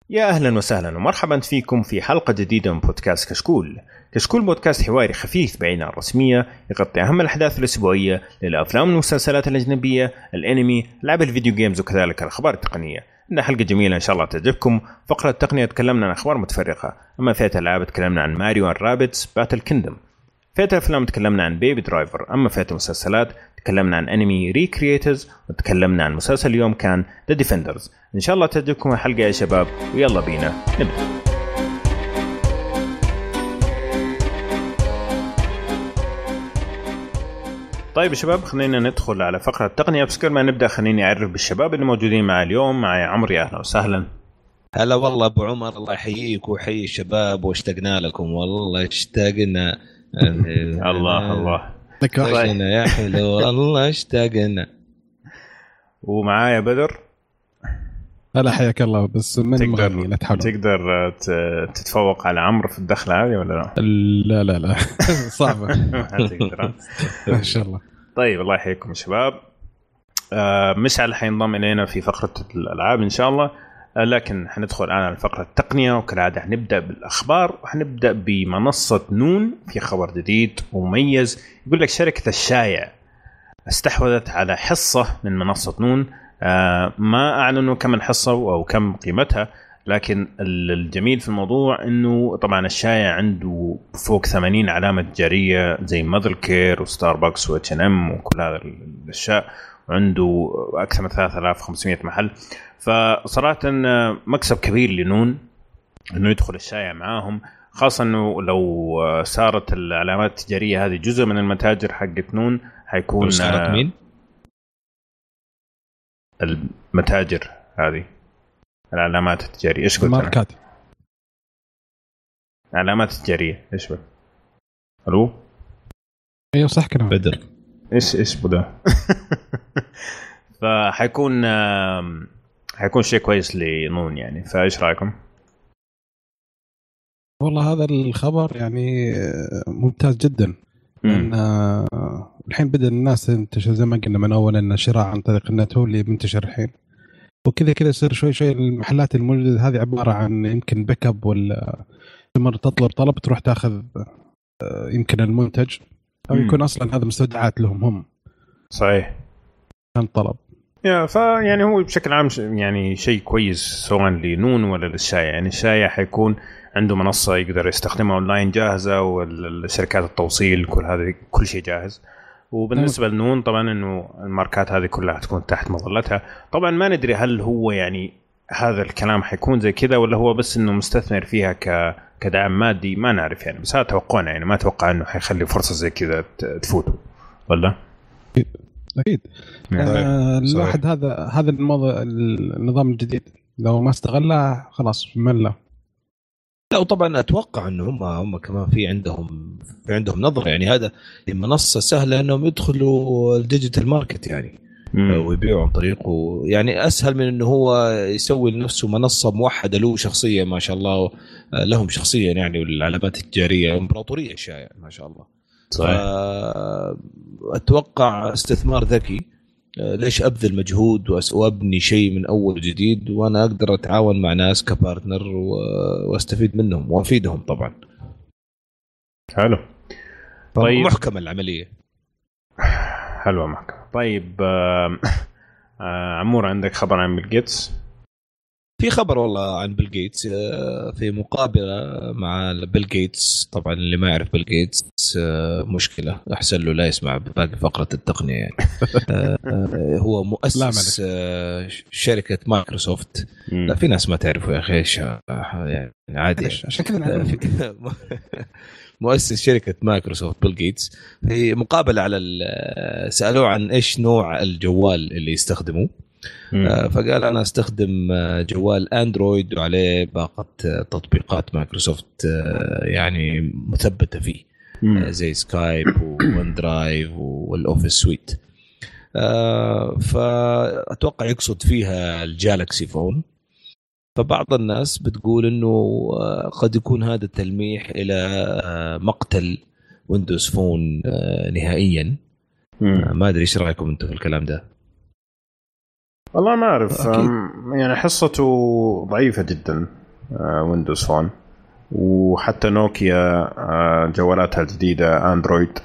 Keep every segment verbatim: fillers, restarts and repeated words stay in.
يا أهلا وسهلا ومرحبا فيكم في حلقة جديدة من بودكاست كشكول. كشكول بودكاست حواري خفيف بعيد عن الرسمية، يغطي أهم الأحداث الأسبوعية للأفلام والمسلسلات الأجنبية، الأنمي، لعب الفيديو جيمز وكذلك الأخبار التقنية. إنها حلقة جميلة إن شاء الله تعجبكم. فقرة التقنية تكلمنا عن أخبار متفرقة، أما فئة الألعاب تكلمنا عن ماريو and رابيتس باتل كيندم. فئة الأفلام تكلمنا عن بيبي درايفر، أما فئة المسلسلات تكلمنا عن أنمي ريكرييترز، وتكلمنا عن مسلسل اليوم كان ذا ديفندرز. إن شاء الله تعجبكم الحلقة يا شباب، ويلا بينا نبدأ. طيب يا شباب، خلينا ندخل على فقرة التقنية. بس قبل ما نبدأ خليني أعرف بالشباب اللي موجودين معي اليوم. معي عمرو، أهلا وسهلا. هلا والله أبو عمر، الله يحييك ويحيي الشباب، واشتقنا لكم والله، اشتقنا. الله الله اشتقنا يا حلو والله اشتقنا. ومعايا بدر. هلا حياك الله. بس من المغني لا تحاول تقدر تتفوق على عمرو في الدخلة هذه ولا لا؟ لا لا لا صعبة. تقدر إن شاء الله. طيب الله يحييكم شباب. مشعل حينضم إلينا في فقرة الألعاب إن شاء الله، لكن حندخل الآن على فقرة التقنية وكالعادة حنبدأ بالأخبار، وحنبدأ بمنصة نون. في خبر جديد ومميز يقول لك شركة الشايع استحوذت على حصة من منصة نون. آه ما أعلنوا كم الحصة أو كم قيمتها، لكن الجميل في الموضوع أنه طبعا الشايع عنده فوق ثمانين علامة تجارية زي ماذر كير وستاربكس واتش ان ام وكل هذا الأشياء، وعنده أكثر من ثلاثة آلاف وخمسمائة محل. فصراحة مكسب كبير لنون أنه يدخل الشايع معاهم، خاصة أنه لو صارت العلامات التجارية هذه جزء من المتاجر حقت نون حيكون صارت مين؟ المتاجر هذه العلامات التجارية. إيش قلت؟ ماركات. علامات تجارية إيش بك؟ ألو؟ أيوة صح كلام بدر. إيش إيش بده؟ فحيكون حيكون شيء كويس لنون يعني. فإيش رأيكم؟ والله هذا الخبر يعني ممتاز جدا، لأن الحين بدأ الناس تنتشر زي ما قلنا من أول أن الشراء عن طريق النت هو اللي منتشر الحين، وكذا كذا يصير شوي شوي المحلات الموجودة هذه عبارة عن يمكن بيك اب، ولا مرة تطلب طلب تروح تاخذ يمكن المنتج، أو يكون أصلا هذا مستودعات لهم هم. صحيح. كان طلب يا فيعني هو بشكل عام يعني شيء كويس سواء لنون ولا للشايع. يعني الشايع حيكون عنده منصة يقدر يستخدمها أونلاين جاهزة، والشركات التوصيل كل هذا كل شيء جاهز. وبالنسبة لنون طبعا إنه الماركات هذه كلها تكون تحت مظلتها. طبعا ما ندري هل هو يعني هذا الكلام حيكون زي كذا ولا هو بس إنه مستثمر فيها ك كدعم مادي، ما نعرف يعني. بس هذا توقعنا يعني، ما أتوقع إنه حيخلي فرصة زي كذا تفوته ولا. أكيد. آه الواحد هذا هذا النظام الجديد لو ما استغله خلاص ملا. لا وطبعا اتوقع انه هم هم كمان في عندهم في عندهم نظره، يعني هذا المنصه سهله انهم يدخلوا الديجيتال ماركت يعني مم. ويبيعوا عن طريقه، يعني اسهل من انه هو يسوي لنفسه منصه موحده له شخصيه ما شاء الله، لهم شخصيا يعني، والعلامات التجاريه امبراطوريه شائعه ما شاء الله. صحيح. اتوقع استثمار ذكي. ليش أبذل مجهود وأبني شيء من أول جديد وأنا أقدر أتعاون مع ناس كبارتنر وأستفيد منهم وأفيدهم طبعا. حلو. طيب محكمة العملية. حلوة محكمة. طيب عمور، عندك خبر عن بيل جيتس؟ في خبر والله عن بيل جيتس، في مقابلة مع بيل جيتس. طبعا اللي ما يعرف بيل جيتس مشكلة، أحسن له لا يسمع باقي فقرة التقنية يعني. هو مؤسس شركة مايكروسوفت. لا في ناس ما تعرفه يا أخي، يعني عادي عشان كذا مؤسس شركة مايكروسوفت بيل جيتس. في مقابلة على سألوه عن إيش نوع الجوال اللي يستخدمه، فقال أنا أستخدم جوال أندرويد وعليه باقة تطبيقات مايكروسوفت يعني مثبتة فيه، زي سكايب وون درايف والأوفيس سويت. فأتوقع يقصد فيها الجالكسي فون. فبعض الناس بتقول إنه قد يكون هذا تلميح إلى مقتل ويندوز فون نهائيا. ما أدري إيش رأيكم أنتم في الكلام ده؟ والله ما أعرف يعني حصته ضعيفة جدا ويندوز فون، وحتى نوكيا جوالاتها الجديدة أندرويد،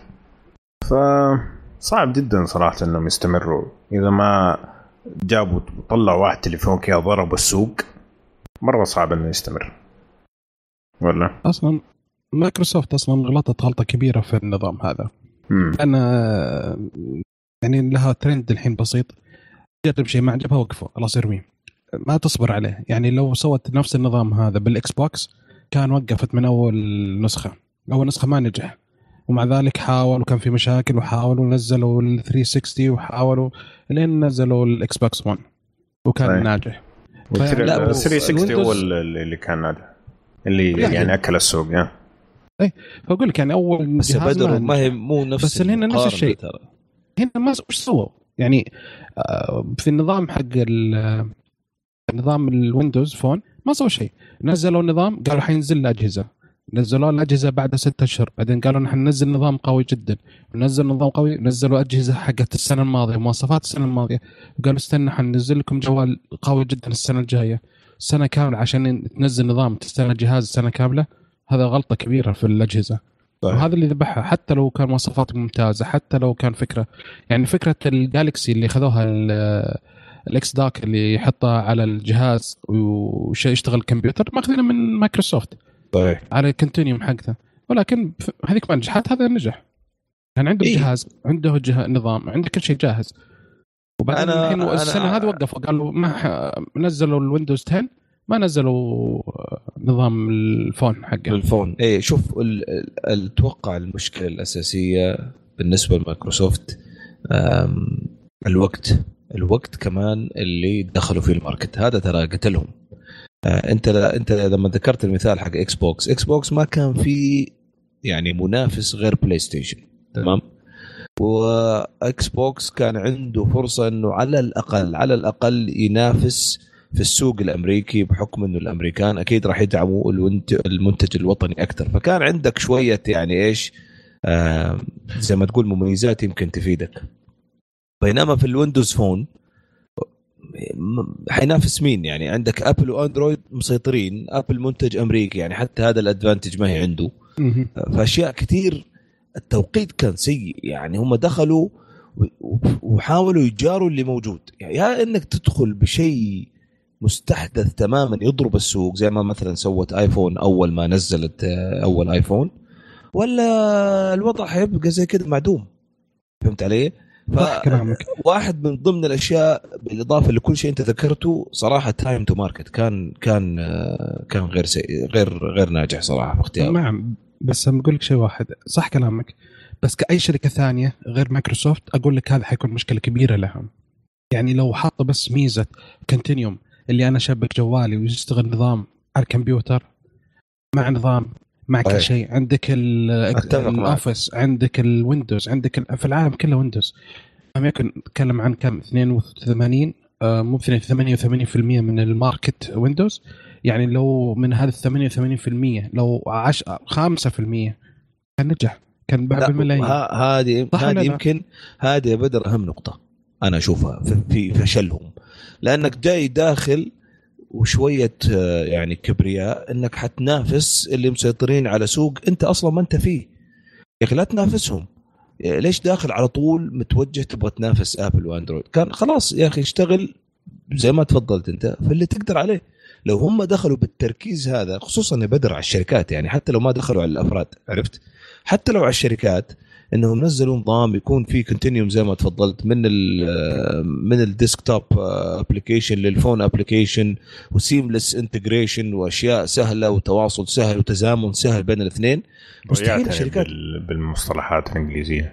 فصعب جدا صراحة أنهم يستمروا. إذا ما جابوا طلعوا واحد تليفون كذا ضرب السوق، مرة صعب أنه يستمر. ولا أصلا مايكروسوفت أصلا غلطت غلطة كبيرة في النظام هذا. أنا يعني لها ترند الحين بسيط، جرب شيء ما عجبها وقفه خلاص ارميه، ما تصبر عليه. يعني لو سوت نفس النظام هذا بالإكس بوكس كان وقفت من أول نسخة، أول نسخة ما نجح، ومع ذلك حاولوا وكان في مشاكل وحاولوا نزلوا ال ثلاثمية وستين وحاولوا لين نزلوا الإكس بوكس ون وكان صحيح. ناجح. لا ال ثلاثمية وستين هو اللي كان ناجح، اللي يعني, يعني أكل السوق يعني. اي فاقول لك يعني اول بس بدر ما هي مو نفس، بس هنا نفس الشيء ترى. هنا ما وش سووا يعني في النظام حق النظام الويندوز فون ما سووا شيء. نزلوا النظام قالوا حينزل الأجهزة، نزلوا الأجهزة بعد ستة أشهر، بعدين قالوا نحن ننزل نظام قوي جدا، ونزل نظام قوي، نزلوا أجهزة حقت السنة الماضية مواصفات السنة الماضية، وقالوا استنى حننزل لكم جوال قوي جدا السنة الجاية، سنة كاملة عشان تنزل نظام تستنى جهاز سنة كاملة. هذا غلطة كبيرة في الأجهزة. طيب. وهذا اللي ذبحها، حتى لو كان مواصفات ممتازة، حتى لو كان فكرة يعني فكرة الجالكسي اللي خذوها الإكس داك اللي يحطها على الجهاز وشيء يشتغل الكمبيوتر ماخذينه من مايكروسوفت. طيب. على الكونتينيوم حقته، ولكن هذيك ما نجحت، هذا نجح. كان عنده إيه؟ جهاز، عنده جهاز نظام، عنده كل شيء جاهز. وبعدين الحين السنة هذه وقفوا قالوا ما نزلوا الويندوز عشرة، ما نزلوا نظام الفون حقه الفون. ايه شوف اتوقع المشكله الاساسيه بالنسبه لمايكروسوفت الوقت الوقت كمان اللي دخلوا في الماركت هذا ترى قتلهم. انت انت لما ذكرت المثال حق اكس بوكس، اكس بوكس ما كان في يعني منافس غير بلاي ستيشن، تمام؟ واكس بوكس كان عنده فرصه انه على الاقل على الاقل ينافس في السوق الامريكي، بحكم انه الامريكان اكيد راح يدعموا المنتج الوطني اكثر، فكان عندك شويه يعني ايش آه زي ما تقول مميزات يمكن تفيدك. بينما في الويندوز فون حينافس مين؟ يعني عندك ابل واندرويد مسيطرين، ابل منتج امريكي يعني حتى هذا الادفانتج ما هي عنده. فاشياء كثير التوقيت كان سيء، يعني هم دخلوا وحاولوا يجاروا اللي موجود، يعني يا انك تدخل بشيء مستحدث تماما يضرب السوق زي ما مثلا سوت ايفون اول ما نزلت اول ايفون، ولا الوضع حيبقى زي كده معدوم. فهمت علي؟ فواحد من ضمن الاشياء بالاضافه لكل شيء انت ذكرته صراحه تايم تو ماركت كان كان كان غير سي... غير غير ناجح صراحه في اختياره. نعم، بس بقول لك شيء واحد، صح كلامك، بس كأي شركه ثانيه غير مايكروسوفت اقول لك هذا حيكون مشكله كبيره لهم. يعني لو حاطه بس ميزه كونتينيوم اللي انا شبك جوالي ويشتغل نظام على الكمبيوتر مع نظام مع كل شيء، عندك الاوفيس، عندك الويندوز، عندك في العالم كله ويندوز. ما يمكن نتكلم عن كم اثنين وثمانين آه مو ثمانية وثمانين بالمئة من الماركت ويندوز. يعني لو من هذا ثمانية وثمانين بالمئة لو عشرة خمسة بالمئة كان نجح، كان بعد الملايين. هذه هذه يمكن هذه بدر اهم نقطه انا اشوفها في فشلهم، لانك جاي داخل وشويه يعني كبرياء انك حتنافس اللي مسيطرين على سوق انت اصلا ما انت فيه. يا اخي لا تنافسهم، ليش داخل على طول متوجه تبغى تنافس ابل واندرويد؟ كان خلاص يا اخي اشتغل زي ما تفضلت انت في اللي تقدر عليه. لو هم دخلوا بالتركيز هذا، خصوصا بدر على الشركات، يعني حتى لو ما دخلوا على الافراد، عرفت؟ حتى لو على الشركات انهم نزلوا نظام يكون فيه كونتينيوم زي ما تفضلت من ال من الديسكتوب ابلكيشن للفون ابلكيشن وسيملس انتجريشن واشياء سهله وتواصل سهل وتزامن سهل بين الاثنين. مستحيل الشركات بالمصطلحات الانجليزيه،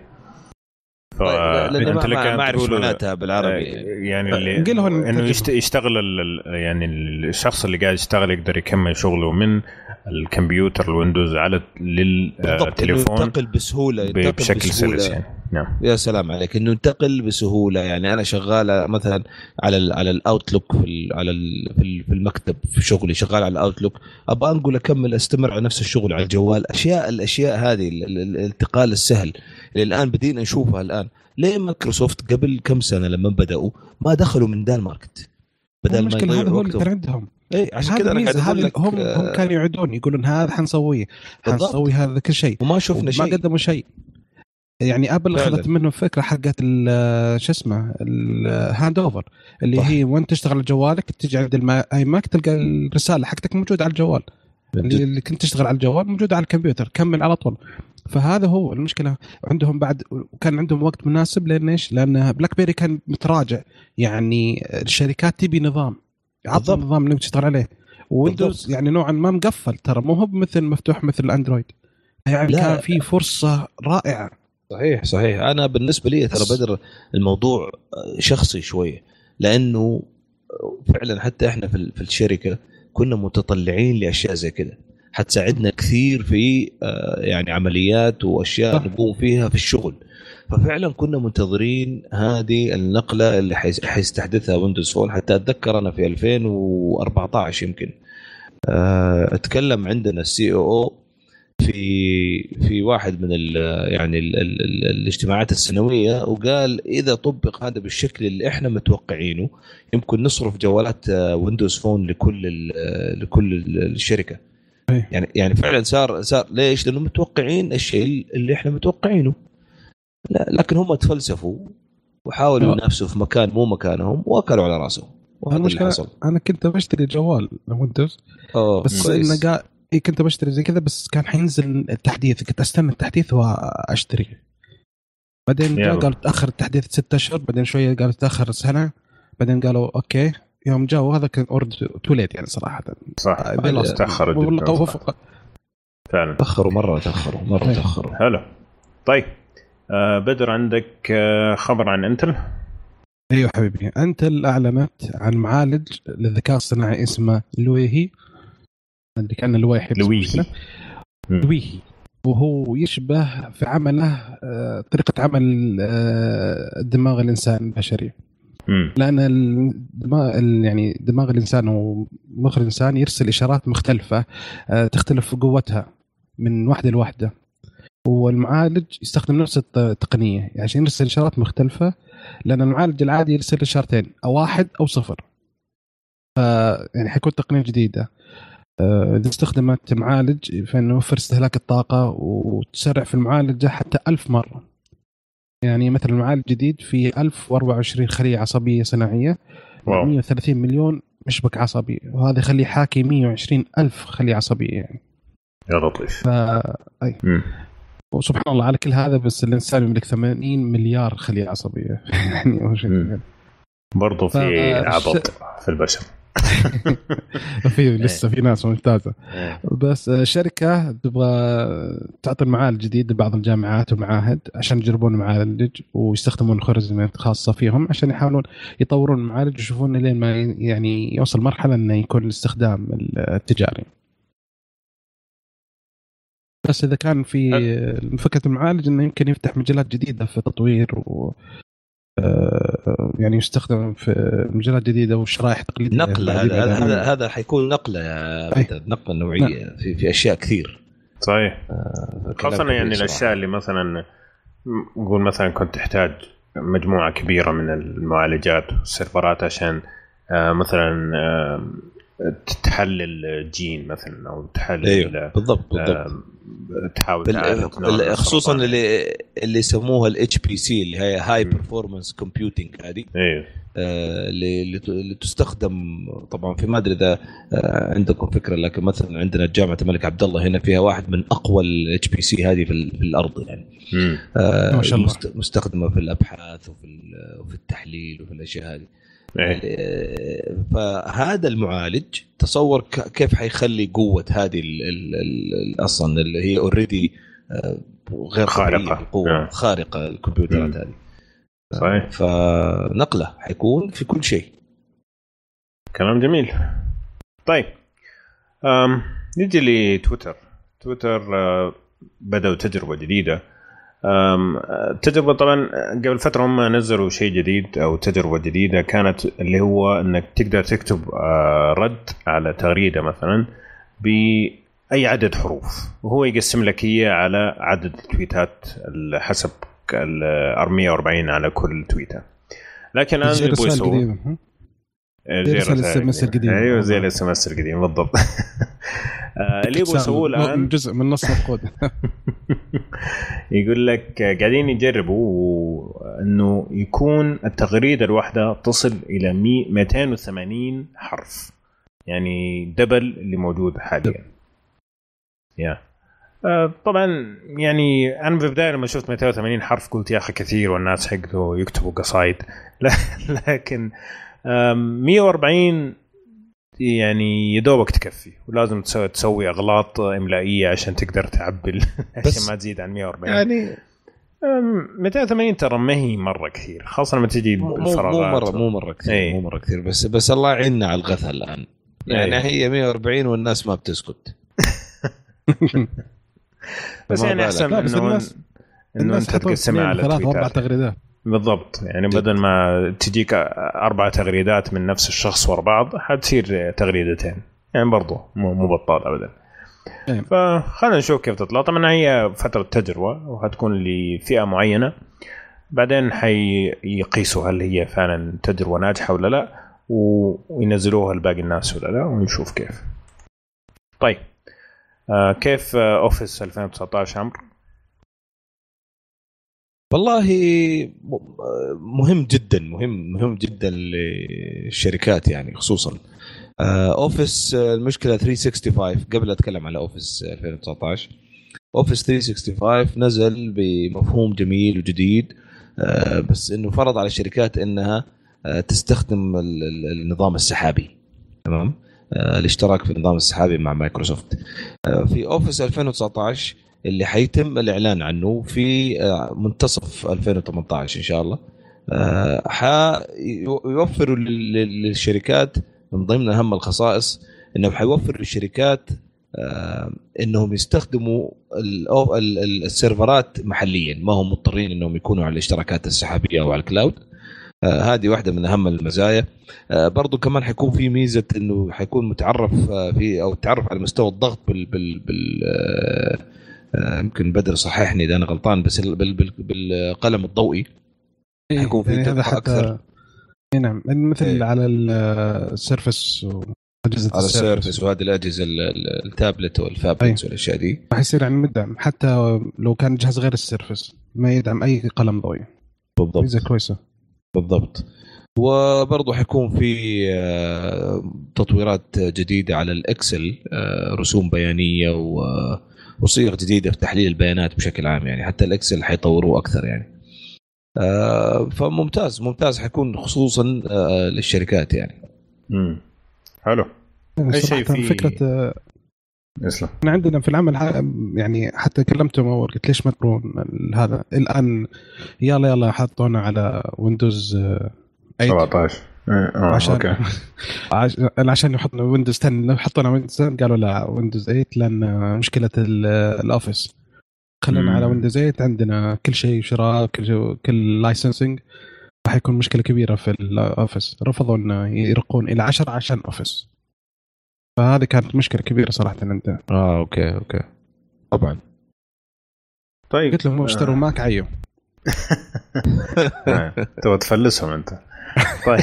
فانت لك ما اعرف معناتها بالعربي يعني اللي انه يشتغل يعني الشخص اللي قاعد يشتغل يقدر يكمل شغله من الكمبيوتر الويندوز على للتليفون ينتقل بسهوله بشكل سلس يعني. نعم. يا سلام عليك انه ينتقل بسهوله. يعني انا شغال مثلا على ال على الاوتلوك في ال على ال في المكتب في شغلي شغال على الاوتلوك، ابغى انقل اكمل استمر على نفس الشغل على الجوال. اشياء الاشياء هذه الانتقال السهل اللي الان بدينا نشوفها الان. ليه مايكروسوفت قبل كم سنه لما بداوا ما دخلوا من ذا الماركت بدل ما يضيعوا هذا هو وقتهم؟ اللي كان عندهم. اي عشان كذا انا قاعد اقول لك هم هم كانوا يعدون يقولون هذا حنسويه حنسوي هذا كل شيء وما شفنا شيء، ما قدموا شيء. يعني ابل اخذت منه فكره حقت شو اسمه الهاند اوفر اللي صح. هي وانت تشتغل على جوالك تجي عند الاي ماك تلقى الرساله حقتك موجوده على الجوال، اللي, اللي كنت تشتغل على الجوال موجوده على الكمبيوتر، كمل على طول. فهذا هو المشكله عندهم بعد. وكان عندهم وقت مناسب لان ايش؟ لان بلاك بيري كان متراجع. يعني الشركات تبي نظام عطى النظام اللي تشتغل عليه. ويندوز يعني نوعا ما مقفل ترى، مو هو مثل مفتوح مثل الاندرويد. يعني لا. كان في فرصه رائعه. صحيح صحيح. انا بالنسبه لي ترى بدر الموضوع شخصي شويه، لانه فعلا حتى احنا في الشركه كنا متطلعين لاشياء زي كده حتساعدنا كثير في يعني عمليات واشياء نقوم فيها في الشغل. ففعلا كنا منتظرين هذه النقله اللي حيستحدثها ويندوز فون. حتى اتذكر انا في ألفين وأربعة عشر يمكن اتكلم عندنا السي او او في في واحد من ال يعني ال ال ال الاجتماعات السنويه، وقال اذا طبق هذا بالشكل اللي احنا متوقعينه يمكن نصرف جوالات ويندوز فون لكل لكل الشركه. يعني يعني فعلا صار صار ليش؟ لانه متوقعين الشيء اللي احنا متوقعينه. لا لكن هم تفلسفوا وحاولوا ينافسوا في مكان مو مكانهم واكلوا على راسهم. وهذا اللي حصل. انا كنت بشتري جوال ويندوز بس انه قال إيه كنت بشتري زي كذا، بس كان حينزل التحديث كنت استنى التحديث واشتري. بعدين قالوا تاخر التحديث ستة اشهر، بعدين شويه قالوا تاخر سنه، بعدين قالوا اوكي. يوم جاء هذا كان اورد توليت يعني صراحه صح تاخر فعلا تاخروا مره تاخروا مره تاخروا. حلو. طيب آه بدر عندك آه خبر عن انتل؟ ايوه حبيبي. انتل اعلنت عن معالج للذكاء الصناعي اسمه لويهي، اللي كان لويهي لويهي لويهي وهو يشبه في عمله طريقه عمل دماغ الانسان البشري. لأن الدماغ يعني دماغ الإنسان ومخ الإنسان يرسل إشارات مختلفة تختلف قوتها من واحدة لواحدة، والمعالج يستخدم نفس التقنية يعني عشان يرسل إشارات مختلفة. لأن المعالج العادي يرسل إشارتين أو واحد أو صفر، ف يعني حيكون تقنية جديدة إذا استخدمت معالج فإنه يوفر استهلاك الطاقة وتسرع في المعالجة حتى ألف مرة. يعني مثلا المعالج الجديد فيه ألف وأربعة وعشرين خلية عصبية صناعية، مئة وثلاثين مليون مشبك عصبي، وهذا يخلي حاكي مئة وعشرين ألف خلية عصبية يعني. يا لطيف. ف... أي. وسبحان الله على كل هذا بس الإنسان يملك ثمانين مليار خلية عصبية يعني برضو في عبط في البشر. في لسه في ناس ممتازة. بس شركة تبغى تعطي المعالج جديد لبعض الجامعات والمعاهد عشان يجربون المعالج ويستخدمون خوارزميات خاصة فيهم عشان يحاولون يطورون المعالج ويشوفون لين ما يعني يوصل مرحلة انه يكون الاستخدام التجاري. بس إذا كان في فكرة المعالج إنه يمكن يفتح مجالات جديدة في تطوير و يعني يستخدم في مجالات جديدة وشرائح تقليدية. نقلة هذا هذا هذا حيكون نقلة يا بدر، نقلة نوعية نعم. في في أشياء كثير. صحيح. آه خاصة يعني الأشياء اللي مثلا نقول مثلا كنت تحتاج مجموعة كبيرة من المعالجات والسيرفرات عشان آه مثلا آه تحلل جين مثلا أو تحلل أيوه. بالضبط بالضبط آه تحاول بال... خصوصا اللي اللي يسموها الاتش بي سي اللي هي هاي بيرفورمانس كومبيوتينج هذه ايوه آه اللي اللي تستخدم طبعا في ما ادري اذا آه عندكم فكره، لكن مثلا عندنا جامعه الملك عبد الله هنا فيها واحد من اقوى الاتش بي سي هذه في, في الارض يعني آه ما شاء الله مستخدمه في الابحاث وفي وفي التحليل وفي الاشياء هذه. فهذا المعالج تصور كيف حيخلي قوة هذه أصلا اللي هي اوريدي غير خارقة قوة خارقة الكمبيوترات هذه. صحيح. فنقلة حيكون في كل شيء. كلام جميل. طيب أم نيجي لتويتر. تويتر بدأوا تجربة جديدة التجربة طبعا قبل فترة هم نزلوا شيء جديد أو تجربة جديدة كانت اللي هو أنك تقدر تكتب رد على تغريدة مثلا بأي عدد حروف وهو يقسم لك إياه على عدد التويتات حسب أربعمية وأربعين على كل تويتة. لكن الآن اللي يبغوا يسووا زي السمس القديم. ايوه زي السمس القديم بالضبط. اللي يبغوا يسووه الان جزء من نص الكود. يقول لك قاعدين يجربوا انه يكون التغريده الواحده تصل الى مئتين وثمانين حرف يعني دبل اللي موجود حاليا. يا طبعا يعني انا في البدايه لما شفت مئتين وثمانين حرف قلت يا اخي كثير والناس حقته يكتبوا قصايد. لكن مئة وأربعين يعني يدوبك تكفي ولازم تسوي تسوي اغلاط املائيه عشان تقدر تعبي عشان ما تزيد عن مئة وأربعين. يعني مئتين وثمانين ترى ما هي مره كثير خاصه لما تجي بالفراغات. مو مره مو مره كثير ايه. مو مره كثير بس بس الله يعيننا على الغث الان يعني ايه. هي مئة وأربعين والناس ما بتسكت. بس يعني احسن انه انه انت تقسمها على ثلاث اربع تغريدات بالضبط يعني بدل ما تجيك أربع تغريدات من نفس الشخص ورا بعض حتصير تغريدتين يعني برضو مو مو بطال أبدا. فخلنا نشوف كيف تطلع. طبعا هي فترة تجربة وهتكون لفئة معينة بعدين حيقيسوا هل هي فعلا تجربة ناجحة ولا لا وينزلوها لباقي الناس ولا لا ونشوف كيف. طيب آه كيف أوفيس ألفين وتسعة عشر عمرو؟ والله مهم جدا مهم مهم جدا للشركات يعني خصوصا اوفيس. المشكله ثلاثمية وخمسة وستين قبل اتكلم على اوفيس ألفين وتسعة عشر. اوفيس ثلاثمية وخمسة وستين نزل بمفهوم جميل وجديد بس انه فرض على الشركات انها تستخدم النظام السحابي. تمام الاشتراك في النظام السحابي مع مايكروسوفت. في اوفيس ألفين وتسعة عشر اللي حيتم الإعلان عنه في منتصف ألفين وثمانية عشر إن شاء الله حيوفروا للشركات من ضمن أهم الخصائص إنه حيوفر للشركات إنهم يستخدموا السيرفرات محليا ما هم مضطرين إنهم يكونوا على الاشتراكات السحابية أو على الكلاود. هذه واحدة من أهم المزايا. برضو كمان حيكون في ميزة إنه حيكون متعرف في أو تعرف على مستوى الضغط بال بال بال يمكن بدر صححني إذا أنا غلطان بس بالقلم الضوئي يكون في هذا حتى أكثر. نعم مثل إيه. على السيرفس وأجهزة على السيرفس وهذه الأجهزة التابلت والفابلت أيه. والأشياء دي راح يصير يعني مدعم حتى لو كان جهاز غير السيرفس ما يدعم أي قلم ضوئي. بالضبط ميزة كويسة بالضبط. وبرضه حيكون في تطويرات جديدة على الإكسل رسوم بيانية و وصيغ جديدة في تحليل البيانات بشكل عام يعني حتى الإكسل حيطوروه أكثر يعني. آه فممتاز ممتاز حيكون خصوصا آه للشركات يعني. امم حلو. أي شيء في فكرة يسلم. احنا عندنا في العمل يعني حتى كلمتهم أول قلت ليش ما ترون هذا الآن يلا يلا حطونا على ويندوز سبعة عشر آه، عشان أوكي. عشان يحطنا ويندوز عشرة حطونا ويندوز عشرة قالوا لا ويندوز ثمانية لأن مشكلة الأوفيس خلينا على ويندوز ثمانية عندنا كل شيء شراء كل كل لايسنسنج راح يكون مشكلة كبيرة في الأوفيس. رفضوا إن يرقون إلى عشرة عشان أوفيس فهذه كانت مشكلة كبيرة صراحة عندنا. آه أوكي أوكي طبعا. طيب قلت لهم اشتروا آه. ماك عيو تبغى تفلسهم أنت. طيب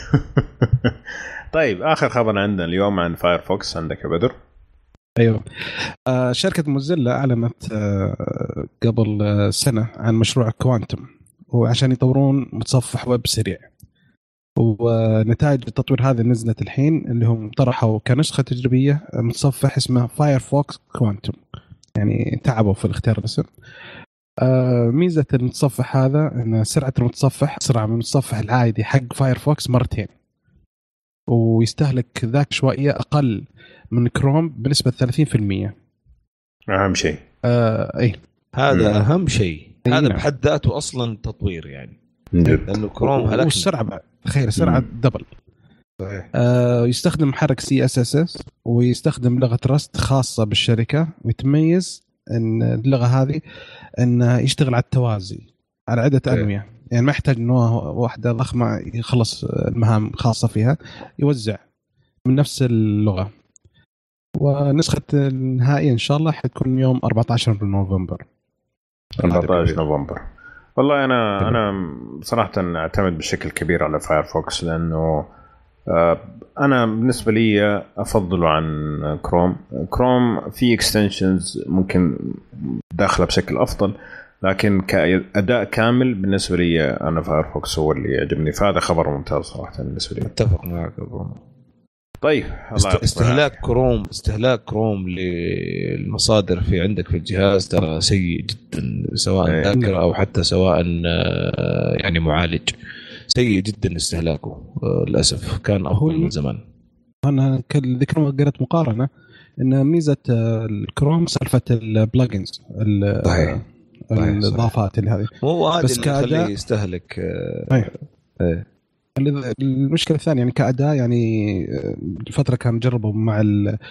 طيب آخر خبر عندنا اليوم عن فايرفوكس عندك يا بدر. أيوة آه شركة موزيلا أعلنت آه قبل سنة عن مشروع كوانتم وعشان يطورون متصفح ويب سريع ونتائج التطوير هذا نزلت الحين اللي هم طرحوا كنسخة تجريبية متصفح اسمه فايرفوكس كوانتم يعني تعبوا في الاختيار الاسم. آه ميزة المتصفح هذا أن سرعة المتصفح أسرع من المتصفح العادي حق فايرفوكس مرتين ويستهلك ذاك شوية أقل من كروم بنسبة ثلاثين بالمئة. أهم شيء آه أي هذا مم. أهم شيء هذا نعم. بحد ذاته أصلا تطوير يعني لأنه كروم هلكنا والسرعة بعد تخيل السرعة دبل. آه يستخدم محرك سي اس اس اس ويستخدم لغة راست خاصة بالشركة ويتميز ان اللغه هذه انه يشتغل على التوازي على عده انويه، يعني ما يحتاج انه واحده ضخمه يخلص المهام خاصه فيها، يوزع من نفس اللغه. ونسخه النهائيه ان شاء الله حتكون يوم أربعة عشر من نوفمبر. أربعة عشر نوفمبر. والله انا انا صراحه اعتمد بشكل كبير على فايرفوكس، لانه انا بالنسبه لي افضله عن كروم. كروم في اكستنشنز ممكن داخله بشكل افضل، لكن كأداء كامل بالنسبه لي انا فايرفوكس هو اللي يعجبني. فهذا خبر ممتاز صراحه بالنسبه لي. اتفق معك ابو. طيب استهلاك كروم استهلاك كروم للمصادر في عندك في الجهاز ترى سيء جدا، سواء ذاكره او حتى سواء يعني معالج، سيء جدا استهلاكه للاسف. كان افضل من زمان. انا ذكر قرأت مقارنه ان ميزه الكروم سالفه البلجنز الاضافات اللي هذه مو هذا اللي يخليه يستهلك. ايه المشكله الثانيه يعني كأداء، يعني الفتره كان جربوا مع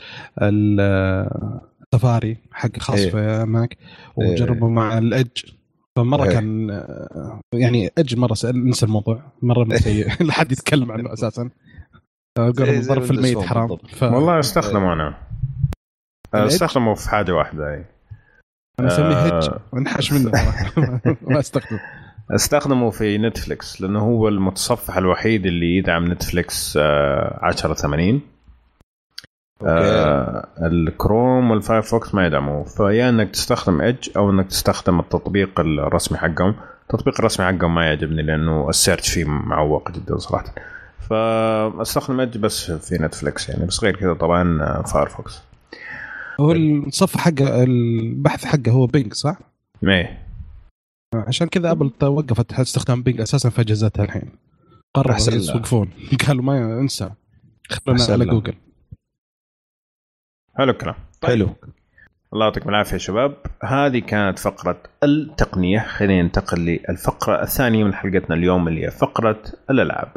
السفاري حق خاص إيه. في ماك، وجربوا إيه. مع الإدج، فمره إيه. كان يعني إدج مره ننسى الموضوع مره من سيء لا حد يتكلم عنه اساسا. قالوا ظرف الميت حرام. ف... والله استخدموا انا استخدموا في حاجه واحده اي انا اسميه هيدج ونحش منه ما استخدمه. استخدمه في نتفليكس لأنه هو المتصفح الوحيد اللي يدعم نتفليكس عشرة ثمانين. آه الكروم والفايرفوكس ما يدعموه، فيا انك تستخدم إدج او انك تستخدم التطبيق الرسمي حقهم. التطبيق الرسمي حقهم ما يعجبني لانه السيرش فيه معوق جدا صراحة، فاستخدم إدج بس في نتفليكس يعني. بس غير كذا طبعا فايرفوكس. هو الصفحة حقه البحث حقه هو بينج صح؟ ايه عشان كذا أبل توقفت تستخدم بينج أساسا في أجهزتها الحين، قرروا يوقفون قالوا ما انسى خلونا على جوجل. حلو الكلام. طيب. حلو الله يعطيكم العافية يا شباب. هذه كانت فقرة التقنية. خلينا ننتقل للفقرة الثانية من حلقتنا اليوم اللي هي فقرة الألعاب.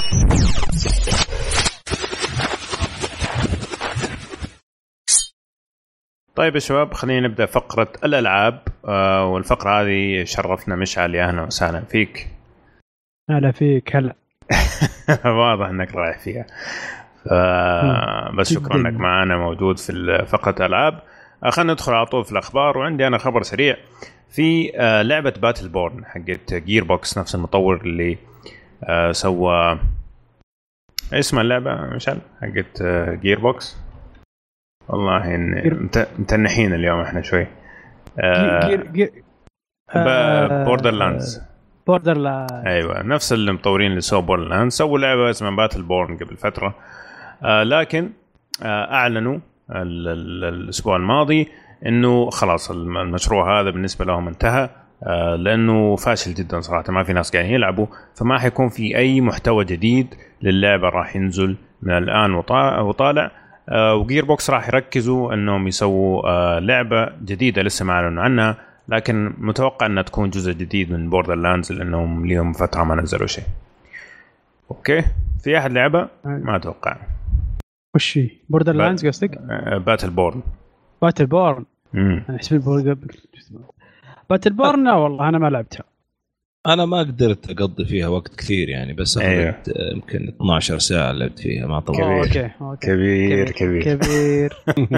طيب يا شباب خلينا نبدأ فقرة الألعاب. آه والفقرة هذه شرفنا مشعل، يا أهلا وسهلا فيك. هلا فيك. هلا واضح أنك رايح فيها. آه بس شكرا أنك معنا موجود في فقرة الألعاب. آه خلينا ندخل على طول في الأخبار. وعندي أنا خبر سريع في آه لعبة باتل بورن حقت جير بوكس، نفس المطور اللي آه سوى اسم اللعبة مشعل حقت آه جير بوكس. والله متنحين اليوم احنا شوي. جير جير بوردر لاندز. بوردر لاندز ايوه نفس المطورين اللي سووا بوردر لاندز سووا لعبه اسمها باتل بورن قبل فتره. آه لكن آه اعلنوا الاسبوع الماضي انه خلاص المشروع هذا بالنسبه لهم انتهى، آه لانه فاشل جدا صراحه. ما في ناس قاعدين يلعبوا، فما حيكون في اي محتوى جديد للعبه راح ينزل من الان وطالع. آه وجير بوكس راح يركزوا انهم يسووا آه لعبه جديده لسه ما اعلنوا عنها، لكن متوقع انها تكون جزء جديد من بوردر لاندز لانهم ليهم فتره ما نزلوا شيء. اوكي في احد لعبه ما اتوقع. وش هي بوردر لاندز قصدك؟ آه باتل بورن. باتل بورن انا احسب البوردر باتل بورن. لا والله انا ما لعبتها. انا ما قدرت اقضي فيها وقت كثير يعني، بس اخذت يمكن اثنا عشر ساعه لعبت فيها ما طولت. كبير. أوكي. كبير كبير كبير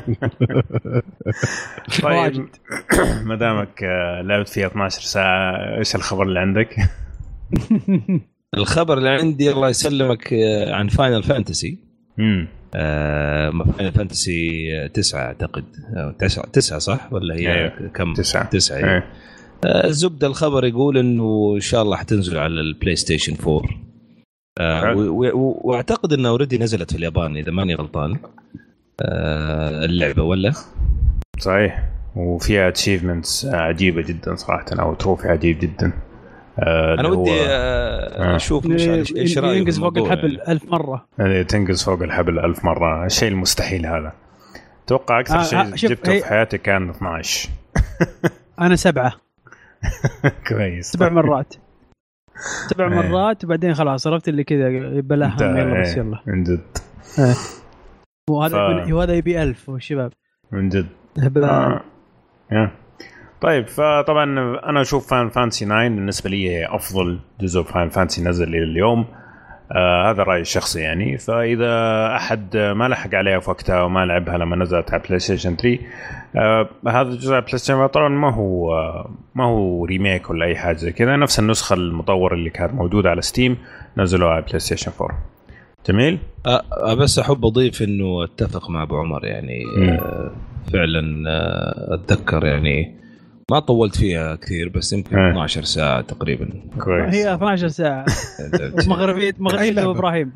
طيب ما دامك لعبت فيها اثنا عشر ساعه، ايش الخبر اللي عندك؟ الخبر اللي عندي الله يسلمك عن فاينل فانتسي. امم فاينل فانتسي تسعة اعتقد، تسعة تسعة صح ولا هي أيوه. كم؟ تسعة تسعة أيوه. الزبدة الخبر يقول انه ان شاء الله حتنزل على البلاي ستيشن فور. آه واعتقد انها اوريدي نزلت في اليابان اذا ماني غلطان آه اللعبة ولا صحيح. وفيها اتشيفمنتس عجيبة جدا صراحة، او تروفي عجيب جدا. آه انا ودي آه اشوف ايش رايك. ينقز فوق الحبل يعني. ألف مرة يعني تنقز فوق الحبل ألف مرة، الشيء المستحيل هذا. توقع اكثر آه شيء جبته هي... في حياتي كان اثنا عشر. انا سبعة. كويس. سبع مرات سبع مرات وبعدين خلاص عرفت اللي كذا بلاها يلا بس يلا من جد. وهذا ف... وهذا يبي ألف والشباب من جد. آه. yeah. طيب فطبعا انا اشوف فان فانسي تسعة بالنسبه لي هي افضل جزء فان فانسي نزل لي اليوم. آه هذا رايي الشخصي يعني. فاذا احد ما لحق عليها في وقتها وما لعبها لما نزلت على بلاي ستيشن ثلاثة، آه هذا الجزء على بلاي ستيشن طبعا ما هو آه ما هو ريميك ولا اي حاجه زي كذا، نفس النسخه المطوره اللي كانت موجوده على ستيم نزلوها على بلاي ستيشن أربعة. جميل. أه بس احب اضيف انه اتفق مع ابو عمر يعني. آه فعلا آه اتذكر يعني ما طولت فيها كثير بس يمكن اثنا عشر ساعة تقريبا. كويس. هي اثنا عشر ساعة مغربية مغربية ابراهيم.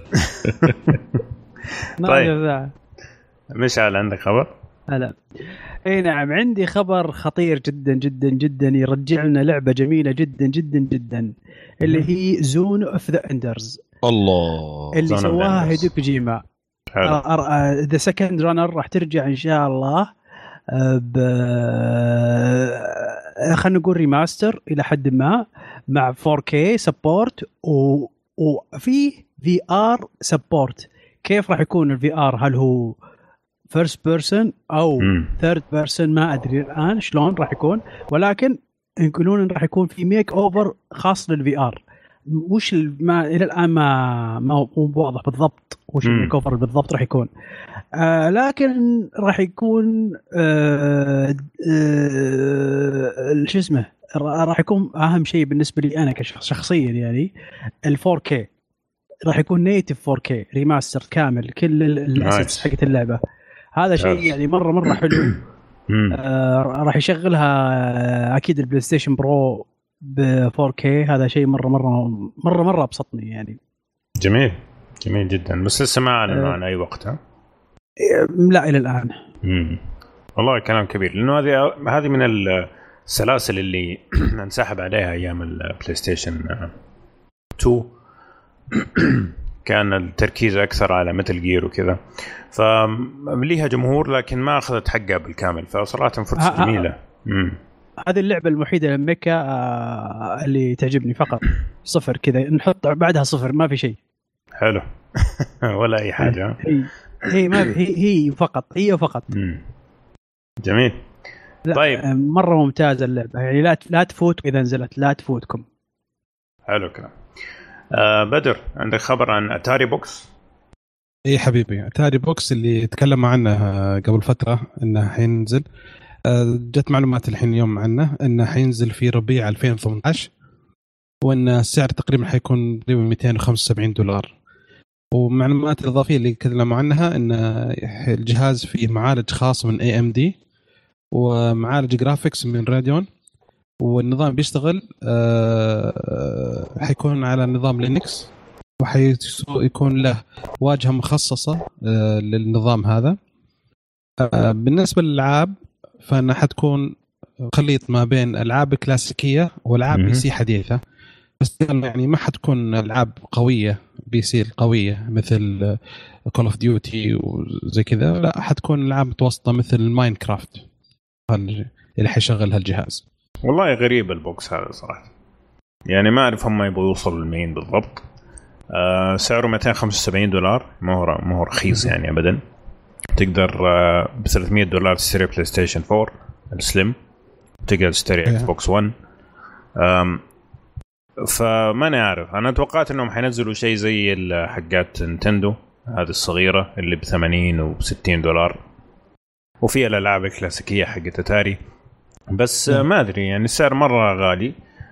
طيب مشعل عندك خبر؟ هلا. اي نعم عندي خبر خطير جدا جدا جدا يرجع لنا لعبة جميلة جدا جدا جدا اللي هي زون اوف ذا اندرز. الله. اللي سواها هيديو كوجيما. ذا سكند رانر راح ترجع ان شاء الله ب خلينا نقول ريماستر الى حد ما مع فور كي سبورت و... وفي في ار سبورت. كيف راح يكون الفي ار؟ هل هو فيرست بيرسون او ثيرد بيرسون؟ ما ادري الان شلون راح يكون، ولكن يقولون راح يكون في ميك اوفر خاص للفي ار. وش ما الى الان ما ما هو واضح بالضبط وش الميك اوفر بالضبط راح يكون. آه لكن راح يكون آه آه شو اسمه راح يكون اهم شيء بالنسبه لي انا كشخصيا يعني ال فور كي راح يكون نيتف فور كي ريماستر كامل كل الاسيتس حقت اللعبه. هذا شيء يعني مره مره حلو. آه راح يشغلها اكيد البلاي ستيشن برو ب فور كي. هذا شيء مره مره مره مره ابسطني يعني. جميل جميل جدا. بس لسه ما اعلنوا عن اي وقت. ها لا الى الان. امم والله كلام كبير لانه هذه هذه من السلاسل اللي انسحب عليها ايام البلاي ستيشن اثنين. كان التركيز اكثر على ميتل جير وكذا، فليها جمهور لكن ما اخذت حقها بالكامل. فصراحه فرصه جميله. امم هذه اللعبه الوحيده الميكا اللي تعجبني فقط. صفر كذا نحط بعدها صفر ما في شيء حلو. ولا اي حاجه. هي هي ما هي هي فقط هي فقط. مم. جميل. طيب مره ممتازه اللعبه يعني لا لا تفوت اذا نزلت لا تفوتكم. حلو كلام. آه بدر عندك خبر عن اتاري بوكس؟ اي حبيبي اتاري بوكس اللي تكلم عنه قبل فتره انه حينزل. آه جت معلومات الحين يوم عنه انه حينزل في ربيع ألفين وثمانية عشر وان السعر تقريبا حيكون تقريبا مئتين وخمسة وسبعين دولار. ومعلومات الإضافية اللي تكلموا عنها إن الجهاز فيه معالج خاص من إيه إم دي ومعالج جرافيكس من راديون، والنظام بيشتغل حيكون على نظام لينكس وحيكون له واجهة مخصصة للنظام هذا. بالنسبة للألعاب فإنها حتكون خليط ما بين ألعاب كلاسيكية وألعاب بي سي حديثة، بس يعني ما حتكون ألعاب قوية بي سي قوية مثل كول اوف ديوتي وزي كذا، لا حتكون ألعاب متوسطة مثل ماينكرافت اللي حيشغلها الجهاز. والله غريب البوكس هذا صراحة، يعني ما أعرف هم يبغوا يوصلوا لمين بالضبط. آه سعره مئتين وخمسة وسبعين دولار، ما هو ما هو رخيص يعني أبدا. تقدر آه ب ثلاثمية دولار تشتري بلاي ستيشن فور السليم، تقدر تشتري اكس بوكس ون. فما نعرف، أنا توقعت إنهم حينزلوا شيء زي حقات نينتندو هذه الصغيرة اللي بثمانين وستين دولار وفيها الألعاب الكلاسيكية حقت أتاري، بس ما أدري يعني السعر مرة غالي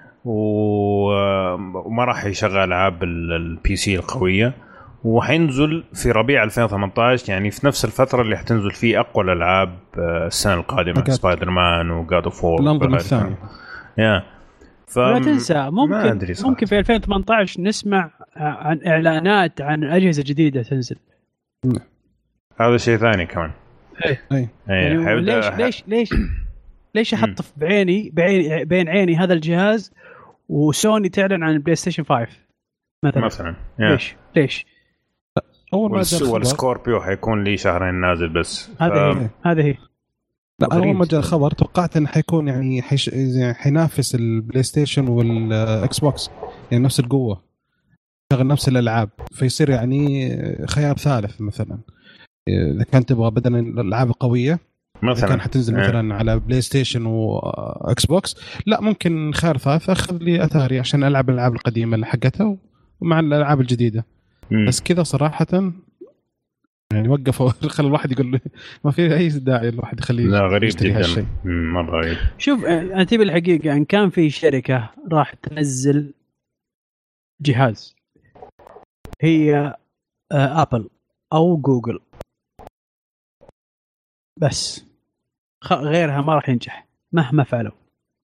وما راح يشغل ألعاب البي سي القوية. وحينزل في ربيع ألفين وثمانية عشر، يعني في نفس الفترة اللي حتنزل فيه أقوى الألعاب السنة القادمة، سبايدر مان وجاد اوف وور الأنظمة الثانية. يا لا تنسى ممكن ممكن في ألفين وثمانية عشر نسمع عن إعلانات عن أجهزة جديدة تنزل. هذا شيء ثاني كمان. اي اي يعني ليش ليش ليش ليش احط في بعيني بعين بين عيني هذا الجهاز وسوني تعلن عن البلاي ستيشن خمسة مثلا مثلا ليش ليش اول ما جاء والسكوربيو حيكون لي شهرين نازل بس. هذه ف... هذه هي. لا اول ما جاء الخبر توقعت انه حيكون يعني حيش... يعني حينافس البلاي ستيشن والاكس بوكس، يعني نفس القوه، شغل نفس الالعاب، فيصير يعني خيار ثالث مثلا اذا كنت تبغى بدل الالعاب القويه مثلا كان حتنزل مثلا على بلاي ستيشن واكس بوكس، لا ممكن خيار ثالث اخذ لي اثاري عشان العب الالعاب القديمه اللي حقتها ومع الالعاب الجديده. مم. بس كذا صراحه يعني وقفوا خلوا الواحد يقول ما في اي داعي الواحد يخليه. لا غريب جدا مره غريب. شوف انا تبي الحقيقه ان كان في شركه راح تنزل جهاز هي ابل او جوجل بس غيرها ما راح ينجح مهما فعلوا.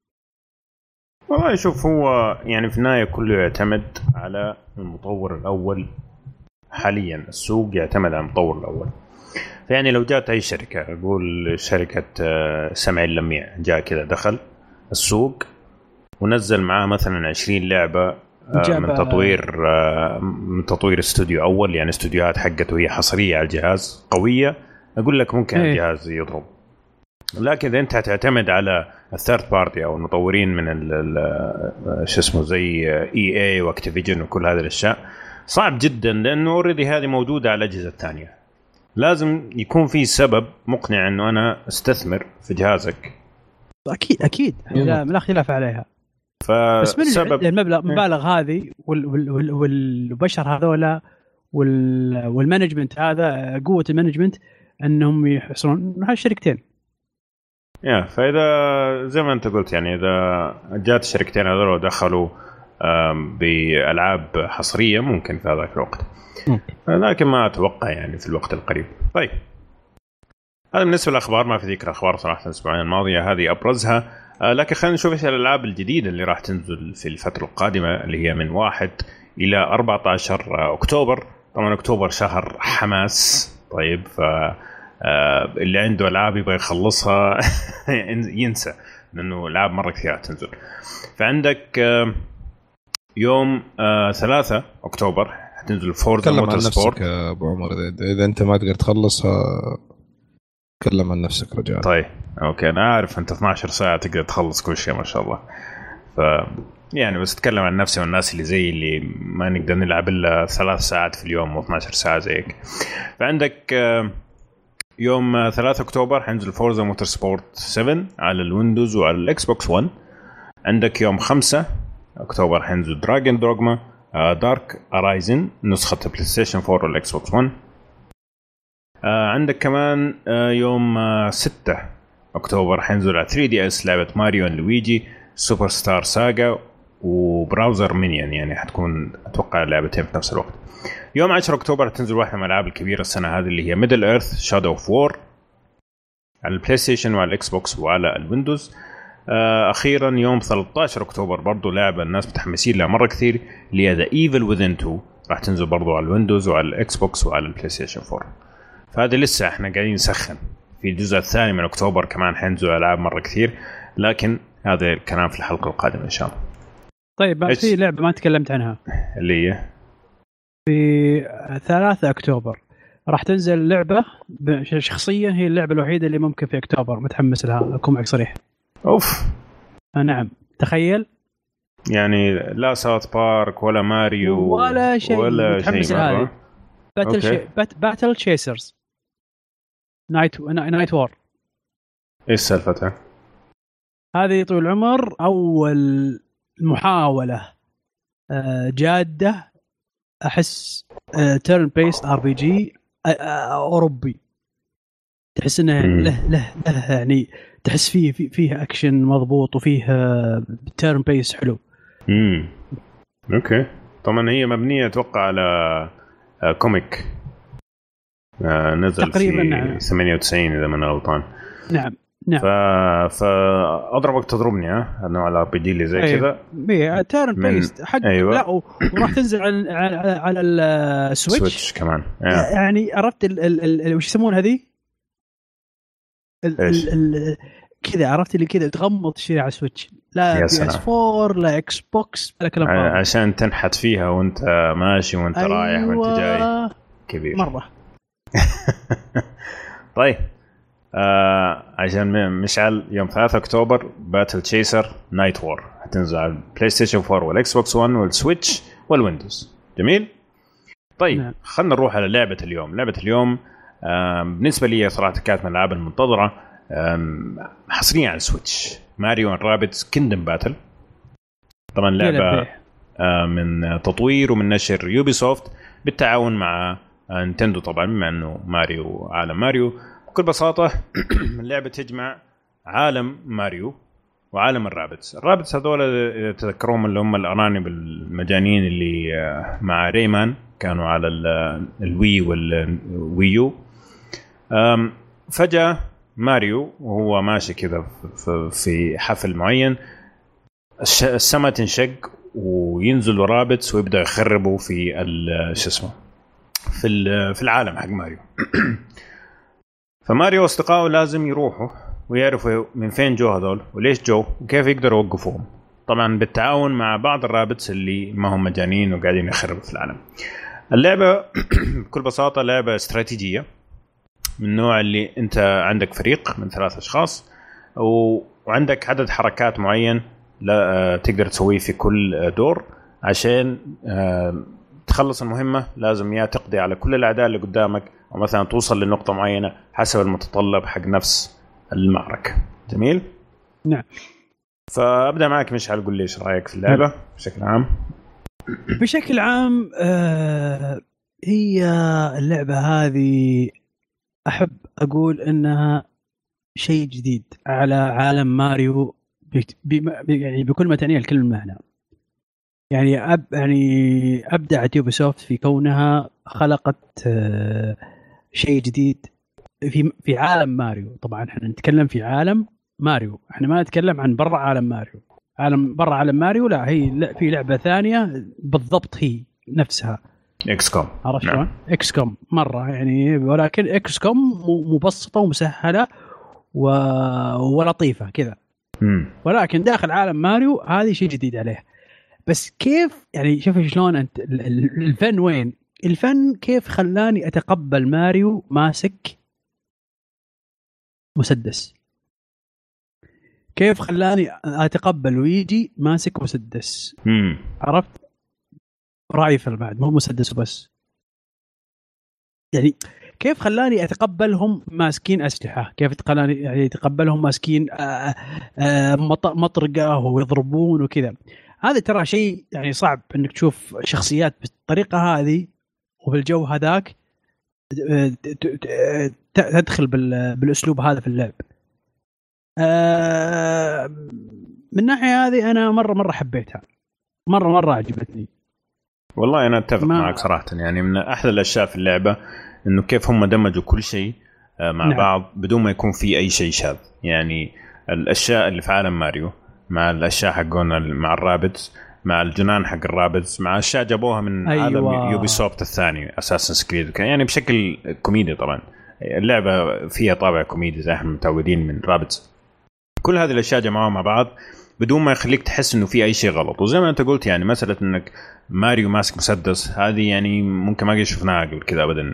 والله شوف هو يعني في النهايه كله يعتمد على المطور الاول. حاليا السوق يعتمد على المطور الاول. يعني لو جات اي شركه اقول شركه سمع اللميع جاء كذا دخل السوق ونزل معاه مثلا عشرين لعبه من تطوير من تطوير استوديو اول، يعني استوديوهات حقته هي حصريه على الجهاز قويه، اقول لك ممكن إيه. الجهاز يضرب. لكن اذا انت هتعتمد على الثيرد بارتي او المطورين من شو اسمه زي اي اي واكتيفيجن وكل هذه الاشياء صعب جدا، لانه اوريدي هذه موجوده على الاجهزه الثانيه. لازم يكون في سبب مقنع انه انا استثمر في جهازك. اكيد اكيد لا لا خلاف عليها. بس من سبب المبلغ مبالغ هذه والبشر هذولا والمانجمنت هذا قوه المانجمنت انهم يحصلون هالشركتين. يا فاذا زي ما انت قلت يعني اذا جات الشركتين هذول ودخلوا بألعاب حصريه ممكن في هذاك الوقت، لكن ما اتوقع يعني في الوقت القريب. طيب هذا بالنسبه للاخبار، ما في ذكر اخبار صراحه الاسبوعين الماضيه هذه ابرزها. لكن خلينا نشوف ايش الالعاب الجديده اللي راح تنزل في الفتره القادمه اللي هي من واحد الى أربعة عشر اكتوبر. طبعا اكتوبر شهر حماس. طيب ف اللي عنده العاب يبغى يخلصها ينسى لانه العاب مره كثيره تنزل. فعندك يوم ثلاثة اكتوبر حتنزل فورزا موتور سبورت. ابو عمر اذا انت ما تقدر تخلصها تكلم عن نفسك رجال. طيب اوكي انا عارف انت اثنا عشر ساعه تقدر تخلص كل شيء ما شاء الله. ف يعني بس اتكلم عن نفسي والناس اللي زي اللي ما نقدر نلعب الا ثلاث ساعات في اليوم و12 ساعه زيك. فعندك يوم ثلاثة اكتوبر حينزل فورزا موتور سبورت سبعة على الويندوز وعلى الاكس بوكس ون. عندك يوم خمسة اكتوبر حينزل دراجون دوغما دارك ارايزن نسخه بلاي ستيشن فور والاكس بوكس ون. عندك كمان يوم ستة اكتوبر حينزل على ثري دي اس لعبه ماريو اند لويجي سوبر ستار ساغا وبراوزر مينيون، يعني حتكون اتوقع لعبتين في نفس الوقت. يوم عشرة اكتوبر تنزل واحدة من الالعاب الكبيره السنه هذه اللي هي ميدل ايرث شادو اوف وور على البلاي ستيشن وعلى الاكس بوكس وعلى الويندوز. اخيرا يوم ثلاثة عشر اكتوبر برضو لعبه الناس متحمسين لها مره كثير اللي هي ذا ايفل وذين تو راح تنزل برضو على الويندوز وعلى الاكس بوكس وعلى البلاي ستيشن فور. فهذا لسه احنا قاعدين نسخن. في الجزء الثاني من اكتوبر كمان حينزل العاب مره كثير، لكن هذا الكلام في الحلقه القادمه ان شاء الله. طيب في لعبه ما تكلمت عنها اللي هي في ثلاثة اكتوبر راح تنزل لعبه شخصيا هي اللعبه الوحيده اللي ممكن في اكتوبر متحمس لها اكون معك صريح. اوف آه نعم تخيل يعني لا ساوث بارك ولا ماريو ولا شيء ولا شيء هذه باتل شي... بات... باتل تشيسرز نايت نايت وور. ايش سالفتها هذه؟ طول العمر اول محاوله جاده احس تيرن بيست ار بي جي اوروبي، تحس انه له له له يعني تحس فيه فيه اكشن مضبوط وفيه تيرن بيست حلو. امم اوكي. طبعا هي مبنيه اتوقع على كوميك نزل في نعم. ثمانية وتسعين اذا ما انا غلطان. نعم نعم. ف فاضربك تضربني ها انه على ار بي جي اللي زي أيوة. كذا تيرن بيست حق. أيوة. لا وراح تنزل على على, على السويتش سويتش كمان yeah. يعني عرفت ال ال ال وش يسمون هذه ال ال كذا عرفت اللي كذا تغمض الشيء على السويتش لا بي اس فور لا اكس بوكس ولا كلام فاضي عشان تنحت فيها وانت ماشي وانت أيوة. رايح وانت جاي كبير مره. طيب آه عشان مشعل يوم ثلاثة اكتوبر باتل تشيسر نايت وور هتنزل على البلاي ستيشن فور والاكس بوكس ون والسويتش والويندوز. جميل. طيب نعم. خلنا نروح على لعبه اليوم. لعبه اليوم آه بالنسبه لي صراحه كانت من الالعاب المنتظره حصريا على سويتش، ماريو اند رابتس كيندم باتل. طبعا لعبه من تطوير ومن نشر يوبي سوفت بالتعاون مع نينتندو طبعا، بما انه ماريو عالم ماريو. بكل بساطه اللعبه تجمع عالم ماريو وعالم الرابتس. الرابتس هذول تذكرون اللي هم الارانب المجانين اللي مع ريمان كانوا على الوي والويو. فجأة ماريو وهو ماشي كذا في حفل معين السماء تنشق وينزلوا رابتس ويبدأ يخربوا في شو اسمه في في العالم حق ماريو. فماريو واصدقائه لازم يروحوا ويعرفوا من فين جو هذول وليش جو وكيف يقدروا يوقفوهم، طبعا بالتعاون مع بعض الرابتس اللي ما هم مجانين وقاعدين يخربوا في العالم. اللعبة بكل بساطة لعبة استراتيجية من النوع اللي انت عندك فريق من ثلاث اشخاص وعندك عدد حركات معين لا تقدر تسويه في كل دور عشان تخلص المهمة. لازم يا تقضي على كل الأعداء اللي قدامك أو مثلا توصل لنقطة معينة حسب المتطلب حق نفس المعركة. جميل؟ نعم. فأبدأ معك مشعل، قول لي إيش رأيك في اللعبة بشكل عام؟ بشكل عام آه هي اللعبة هذه أحب أقول إنها شيء جديد على عالم ماريو يعني بكل ما تعنيه الكلمة معنى. يعني أب يعني أبدعت يوبي سوفت في كونها خلقت آه شيء جديد في في عالم ماريو. طبعا احنا نتكلم في عالم ماريو، احنا ما نتكلم عن برا عالم ماريو. عالم برا عالم ماريو لا، هي لا في لعبة ثانية بالضبط هي نفسها إكس كوم. عرفت شلون؟ نعم. إكس كوم مرة يعني، ولكن إكس كوم مبسطة ومسهلة و... ولطيفة كذا، ولكن داخل عالم ماريو هذه شيء جديد عليه. بس كيف يعني شوف شلون انت الفن وين الفن كيف خلاني اتقبل ماريو ماسك مسدس، كيف خلاني اتقبل لويجي ماسك مسدس. امم عرفت؟ رايفل بعد مو مسدس بس، يعني كيف خلاني اتقبلهم ماسكين اسلحه، كيف خلاني يعني اتقبلهم ماسكين مطرقه ويضربون وكذا. هذا ترى شيء يعني صعب انك تشوف شخصيات بالطريقه هذه وبالجو هذاك تدخل بالاسلوب هذا في اللعب. من ناحيه هذه انا مره مره حبيتها، مره مره عجبتني. والله انا اتفق ما... معك صراحه. يعني من احلى الاشياء في اللعبه انه كيف هم دمجوا كل شيء مع نعم. بعض بدون ما يكون في اي شيء شاذ. يعني الاشياء اللي في عالم ماريو مع الاشياء حقنا مع الرابتس مع الجنان حق الرابتس مع اشياء جابوها من أيوة. عالم يوبي سوفت الثاني اساسن كريد، يعني بشكل كوميدي. طبعا اللعبه فيها طابع كوميدي زي احنا متعودين من رابتس. كل هذه الاشياء جمعوها مع بعض بدون ما يخليك تحس انه في اي شيء غلط. وزي ما انت قلت يعني مساله انك ماريو ماسك مسدس هذه يعني ممكن ما قد شفناها قبل كذا ابدا،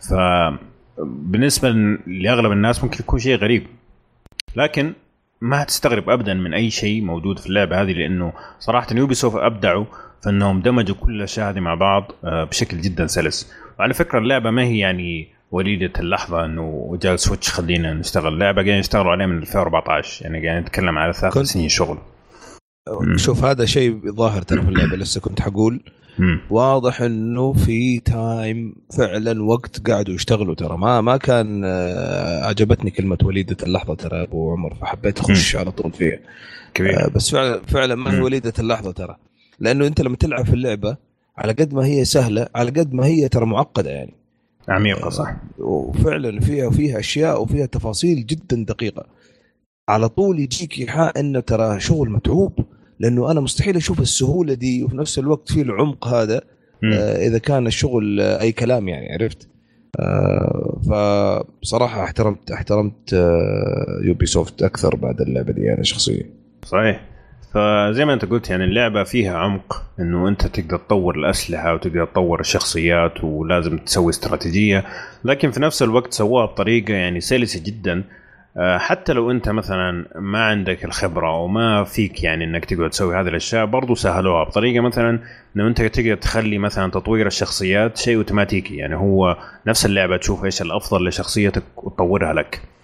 فبالنسبه لاغلب الناس ممكن يكون شيء غريب، لكن ما هتستغرب ابدا من اي شيء موجود في اللعبه هذه، لانه صراحه يوبي سوفت ابدعوا فانهم دمجوا كل الاشياء هذه مع بعض بشكل جدا سلس. وعلى فكره اللعبه ما هي يعني وليده اللحظه انه جاء سويتش خلينا نشتغل. اللعبه قاعدين يشتغلوا عليها من ألفين وأربعة عشر، يعني قاعدين نتكلم على ثلاث سنين شغل. شوف هذا شيء ظاهر ترى في اللعبه. لسه كنت حقول مم. واضح انه في تايم فعلا وقت قاعدوا يشتغلوا ترى. ما ما كان عجبتني كلمه وليده اللحظه ترى ابو عمر، فحبيت اخش على طول فيها كبير. بس فعلا فعلا ما هي وليده اللحظه ترى، لانه انت لما تلعب في اللعبه على قد ما هي سهله على قد ما هي ترى معقده، يعني عميقه. صح. وفعلا فيها وفيها اشياء وفيها تفاصيل جدا دقيقه. على طول يجيك إيحاء انه ترى شغل متعوب، لانه انا مستحيل اشوف السهوله دي وفي نفس الوقت في العمق هذا آه اذا كان الشغل آه اي كلام، يعني عرفت. آه فبصراحه احترمت احترمت آه يوبي سوفت اكثر بعد اللعبه دي انا شخصيا. صحيح. فزي ما انت قلت يعني اللعبه فيها عمق، انه انت تقدر تطور الاسلحه وتقدر تطور الشخصيات ولازم تسوي استراتيجيه، لكن في نفس الوقت سواها بطريقه يعني سلسه جدا. حتى لو انت مثلا ما عندك الخبره وما فيك يعني انك تقدر تسوي هذه الاشياء، برضو سهلوها بطريقه مثلا انه انت تقدر تخلي مثلا تطوير الشخصيات شيء اوتوماتيكي. يعني هو نفس اللعبه تشوف ايش الافضل لشخصيتك وتطورها لك.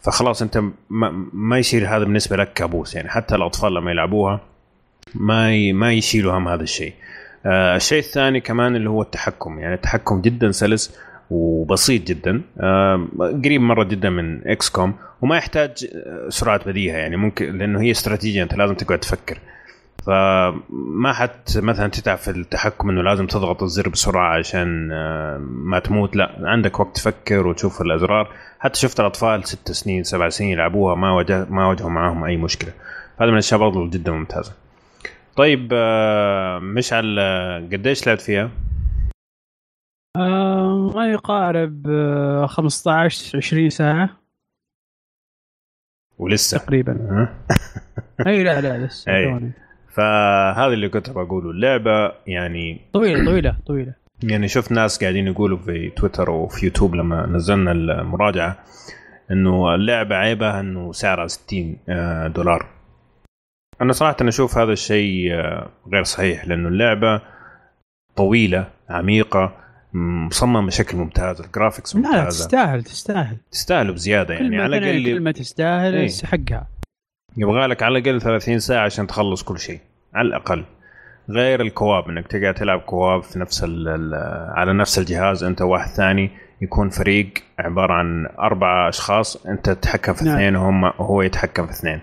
فخلاص انت ما, ما يصير هذا بالنسبه لك كابوس. يعني حتى الاطفال لما يلعبوها ما ي... ما يشيلوا هم هذا الشيء. آه الشيء الثاني كمان اللي هو التحكم. يعني التحكم جدا سلس وبسيط جدا، آه قريب مره جدا من اكس كوم، وما يحتاج سرعه بديهه. يعني ممكن لانه هي استراتيجيه انت لازم تقعد تفكر، فما حت مثلا تتعب في التحكم انه لازم تضغط الزر بسرعه عشان ما تموت. لا، عندك وقت تفكر وتشوف الازرار. حتى شفت الاطفال ست سنين سبع سنين يلعبوها ما وجه ما واجهوا معاهم اي مشكله. هذا من الاشياء برضه جدا ممتازه. طيب مشعل قديش لعبت فيها؟ آه ما يقارب خمسة عشر عشرين ساعه ولسه تقريبا. اي لا لا لسه. فهذا اللي كنت بقوله. اللعبة يعني طويلة طويلة طويلة. يعني شفت ناس قاعدين يقولوا في تويتر وفي يوتيوب لما نزلنا المراجعة انه اللعبة عيبها انه سعرها ستين دولار. انا صراحة انا اشوف هذا الشيء غير صحيح، لانه اللعبة طويلة عميقة مصمم بشكل ممتاز، الجرافيكس ممتازة. لا تستاهل تستاهل تستاهل بزيادة. يعني على الأقل كلمة تستاهل ايه؟ حقها. يبغى لك على الأقل ثلاثين ساعة عشان تخلص كل شيء على الأقل. غير الكواب انك تقعد تلعب كواب في نفس على نفس الجهاز انت واحد ثاني، يكون فريق عبارة عن أربعة أشخاص، انت تتحكم في اثنين نعم. وهم هو يتحكم في اثنين.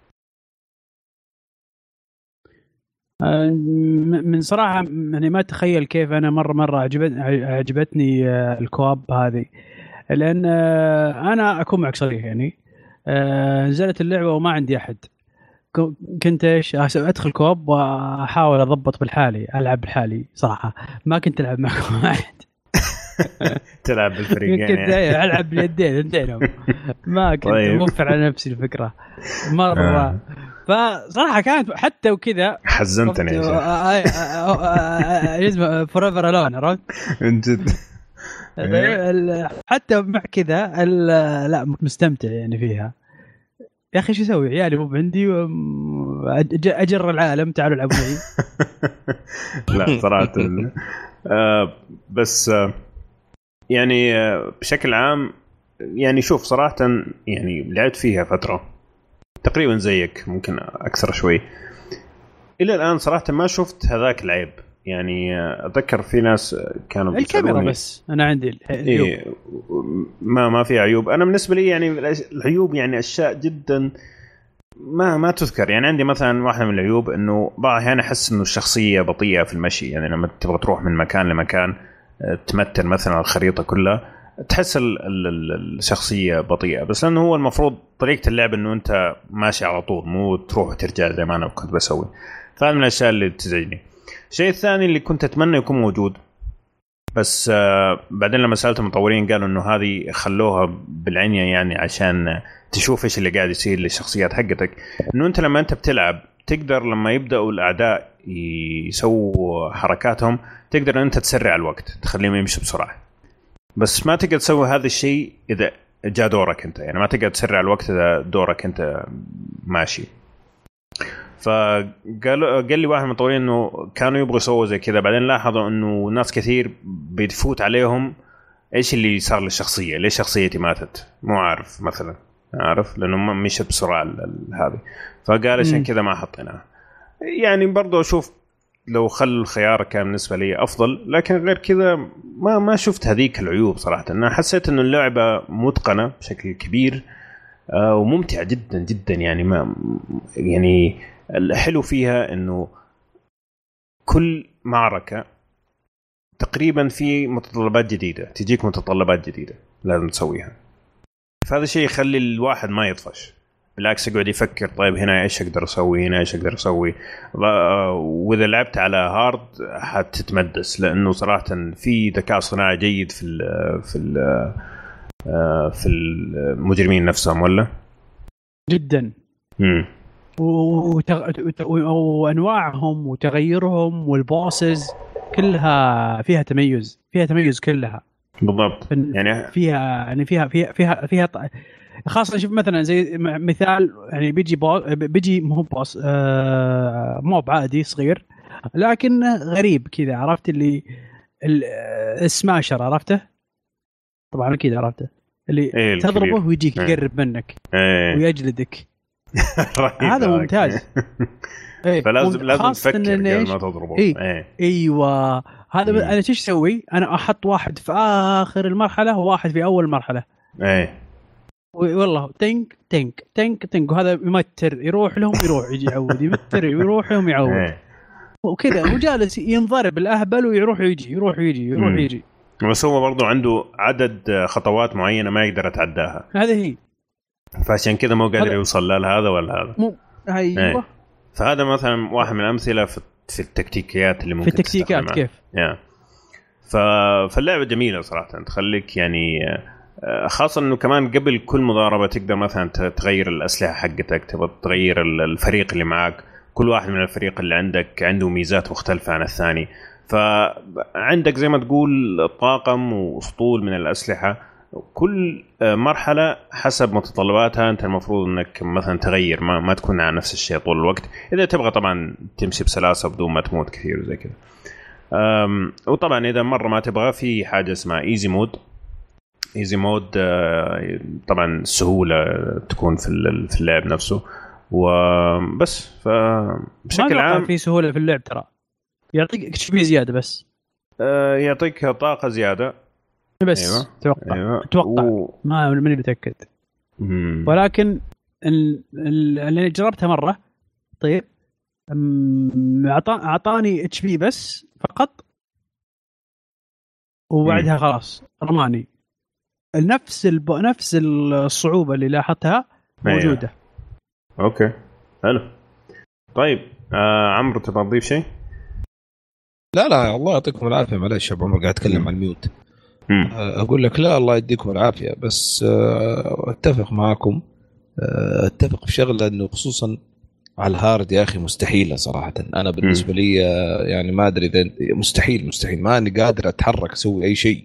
من صراحة يعني ما تخيل كيف أنا مرة مرة عجبتني عجبتني الكواب هذه، لأن أنا أكون معك صريح يعني نزلت اللعبة وما عندي أحد، كنت إيش أدخل كواب وأحاول أضبط بالحالي ألعب بالحالي صراحة، ما كنت ألعب معكم واحد. تلعب بالفريق يعني. كنت ألعب باليدين انتينهم، ما كنت طيب. موفر على نفسي الفكرة مرة. آه. فصراحة كانت حتى وكذا حزنتني يا شيخ. فوريفر ألون عرفت؟ من جد. حتى مع كذا لا مستمتع يعني فيها. يا أخي شو أسوي عيالي مو عندي أجر العالم تعالوا العبوا معي. لا صراحة آه بس آه يعني آه بشكل عام يعني شوف صراحة يعني لعبت فيها فترة تقريبا زيك ممكن أكثر شوي. إلى الآن صراحة ما شفت هذاك العيب. يعني أتذكر في ناس كانوا الكاميرا بس أنا عندي العيوب. إيه ما ما في عيوب. أنا بالنسبة لي يعني العيوب يعني أشياء جدا ما ما تذكر. يعني عندي مثلا واحدة من العيوب إنه بعض الأحيان أحس إنه الشخصية بطيئة في المشي. يعني لما تبغى تروح من مكان لمكان تمثل مثلا الخريطة كلها تحس الشخصية بطيئة، بس لأنه هو المفروض طريقة اللعب إنه أنت ماشي على طول مو تروح وترجع زي ما أنا كنت بسوي. فهذا من الأشياء اللي تزعجني. الشيء الثاني اللي كنت أتمنى يكون موجود بس آه بعدين لما سألت المطورين قالوا إنه هذه خلوها بالعنية يعني عشان تشوف إيش اللي قاعد يصير للشخصيات حقتك. إنه أنت لما أنت بتلعب تقدر لما يبدأوا الأعداء يسووا حركاتهم تقدر أنت تسرع الوقت تخليهم يمشوا بسرعة، بس ما تقدر تسوي هذا الشيء إذا جاء دورك أنت. يعني ما تقدر تسرع الوقت إذا دورك أنت ماشي. فقال قال لي واحد من المطورين إنه كانوا يبغوا يسووا زي كذا، بعدين لاحظوا إنه ناس كثير بيتفوت عليهم إيش اللي صار للشخصية، ليش شخصيتي ماتت مو عارف مثلا عارف لأنه ما مشت بسرعة هذه. فقال عشان كذا ما حطيناها. يعني برضو أشوف لو خل الخيار كان بالنسبة لي أفضل، لكن غير كذا ما ما شفت هذيك العيوب صراحة. أنا حسيت إنه اللعبة متقنة بشكل كبير آه وممتعة جدا جدا. يعني ما يعني الحلو فيها إنه كل معركة تقريبا في متطلبات جديدة، تجيك متطلبات جديدة لازم تسويها. فهذا الشيء يخلي الواحد ما يطفش، بالعكس يقعد يفكر طيب هنا ايش اقدر اسوي، هنا ايش اقدر اسوي. واذا لعبت على هارد حتتمدس لانه صراحه في ذكاء صناعي جيد في ال في ال في المجرمين نفسهم ولا جدا. امم وانواعهم وتغيرهم والبوسز كلها فيها تميز، فيها تميز كلها بالضبط. يعني فيها يعني فيها فيها فيها, فيها خاصة شوف مثلا زي مثال يعني بيجي بو بيجي مو بوس آه موب عادي صغير لكن غريب كذا، عرفت اللي السماشر عرفته طبعا كذا عرفته اللي إيه تضربه ويجيك إيه. يقرب منك إيه. ويجلدك هذا ممتاز. إيه. فلازم لازم تفكر قبل ما تضربه. إيه. إيه. ايوه هذا م. انا ايش اسوي؟ انا احط واحد في اخر المرحله وواحد في اول مرحله. ايه والله تنك تنك تنك تنك وهذا يمتر يروح لهم يروح يجي يعود يمتر يروح لهم يعود ايه. وكذا وجالس ينضرب الاهبل ويروح ويجي يروح ويجي يروح ويجي. بس هو برضو عنده عدد خطوات معينه ما يقدر يتعداها. هذه هي. فعشان كذا مو قادر يوصل لا لهذا ولا هذا. مو ايوه. ايه. فهذا مثلا واحد من الامثله في في التكتيكيات اللي ممكن في التكتيكات كيف يعني. ف... فاللعبه جميله صراحه تخليك يعني خاصه انه كمان قبل كل مضاربه تقدر مثلا تغير الاسلحه حقتك تبغى تغير الفريق اللي معك. كل واحد من الفريق اللي عندك عنده ميزات مختلفه عن الثاني. فعندك زي ما تقول طاقم واسطول من الاسلحه. كل مرحله حسب متطلباتها انت المفروض انك مثلا تغير ما, ما تكون على نفس الشيء طول الوقت اذا تبغى طبعا تمشي بسلاسه بدون ما تموت كثير وزي كذا. وطبعا اذا مره ما تبغى في حاجه اسمها ايزي مود. ايزي مود طبعا السهوله تكون في في اللعب نفسه وبس. فبشكل عام في سهوله في اللعب ترى يعطيك شيء زياده بس يعطيك طاقه زياده بس. أيوة. اتوقع أيوة. اتوقع و... ما ماني متاكد ولكن ال... ال... اللي جربتها مره طيب اعطاني اتش بي بس فقط وبعدها مم. خلاص رماني. نفس الب... نفس الصعوبه اللي لاحظتها موجوده. أيوة. اوكي حلو. طيب آه عمرو تبغى تضيف شيء؟ لا لا الله يعطيكم العافيه. معلش ابو عمر قاعد اتكلم عن الميوت. مم. اقول لك لا الله يديكم العافيه بس اتفق معكم. اتفق في شغله انه خصوصا على الهارد يا اخي مستحيله صراحه. انا بالنسبه لي يعني ما ادري اذا مستحيل مستحيل ما اني قادر اتحرك اسوي اي شيء.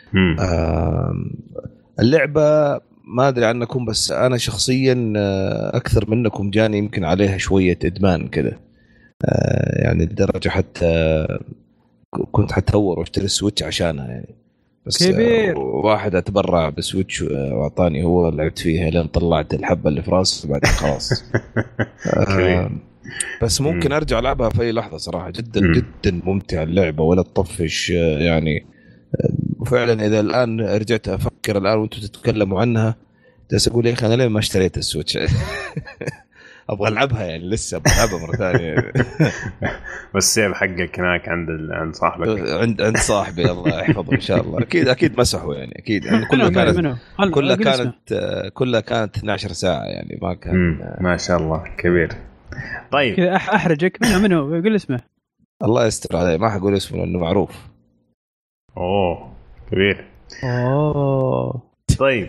اللعبه ما ادري عنكم بس انا شخصيا اكثر منكم جاني يمكن عليها شويه ادمان كذا يعني لدرجه حتى كنت حتهور واشتري السويتش عشانها يعني. بس كبير. واحد اتبرع بسويتش واعطاني هو لعبت فيها لين طلعت الحبه اللي في راسي بعد خلاص. آه بس ممكن ارجع العبها في اي لحظه صراحه. جدا م. جدا ممتع اللعبه ولا تطفش يعني. وفعلا اذا الان رجعت افكر الان وانتم تتكلموا عنها بس اقول يا اخي انا ليه ما اشتريت السويتش ابغى العبها يعني لسه بلعبها مره ثانيه. بس السيف حقك هناك عند عند صاحبك عند عند صاحبي الله يحفظه ان شاء الله. اكيد اكيد مسحوا يعني اكيد يعني كلها كانت كلها كانت كلها كانت اثنتي عشرة ساعه يعني ما كان. ما شاء الله كبير. طيب كذا احرجك منو منو يقول اسمه؟ الله يستر عليه ما حقول اسمه لانه معروف. اوه كبير. اوه طيب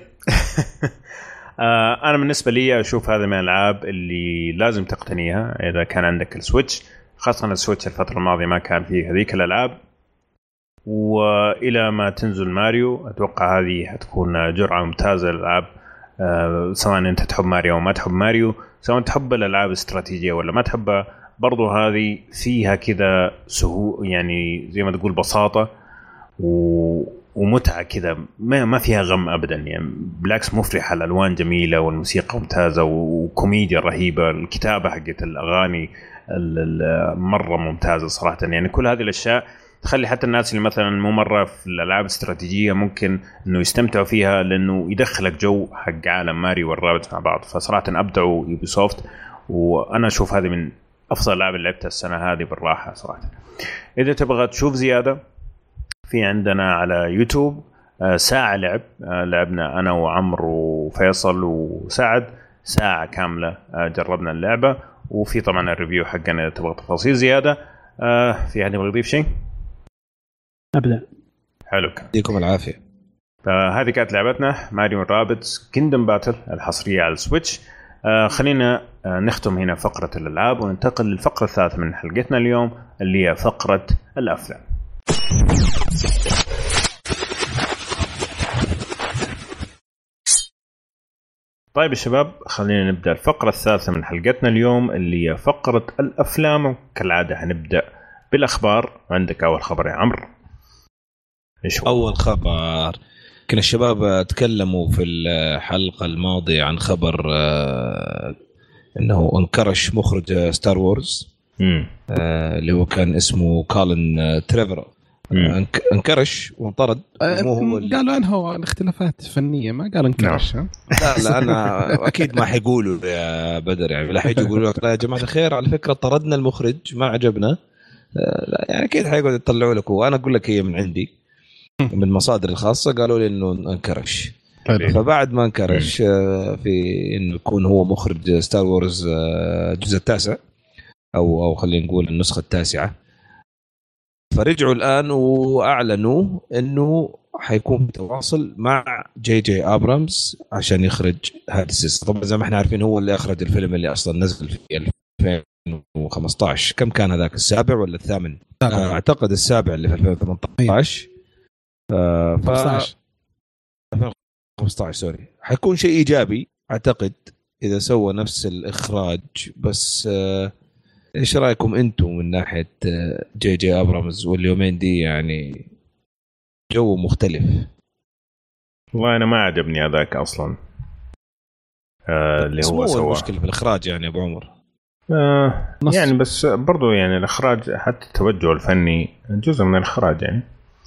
أنا بالنسبة لي أشوف هذا من الألعاب اللي لازم تقتنيها إذا كان عندك السويتش. خاصة السويتش الفترة الماضية ما كان فيه هذيك الألعاب. وإلى ما تنزل ماريو أتوقع هذه هتكون جرعة ممتازة للألعاب. سواء أنت تحب ماريو أو ما تحب ماريو سواء تحب الألعاب الاستراتيجية ولا ما تحبها برضو هذه فيها كذا سهو يعني زي ما تقول بساطة و ومتعة كذا ما ما فيها غم أبدا يعني بالعكس مفرحة. الألوان جميلة والموسيقى ممتازة وكوميديا رهيبة. الكتابة حقت الأغاني مرة ممتازة صراحة يعني. كل هذه الأشياء تخلي حتى الناس اللي مثلا مو مرة في الألعاب الاستراتيجية ممكن إنه يستمتعوا فيها لأنه يدخلك جو حق عالم ماريو والرابط مع بعض. فصراحة أبدعوا يوبيسوفت وأنا أشوف هذه من أفضل الألعاب اللي لعبتها السنة هذه بالراحة صراحة. إذا تبغى تشوف زيادة في عندنا على يوتيوب ساعة لعب لعبنا أنا وعمر وفيصل وسعد ساعة كاملة جربنا اللعبة. وفي طبعا الريفيو حقنا إذا تبغى تفاصيل زيادة. في أحد يبغى يضيف شيء؟ أبدا. حلو يديكم العافية. هذه كانت لعبتنا ماريو رابتس كيندم باتل الحصرية على السويتش. خلينا نختم هنا فقرة الألعاب وننتقل للفقرة الثالثة من حلقتنا اليوم اللي هي فقرة الأفلام. طيب الشباب خلينا نبدأ الفقرة الثالثة من حلقتنا اليوم اللي هي فقرة الأفلام. كالعادة هنبدأ بالأخبار. عندك أول خبر يا عمرو؟ إيش هو؟ أول خبر كنا الشباب تكلموا في الحلقة الماضية عن خبر انه انكرش مخرج ستار وورز اللي هو كان اسمه كولين تريفر، انكرش وانطرد. مو قالوا انه اختلافات فنيه، ما قال انكرش. لا لا انا اكيد ما حيقولوا يا بدر، يعني لا حيجي يقولوا لك لا يا جماعه الخير على فكره طردنا المخرج ما عجبنا، لا يعني اكيد حيقعدوا يطلعوا لك. وانا اقول لك هي من عندي من مصادر الخاصه قالوا لي انه انكرش. فبعد ما انكرش في انه يكون هو مخرج ستار وورز الجزء التاسع او او خلينا نقول النسخه التاسعه، فرجعوا الآن وأعلنوا أنه حيكون بتواصل مع جي جي آبرامز عشان يخرج هذا السلسلة. طبعا زي ما احنا عارفين هو اللي أخرج الفيلم اللي أصلا نزل في ألفين وخمسة عشر. كم كان هذاك، السابع ولا الثامن؟ آه أعتقد السابع اللي في ألفين وثمانية عشر. آه ف... ألفين وخمسة عشر سوري. حيكون شيء إيجابي أعتقد إذا سوى نفس الإخراج. بس آه ايش رايكم انتم من ناحيه جي جي ابرامز واليومين دي؟ يعني جو مختلف. والله انا ما عجبني هذاك اصلا آه اللي هو سوى. المشكله في الاخراج يعني ابو عمر آه يعني بس برضو يعني الاخراج حتى التوجه الفني جزء من الاخراج يعني.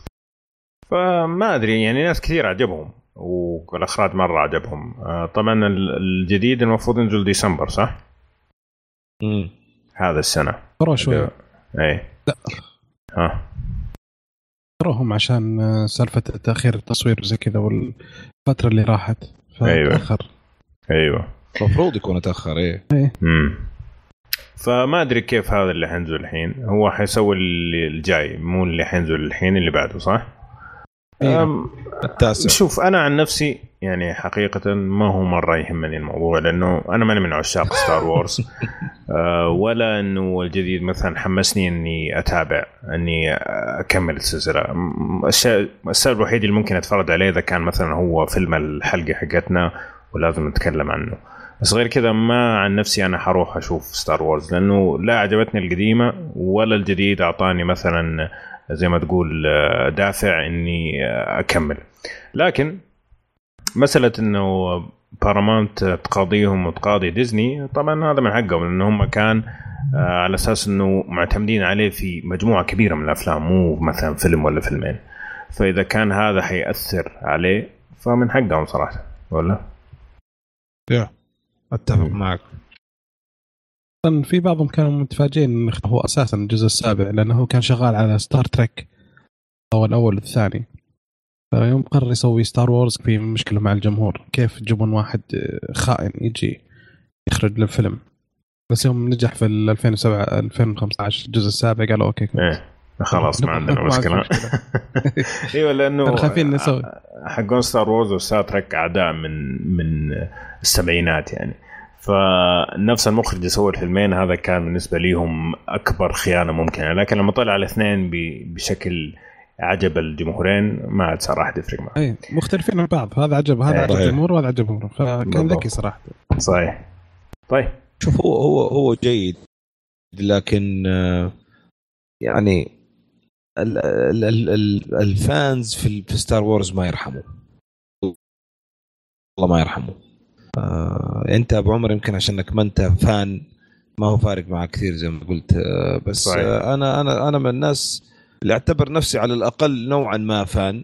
فما ادري يعني ناس كثير عجبهم والاخراج مره عجبهم. آه طبعا الجديد المفروض ينزل ديسمبر صح؟ امم هذا السنة ترى شوي اي لا ها تراهم عشان سالفة تأخير التصوير زي كذا والفترة اللي راحت فتأخر. ايوه المفروض يكون تأخر ايه امم فما ادري كيف هذا اللي حينزل الحين. هو حيسوي الجاي مو اللي حينزل الحين اللي بعده صح؟ أم التاسع. شوف انا عن نفسي يعني حقيقة ما هو مرة يهمني الموضوع لأنه أنا ماني من عشاق ستار وورز أه ولا أنه الجديد مثلا حمسني أني أتابع أني أكمل السلسلة. الشيء الوحيد اللي ممكن أتفرج عليه إذا كان مثلا هو فيلم الحلقة حقتنا ولازم نتكلم عنه. بس غير كذا ما عن نفسي أنا حروح أشوف ستار وورز لأنه لا عجبتني القديمة ولا الجديد أعطاني مثلا زي ما تقول دافع أني أكمل. لكن مسألة إنه بارامونت تقاضيهم وتقاضي ديزني طبعا هذا من حقهم لأنه هم كان على أساس إنه معتمدين عليه في مجموعة كبيرة من الأفلام مو مثلا فيلم ولا فيلمين. فإذا كان هذا حيأثر عليه فمن حقهم صراحة ولا؟ يا أتفق معك. طبعا في بعضهم كانوا متفاجئين إنه هو أساسا الجزء السابع لأنه كان شغال على ستار تريك أو الأول والثاني. فيوم قرر يسوي ستار وورز في مشكلة مع الجمهور كيف جبن واحد خائن يجي يخرج للفيلم. بس يوم نجح في ألفين وسبعة ألفين وخمسة عشر الجزء السابع قالوا أوكي إيه خلاص ما عندنا مشكلة. ايوه لأنه خايفين نسوي حقون ستار وورز وستار تريك أعداء من من السبعينات يعني. فنفس المخرج يسوي الفيلمين هذا كان بالنسبة ليهم أكبر خيانة ممكنة. لكن لما طلع على الاثنين بشكل عجب الجمهورين ما عاد صراحة يفرق معه. اي مختلفين عن بعض. هذا عجب هذا عجب الجمهور وهذا عجب الجمهور فكان ذكي صراحة. صحيح. طيب شوف هو هو هو جيد لكن يعني ال ال ال ال الفانز في في ستار وورز ما يرحموا والله ما يرحموا. آه انت ابو عمر يمكن عشانك ما انت فان ما هو فارق معك كثير زي ما قلت. آه بس آه انا انا انا من الناس اللي اعتبر نفسي على الأقل نوعا ما فان.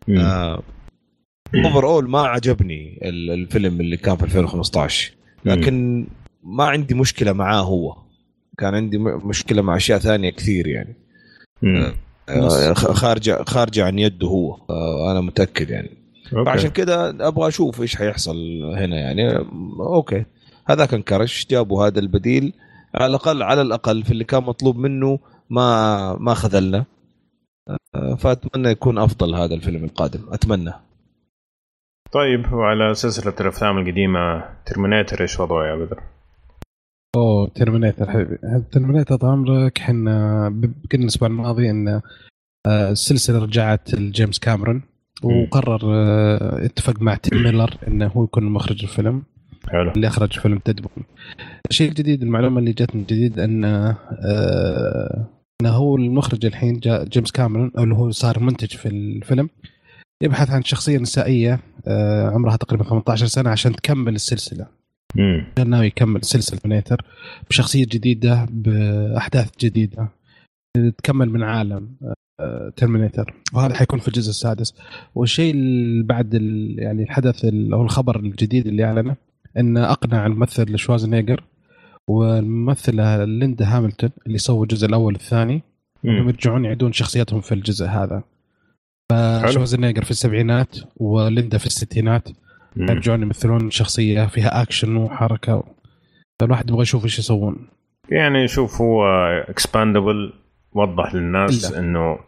اوفر آه اول ما عجبني الفيلم اللي كان في ألفين وخمسة عشر لكن ما عندي مشكلة معاه. هو كان عندي مشكلة مع أشياء ثانية كثير يعني آه خارجة خارجة عن يده هو. آه أنا متأكد يعني. عشان كده أبغى أشوف إيش حيحصل هنا يعني. أوكي هذا كان كرش جابوا هذا البديل على الأقل على الأقل في اللي كان مطلوب منه ما ما خذلنا. فأتمنى يكون أفضل هذا الفيلم القادم أتمنى. طيب وعلى سلسلة الأفلام القديمة ترمينيتر إيش وضعه يا بدر؟ أوه ترمينيتر حبيبي. ترمينيتر طبعا كنا قلنا الأسبوع الماضي إن السلسلة رجعت لجيمس كاميرون وقرر اتفق مع تيم ميلر إنه هو يكون مخرج الفيلم. حلو. اللي أخرج فيلم ديدبول. الشيء الجديد المعلومة اللي جتني جديد أن أنه هو المخرج الحين جيمس كاميرون أو اللي هو صار منتج في الفيلم يبحث عن شخصية نسائية عمرها تقريبا ثمانية عشر سنة عشان تكمل السلسلة. امم ناوي يكمل سلسلة ترمينيتر بشخصية جديدة بأحداث جديدة تكمل من عالم ترمينيتر، وهذا حيكون في الجزء السادس. والشيء بعد يعني الحدث أو الخبر الجديد اللي أعلنه إن أقنع الممثل شوازنيجر والممثلة ليندا هاملتون اللي سووا الجزء الأول والثاني انهم يرجعون يعيدون شخصياتهم في الجزء هذا. فشوازنيجر في السبعينات وليندا في الستينات يرجعون يمثلون شخصية فيها أكشن وحركة، فالواحد يبغى يشوف إيش يسوون. يعني شوف هو expandable وضح للناس إلا. إنه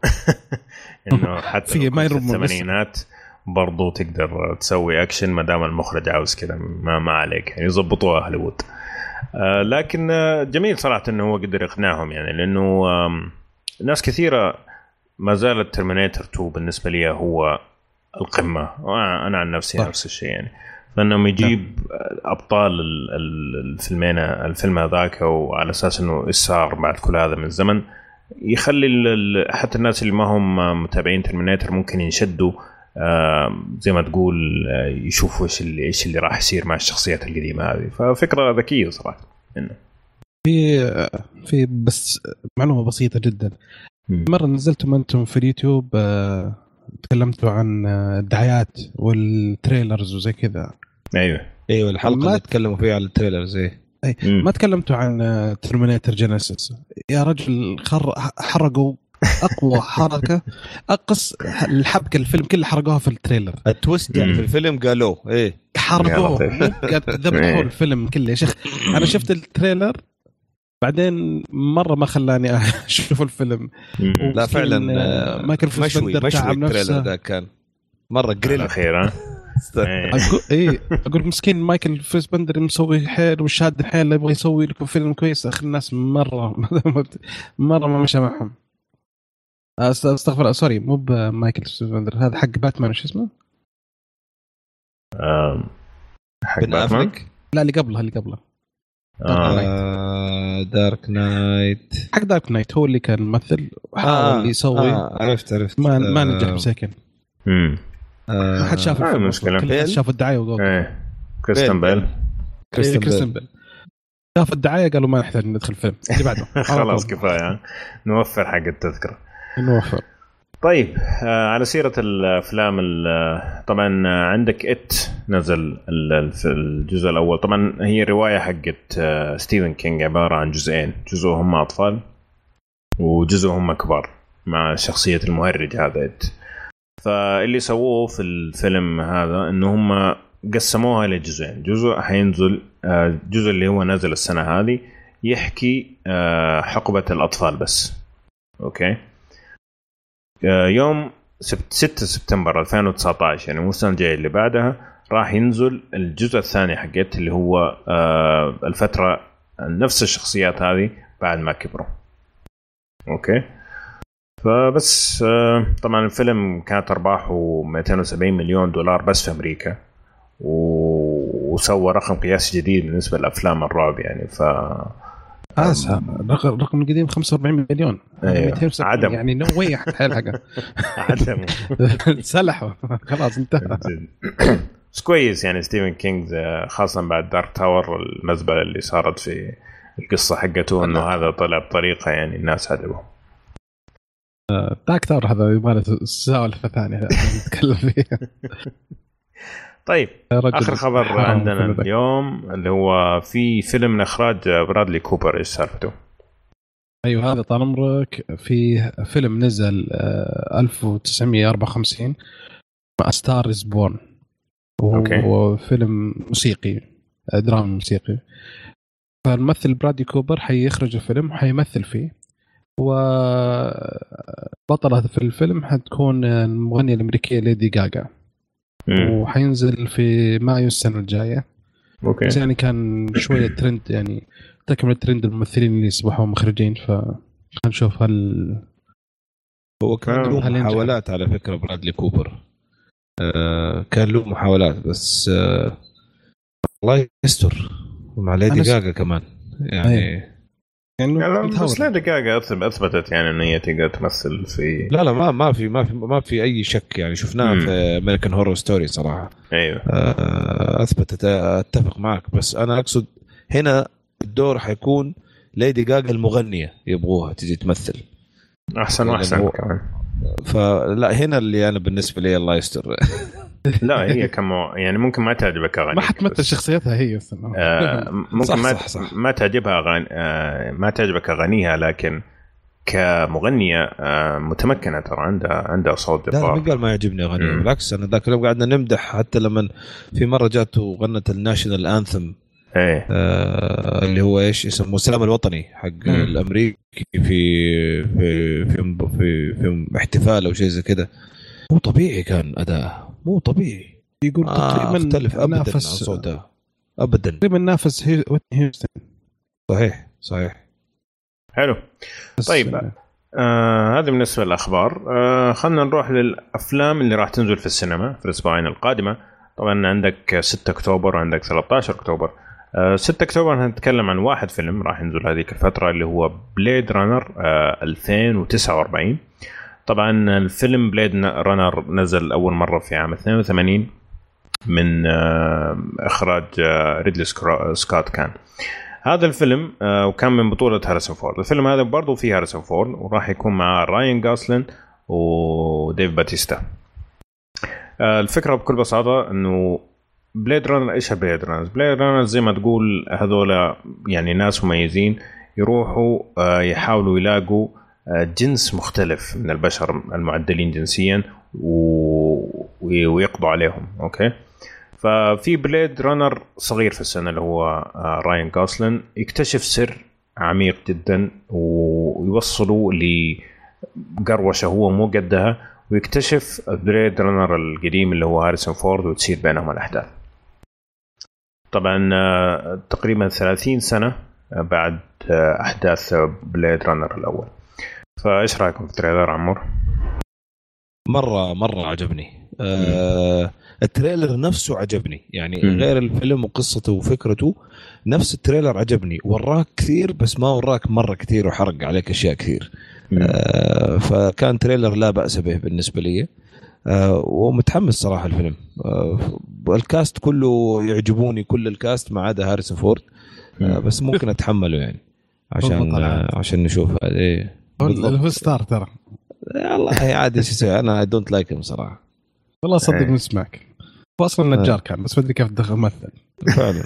إنه حتى في الثمانينات برضو تقدر تسوي أكشن ما دام المخرج عاوز كذا، ما ما عليك يعني يضبطوها هوليوود. آه لكن آه جميل صراحة إنه هو قدر يقنعهم، يعني لأنه ناس كثيرة ما زالت ترمينيتر تو بالنسبة لي هو القمة، وأنا عن نفسي صح. نفس الشيء يعني، فإنه يجيب أبطال الفيلمين الفيلم هذاك وعلى أساس إنه إصار بعد كل هذا من الزمن يخلي حتى الناس اللي ما هم متابعين ترمينيتر ممكن ينشدوا آه زي ما تقول آه يشوفوا إيش اللي إيش اللي راح يصير مع الشخصيات القديمة هذه. ففكرة ذكية صراحة. إنه في في بس معلومة بسيطة جدا. مرة نزلتم أنتم في اليوتيوب آه تكلمتوا عن الدعايات والتريلرز وزي كذا. ايوه ايوه الحلقه اللي تكلموا فيها على التريلرز. ايه أي. ما تكلمتوا عن ترمينيتر جينيسيس يا رجل، خر حرقوا اقوى حركه اقص الحبكه الفيلم كله حرقوها في التريلر. التويست يعني في الفيلم قالوه ايه حرقوه ذبحوا الفيلم كله يا شيخ. انا شفت التريلر بعدين مرة ما خلاني أشوف الفيلم. لا فعلا ما كان في مشوي مشوي التريلر ده كان مرة قريل أخيرا. أقول إيه أقول مسكين مايكل فيسبندر مسوي حيل وشاد حيل يبغى يسوي لكم فيلم كويس، آخر الناس مرة مرة ما مشى معهم. أستغفر سوري مو بمايكل فيسبندر، هذا حق باتمان وش اسمه؟ حق باتمان؟ لا اللي قبله اللي قبله آه دارك نايت. حق دارك نايت هو اللي كان ممثل وحاول آه يسوي آه عرفت عرفت ما, ما نجح مساكن. امم ما حد شاف الفيلم، كل شاف الدعاية وقال ايه كريستن بيل كريستن بيل شاف الدعاية قالوا ما نحتاج ندخل الفيلم اللي بعده خلاص كفاية نوفر حق التذكرة نوفر. طيب آه على سيرة الأفلام طبعا عندك إت نزل الجزء الأول. طبعا هي رواية حقت آه ستيفن كينج عبارة عن جزئين، جزء هم أطفال وجزء هم كبار مع شخصية المهرج هذا إت. فاللي سووه في الفيلم هذا إنه هم قسموها لجزئين، جزء حينزل آه جزء اللي هو نزل السنة هذه يحكي آه حقبة الأطفال بس. أوكي يوم ستة سبتمبر ألفين وتسعة عشر يعني السنة الجاية اللي بعدها راح ينزل الجزء الثاني حقت اللي هو الفترة نفس الشخصيات هذه بعد ما كبروا. أوكي فبس طبعا الفيلم كانت أرباحه مئتين وسبعين مليون دولار بس في أمريكا، وسوى رقم قياسي جديد بالنسبة لأفلام الرعب يعني. ف آسا رقم القديم خمسة وأربعين مليون أيوة. عدم يعني نو واي حيل حاجة عدم سلحوا خلاص انتهى. بس كويس يعني ستيفن كينج خاصة بعد دارك تاور المزبلة اللي صارت في القصة حقته إنه هذا طلع بطريقة يعني الناس عجبهم. دارك تاور هذا يبغى سالفة ثانية نتكلم فيها. طيب آخر خبر عندنا اليوم اللي هو في فيلم من إخراج برادلي كوبر. إيش سالفته؟ أيوة هذا طال عمرك في فيلم نزل ألف وتسعمية وأربعة وخمسين ستار إز بورن، وهو فيلم موسيقي دراما موسيقي. فالممثل برادلي كوبر حيخرج الفيلم وحيمثل فيه، وبطلة في الفيلم حتكون المغنية الأمريكية ليدي غاغا، وحينزل في مايو السنة الجاية. أوكي. بس يعني كان شوية ترند يعني تكمل ترند الممثلين اللي يصبحوا مخرجين، فنشوف هل هو كان له محاولات على فكرة برادلي كوبر آه كان له محاولات بس آه الله يستر مع ليدي غاغا كمان يعني. يعني يعني بس لا دقيقة أثبتت يعني إن هي تقدر تمثل في لا لا ما ما في ما في ما في أي شك يعني شفناها في أمريكان هورر ستوري صراحة. أيوة أثبتت. أتفق معك بس أنا أقصد هنا الدور حيكون ليدي غاغا المغنية يبغوها تجي تمثل أحسن وأحسن كمان. فلا هنا اللي أنا بالنسبة لي الله يستر. لا هي كم يعني ممكن ما تعجبك أغاني ما حتمثل شخصيتها هي آه ممكن صح ما صح صح. ما تعجبها أغاني آه ما تعجبك أغانيها لكن كمغنية آه متمكنة ترى عندها عندها صوت جبار. لا قال ما يعجبني أغانيها بالعكس أنا ذاك اليوم قعدنا نمدح حتى لما في مرة جات وغنت الناشونال أنثم ايه آه اللي هو ايش اسمه السلام الوطني حق مم. الامريكي في في في في, في احتفال او شيء زي كده مو طبيعي كان اداء مو طبيعي يقول آه تقريبا مختلف ابدا عن صوته ابدا تقريبا نافس هيوستن. صحيح صحيح حلو. طيب آه هذا بالنسبه للاخبار. آه خلينا نروح للافلام اللي راح تنزل في السينما في الاسبوعين القادمه. طبعا عندك ستة أكتوبر وعندك ثلاثة عشر أكتوبر. أه ستة أكتوبر هنتكلم عن واحد فيلم راح ينزل هذيك الفترة اللي هو بليد رانر أه ألفين وتسعة وأربعين. طبعا الفيلم بليد رانر نزل أول مرة في عام اثنين وثمانين من أه إخراج أه ريدلي سكوت. كان هذا الفيلم أه وكان من بطولة هاريسون فورد. الفيلم هذا برضو فيه هاريسون فورد وراح يكون مع راين غوسلين وديف باتيستا. الفكرة بكل بساطة إنه بليد رانر إيش بليد رانر؟ بليد رانر زي ما تقول هذولا يعني ناس مميزين يروحوا يحاولوا يلاقوا جنس مختلف من البشر المعدلين جنسيا ويقضوا عليهم. أوكي. ففي بليد رانر صغير في السنة اللي هو راين غوسلين يكتشف سر عميق جدا ويوصلوا لقروشة هو مو قدها ويكتشف بليد رانر القديم اللي هو هاريسون فورد وتصير بينهم الأحداث. طبعا تقريبا ثلاثين سنة بعد أحداث بليد رانر الأول. فإيش رأيكم في التريلر عمر؟ مرة مرة عجبني. آه التريلر نفسه عجبني يعني م. غير الفيلم وقصته وفكرته نفس التريلر عجبني. وراك كثير بس ما وراك مرة كثير وحرق عليك أشياء كثير. آه فكان تريلر لا بأس به بالنسبة لي. آه ومتحمس صراحة الفيلم. آه الكاست كله يعجبوني كل الكاست ما عدا هاريسون فورد. آه بس ممكن أتحمله يعني عشان آه عشان نشوف هذا. هو ستار ترى. الله عادي شو اسوي انا دونت لايك him صراحه. والله صدق نسمعك. هو اصلا نجار كان بس بدي كيف دخل مثل فعلا.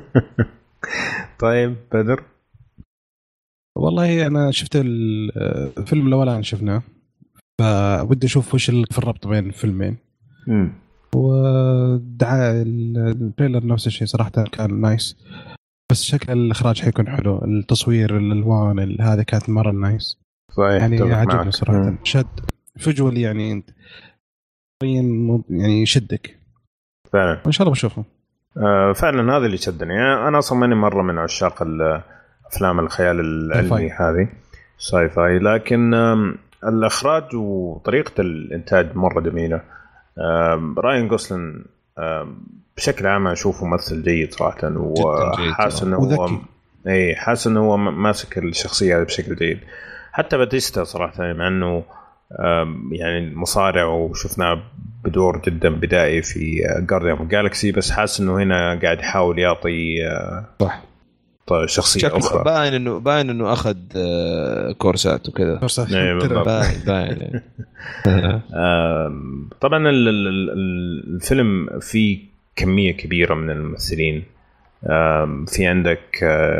طيب بدر والله انا شفت الفيلم الاولاني شفناه فبدي اشوف وش في الربط بين الفيلمين. امم ودعاء التريلر نفس الشيء صراحه كان نايس بس شكل الاخراج حيكون حلو. التصوير الالوان هذا كانت مره نايس صحيح. يعني عجبني صراحه. مم. شد فيجوال يعني انت يعني يشدك فعلا. ان شاء الله بشوفه. آه فعلا هذا اللي شدني. يعني انا اصلا ماني مره من عشاق افلام الخيال العلمي هذه ساي فاي لكن الاخراج وطريقه الانتاج مره جميله. راين غوسلين بشكل عام اشوفه ممثل جيد صراحه وحاسس انه هو اي حاسس انه هو ماسك الشخصيه هذه بشكل جيد. حتى باتيستا صراحه مع انه يعني مصارع وشفناه بدور جدا بدائي في Guardians of the Galaxy بس حاسس انه هنا قاعد يحاول يعطي صح شخصية أخرى. باين إنه باين إنه أخذ كورسات وكذا. باين باين. طبعا الفيلم فيه كمية كبيرة من الممثلين. في عندك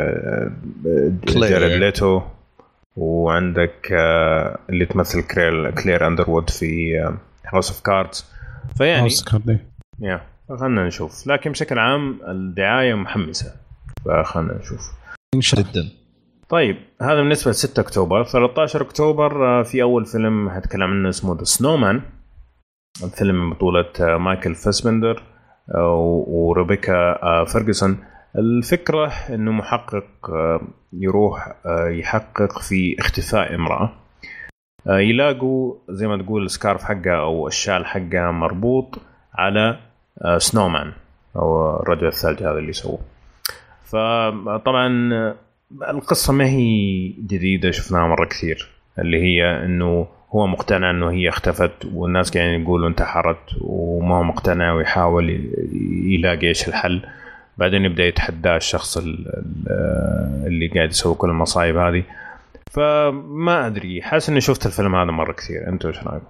جاريد ليتو وعندك اللي تمثل كلير كلير أندروود في هاوس اوف كاردز. فيعني يا خلنا نشوف لكن بشكل عام الدعاية محمسة فخلنا نشوف جدا. طيب هذا بالنسبة لستة أكتوبر. ثلاثة عشر أكتوبر في أول فيلم هتكلم عنه اسمه The Snowman. الفيلم من بطولة مايكل فاسبندر وريبيكا فيرغسون. الفكرة إنه محقق يروح يحقق في اختفاء امرأة. يلاقوا زي ما تقول السكارف حقها أو الشال حقها مربوط على سنومان أو الرجل الثلج هذا اللي يسوه. فطبعا القصة ما هي جديدة، شفناها مرة كثير، اللي هي إنه هو مقتنع إنه هي اختفت والناس قاعدين يقولوا انتحرت، وما هو مقتنع ويحاول يلاقي إيش الحل. بعدين يبدأ يتحدى الشخص اللي قاعد يسوي كل المصايب هذه. فما أدري، حاسس إني شفت الفيلم هذا مرة كثير. أنتوا إيش رأيكم؟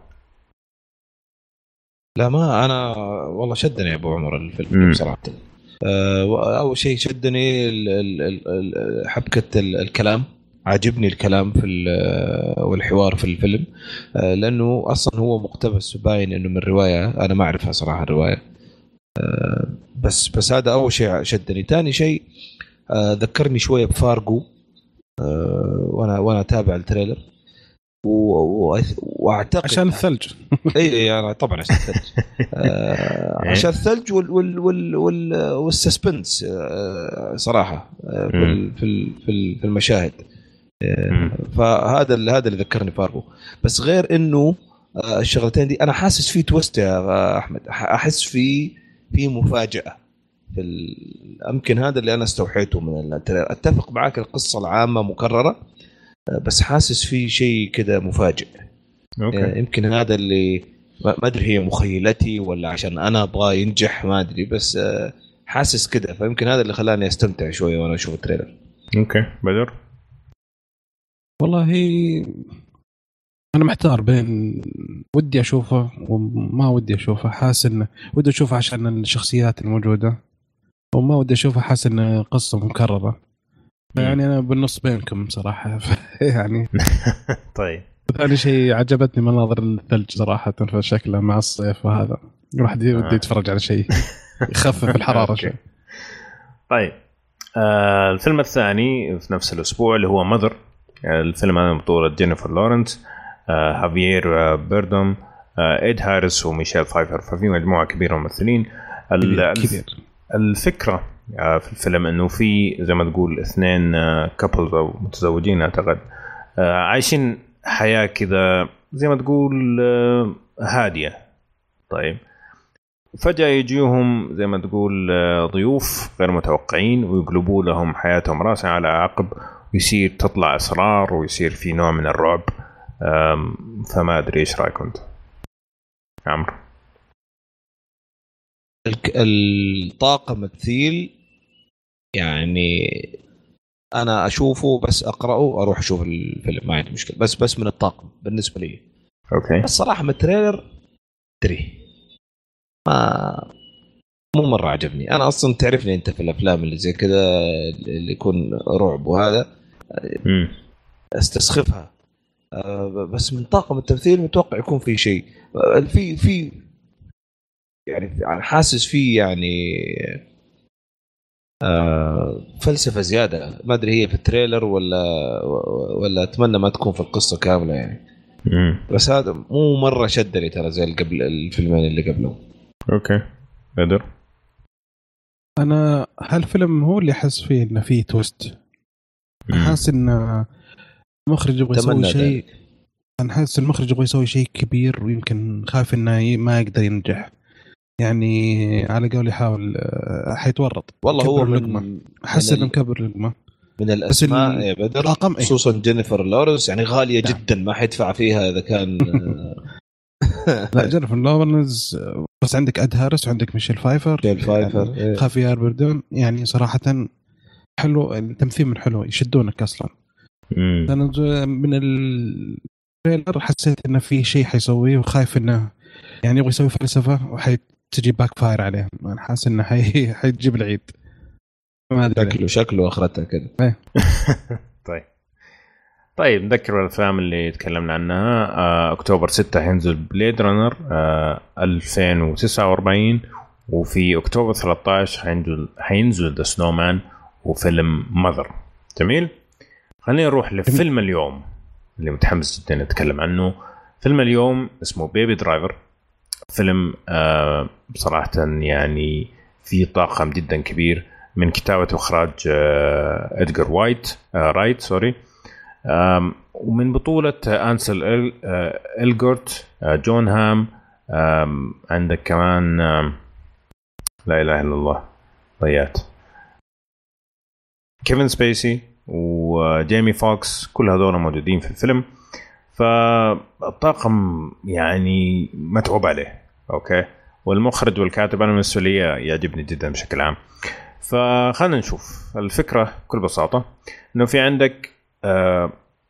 لا ما أنا والله شدني يا أبو عمر الفيلم بصراحة. أه أول شيء شدني حبكة الكلام، عجبني الكلام في والحوار في الفيلم، أه لأنه أصلا هو مقتبس باين إنه من رواية أنا ما أعرفها صراحة الرواية. أه بس بس هذا أول شيء شدني. تاني شيء أه ذكرني شوية بفارغو أه وانا وانا اتابع التريلر واعتقد عشان الثلج. اي انا طبعا عشان الثلج آه عشان الثلج وال وال وال وال والسسبنس آه صراحه آه في في في المشاهد آه فهذا هذا اللي ذكرني فارغو. بس غير انه آه الشغلتين دي انا حاسس في تويست يا احمد، احس في في مفاجاه في يمكن هذا اللي انا استوحيته من التريلر. اتفق معاك القصه العامه مكرره، بس حاسس في شيء كده مفاجئ. أوكي. يمكن هذا اللي ما ادري هي مخيلتي ولا عشان انا ابغى ينجح ما ادري، بس حاسس كده، فيمكن هذا اللي خلاني استمتع شويه وانا اشوف التريلر. اوكي بدر. والله انا محتار بين ودي اشوفه وما ودي اشوفه. حاسس ان ودي اشوفه عشان الشخصيات الموجوده، وما ودي اشوفه حاسس ان قصه مكرره. يعني انا بالنص بينكم صراحه يعني. طيب ثاني شيء عجبتني مناظر الثلج صراحه، فشكله مع الصيف وهذا الواحد ودي يتفرج على شيء يخفف الحراره شوي. طيب آه الفيلم الثاني في نفس الاسبوع اللي هو ماذر. الفيلم هذا بطولة جينيفر لورنس، آه هافيير آه بيردوم، آه إيد هاريس وميشيل فايفر، ففي مجموعة كبيرة من الممثلين. كبير. الفكرة آه في الفيلم إنه في زي ما تقول اثنين آه كابلز أو متزوجين أعتقد، آه عايشين حياة كذا زي ما تقول آه هادية. طيب فجأة يجيهم زي ما تقول آه ضيوف غير متوقعين ويقلبوا لهم حياتهم راسا على عقب، ويصير تطلع أسرار ويصير في نوع من الرعب. فما أدري إيش رأيك أنت عمرو؟ الطاقم التمثيل يعني أنا أشوفه بس أقرأه أروح أشوف الفيلم ما عندي مشكلة، بس بس من الطاقم بالنسبة لي. أوكي. الصراحة من التريلر دري ما مو مرة عجبني. أنا أصلاً تعرفني أنت في الأفلام اللي زي كذا اللي يكون رعب وهذا م. استسخفها، بس من طاقم التمثيل متوقع يكون في شيء في في يعني حاسس فيه يعني فلسفة زيادة. ما أدري هي في التريلر ولا ولا أتمنى ما تكون في القصة كاملة يعني م. بس هذا مو مرة شدني ترى زي قبل الفيلمين اللي قبله. أوكي بدر. أنا هالفيلم هو اللي أحس فيه إنه فيه تويست. حاسس إن المخرج يبغى يسوي شيء، أنا حاسس المخرج يبغى يسوي شيء كبير ويمكن خايف إنه ما يقدر ينجح. يعني على قولي يحاول حيتورط. والله هو من حاسس إنه مكبر اللقمة من الأسماء يا بدر، خصوصا جينيفر لورنس يعني غالية لا. جدا ما حيدفع فيها إذا كان لا جينيفر لورنس بس عندك إد هاريس وعندك ميشيل فايفر ميشيل فايفر يعني إيه. خافير بيردون يعني صراحة حلو التمثيل من حلو يشدونك أصلا. أنا من التريلر حسيت إنه في شيء حيسويه وخايف إنه يعني يبغى يسوي فلسفة وحيتجي باك فاير عليهم. أنا حاسس إنه حي حيجيب العيد. ما أدري شكله شكله آخرته كده. طيب طيب نذكر الأفلام اللي تكلمنا عنها. آه، أكتوبر ستة هينزل بليد رانر آه، ألفين وتسعة وأربعين، وفي أكتوبر ثلاثة عشر هينزل هينزل ذا سنومان وفيلم ماذر. جميل. خلينا نروح لفيلم اليوم اللي متحمس جدا نتكلم عنه. فيلم اليوم اسمه بيبي درايفر. فيلم آه، بصراحة يعني في طاقم جدا كبير من كتابة وإخراج آه، إدغار وايت آه، رايت سوري ومن بطولة أنسل إل إلغورت، جون هام، عندك كمان لا إله إلا الله ضيعت كيفن سبيسي، وجيمي فوكس، كل هذول موجودين في الفيلم. فالطاقم يعني متعوب عليه. أوكي، والمخرج والكاتب أنا بالنسبة لي يعجبني جدا بشكل عام. فخلنا نشوف الفكرة بكل بساطة. إنه في عندك آه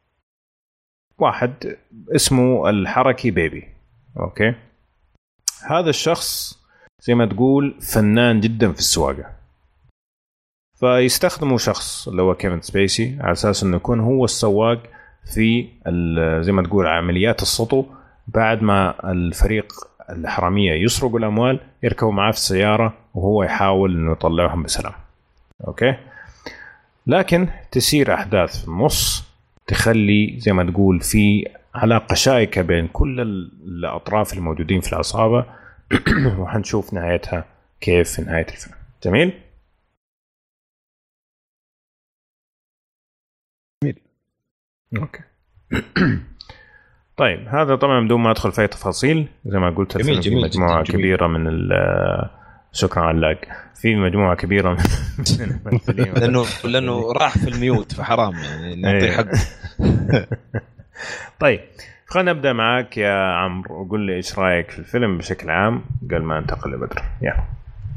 واحد اسمه الحركي بيبي. أوكي، هذا الشخص زي ما تقول فنان جدا في السواقة، فيستخدموا شخص اللي هو كيفن سبيسي على أساس إنه يكون هو السواق في زي ما تقول عمليات السطو. بعد ما الفريق الحرامية يسرقوا الأموال يركبوا معاه في السيارة وهو يحاول إنه يطلعهم بسلام. أوكي، لكن تسير أحداث في النص تخلي زي ما تقول في علاقة شائكة بين كل الأطراف الموجودين في العصابة وحنشوف نهايتها كيف في نهاية الفيلم. جميل. جميل. أوكي. طيب هذا طبعا بدون ما أدخل في تفاصيل، زي ما قلت الفيلم في مجموعة جميل. كبيرة من ال شكرا على اللايك. في مجموعة كبيرة من الممثلين لأنه لأنه راح في الميوت فحرام يعني نعطي حق. طيب خلينا نبدأ معاك يا عمرو، وقول لي إيش رأيك في الفيلم بشكل عام قبل ما ننتقل لبدر. يا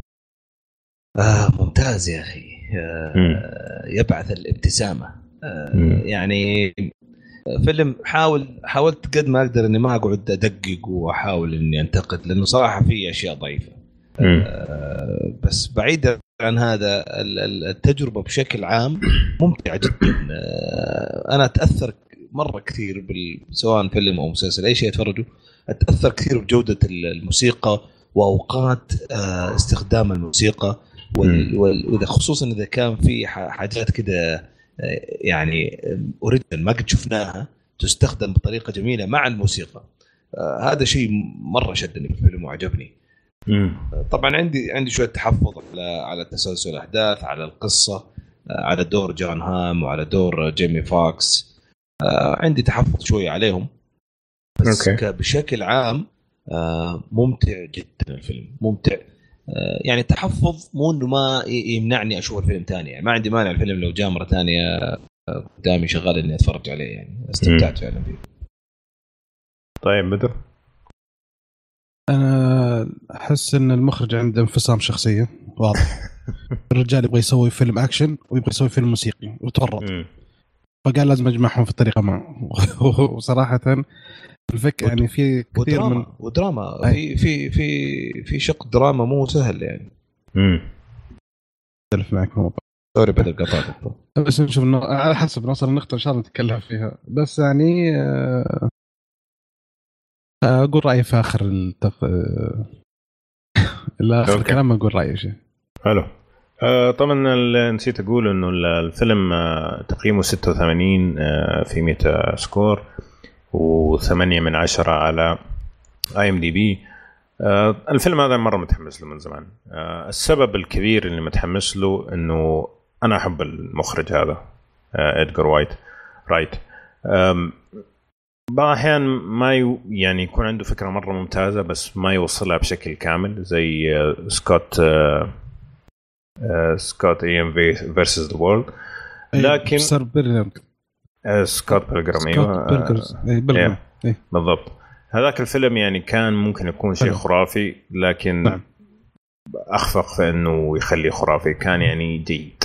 آه ممتاز يا أخي. آه يبعث الابتسامة. آه يعني فيلم حاول حاولت قد ما أقدر إني ما أقعد أدقق وأحاول إني أنتقد، لأنه صراحة فيه أشياء ضعيفة. آه بس بعيدا عن هذا التجربة بشكل عام ممتعة جدا. آه أنا أتأثر مرة كثير سواء فيلم أو مسلسل أي شيء أتفرجه، أتأثر كثير بجودة الموسيقى وأوقات آه استخدام الموسيقى، وإذا خصوصا إذا كان في حاجات كده يعني أوريجينال ما قد شفناها تستخدم بطريقة جميلة مع الموسيقى. آه هذا شيء مرة شدني في الفيلم وعجبني. آه طبعا عندي عندي شوية تحفظ على على تسلسل الأحداث، على القصة، آه على دور جون هام وعلى دور جيمي فوكس. آه عندي تحفظ شوية عليهم، بس أوكي. بشكل عام آه ممتع جدا الفيلم، ممتع. آه يعني تحفظ مو إنه ما يمنعني أشوف الفيلم تاني، يعني ما عندي مانع الفيلم لو جاء مرة تانية قدامي شغال إني أتفرج عليه، يعني استمتعت فعلا فيه. طيب بدر، أنا أحس إن المخرج عنده انفصام شخصية واضح. الرجال يبغى يسوي فيلم أكشن ويبغى يسوي فيلم موسيقي وتورط، فقال لازم أجمعهم في الطريقة معه. وصراحة الفكرة يعني في كثير ودراما من ودراما في في في في شق دراما مو سهل يعني. امم أختلف معك في الموضوع. سوري بدر قطعتك، بس نشوف إنه على حسب نوصل النقطة إن شاء الله نتكلم فيها. بس يعني أقول رأيي في آخر التف... الآخر كلام أقول رأيي شيء حلو. آه طبعا نسيت أقول إنه الفيلم آه تقييمه ستة وثمانين آه في ميتا سكور وثمانية من عشرة على آي إم دي بي. آه الفيلم هذا مرة متحمس له من زمان. آه السبب الكبير اللي متحمس له إنه أنا أحب المخرج هذا آه إدغار وايت رايت. بعض الأحيان ما ي... يعني يكون عنده فكرة مرة ممتازة بس ما يوصلها بشكل كامل، زي آه سكوت آه آه سكوت اي ام في فيرسز ذا وورلد. لكن آه سكوت بيلغرام ايوه آه بالضبط. هذاك الفيلم يعني كان ممكن يكون شيء خرافي، لكن نعم. أخفق في أنه يخليه خرافي، كان يعني جيد.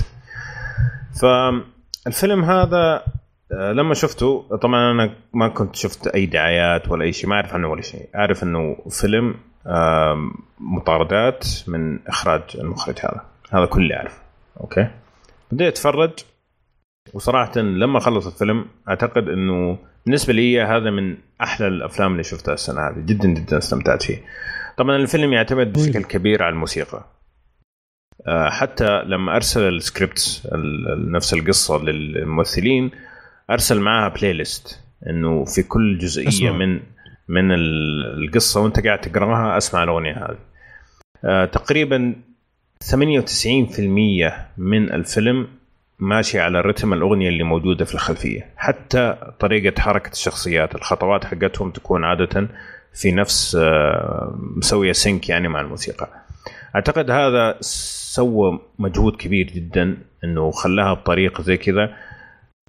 فالفيلم هذا لما شفته طبعا أنا ما كنت شفت أي دعايات ولا أي شيء، ما أعرف عنه ولا شيء، أعرف أنه فيلم مطاردات من إخراج المخرج هذا، هذا كل اللي أعرف. أوكي، بديت أتفرج وصراحة لما خلص الفيلم أعتقد أنه بالنسبة لي هذا من أحلى الأفلام اللي شفتها السنة هذه، جدا جدا استمتعت فيه. طبعا الفيلم يعتمد بشكل كبير على الموسيقى، حتى لما أرسل السكريبت نفس القصة للممثلين أرسل معها بلاي ليست، إنه في كل جزئية أسمع. من من القصة وأنت قاعد تقرأها أسمع الأغنية هذه. آه تقريبا ثمانية وتسعين بالمئة من الفيلم ماشي على الرتم الأغنية اللي موجودة في الخلفية، حتى طريقة حركة الشخصيات الخطوات حقتهم تكون عادة في نفس آه مسوية سينك يعني مع الموسيقى. أعتقد هذا سوى مجهود كبير جدا إنه خلاها بطريقة زي كذا.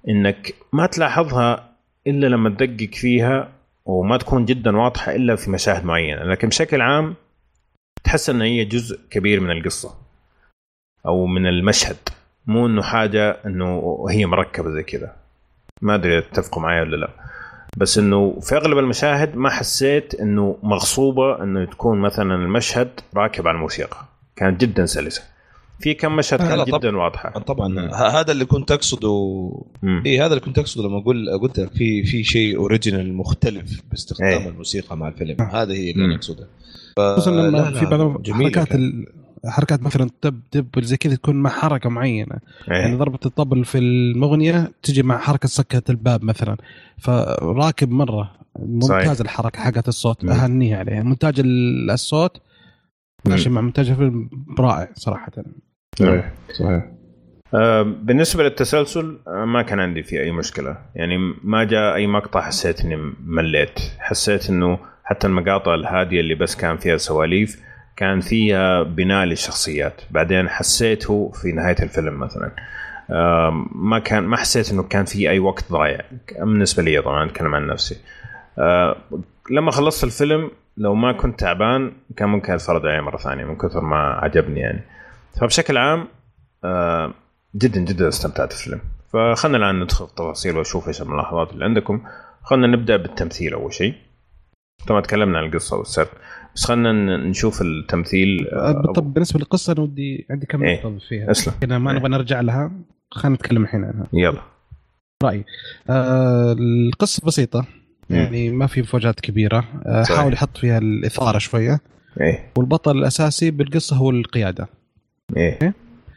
انك ما تلاحظها الا لما تدقق فيها، وما تكون جدا واضحه الا في مشاهد معينه، لكن بشكل عام تحس ان هي جزء كبير من القصه او من المشهد، مو انه حاجه انه هي مركبه زي كذا. ما ادري تتفقوا معي ولا لا، بس انه في اغلب المشاهد ما حسيت انه مغصوبه انه تكون مثلا المشهد راكب على الموسيقى، كانت جدا سلسه. في كم مشهد كانت جدا واضحه طبعا. هذا اللي كنت اقصده. اي هذا اللي كنت اقصده لما اقول قلت في في شيء اوريجينال مختلف باستخدام ايه. الموسيقى مع الفيلم. هذه هي اللي اقصده. خصوصا لما في بعض حركات ال... حركات مثلا تب تب زي كذا تكون مع حركه معينه. ايه. يعني ضربه الطبل في المغنيه تجي مع حركه سكه الباب مثلا، فراكب مره ممتاز. الحركه حقت الصوت اهنيها عليها. مونتاج الصوت ماشي مع مونتاج الفيلم رائع صراحه. صحيح صحيح. آه بالنسبه للتسلسل ما كان عندي فيه اي مشكله، يعني ما جاء اي مقطع حسيت اني مليت. حسيت انه حتى المقاطع الهاديه اللي بس كان فيها سواليف كان فيها بناء للشخصيات. بعدين حسيته في نهايه الفيلم مثلا آه ما كان ما حسيت انه كان في اي وقت ضايع بالنسبه لي. طبعا اتكلم عن نفسي. آه لما خلصت الفيلم لو ما كنت تعبان كان ممكن اتفرج عليه مره ثانيه من كثر ما عجبني يعني. فبشكل عام آه جدا جدا استمتعت بالفيلم. فخلنا الان ندخل تفاصيل واشوف ايش الملاحظات اللي عندكم. خلنا نبدا بالتمثيل اول شيء. طبعا تكلمنا عن القصه والسرد، بس خلنا نشوف التمثيل. آه طب بالنسبه للقصه انا ودي عندي كم نقطه ايه؟ فيها انا ما نبغى ايه؟ نرجع لها. خلينا نتكلم الحين عنها. يلا. رايي آه القصه بسيطه يعني ما في مفاجآت كبيره. آه حاول يحط فيها الاثاره شويه. ايه. والبطل الاساسي بالقصه هو القياده. ايه.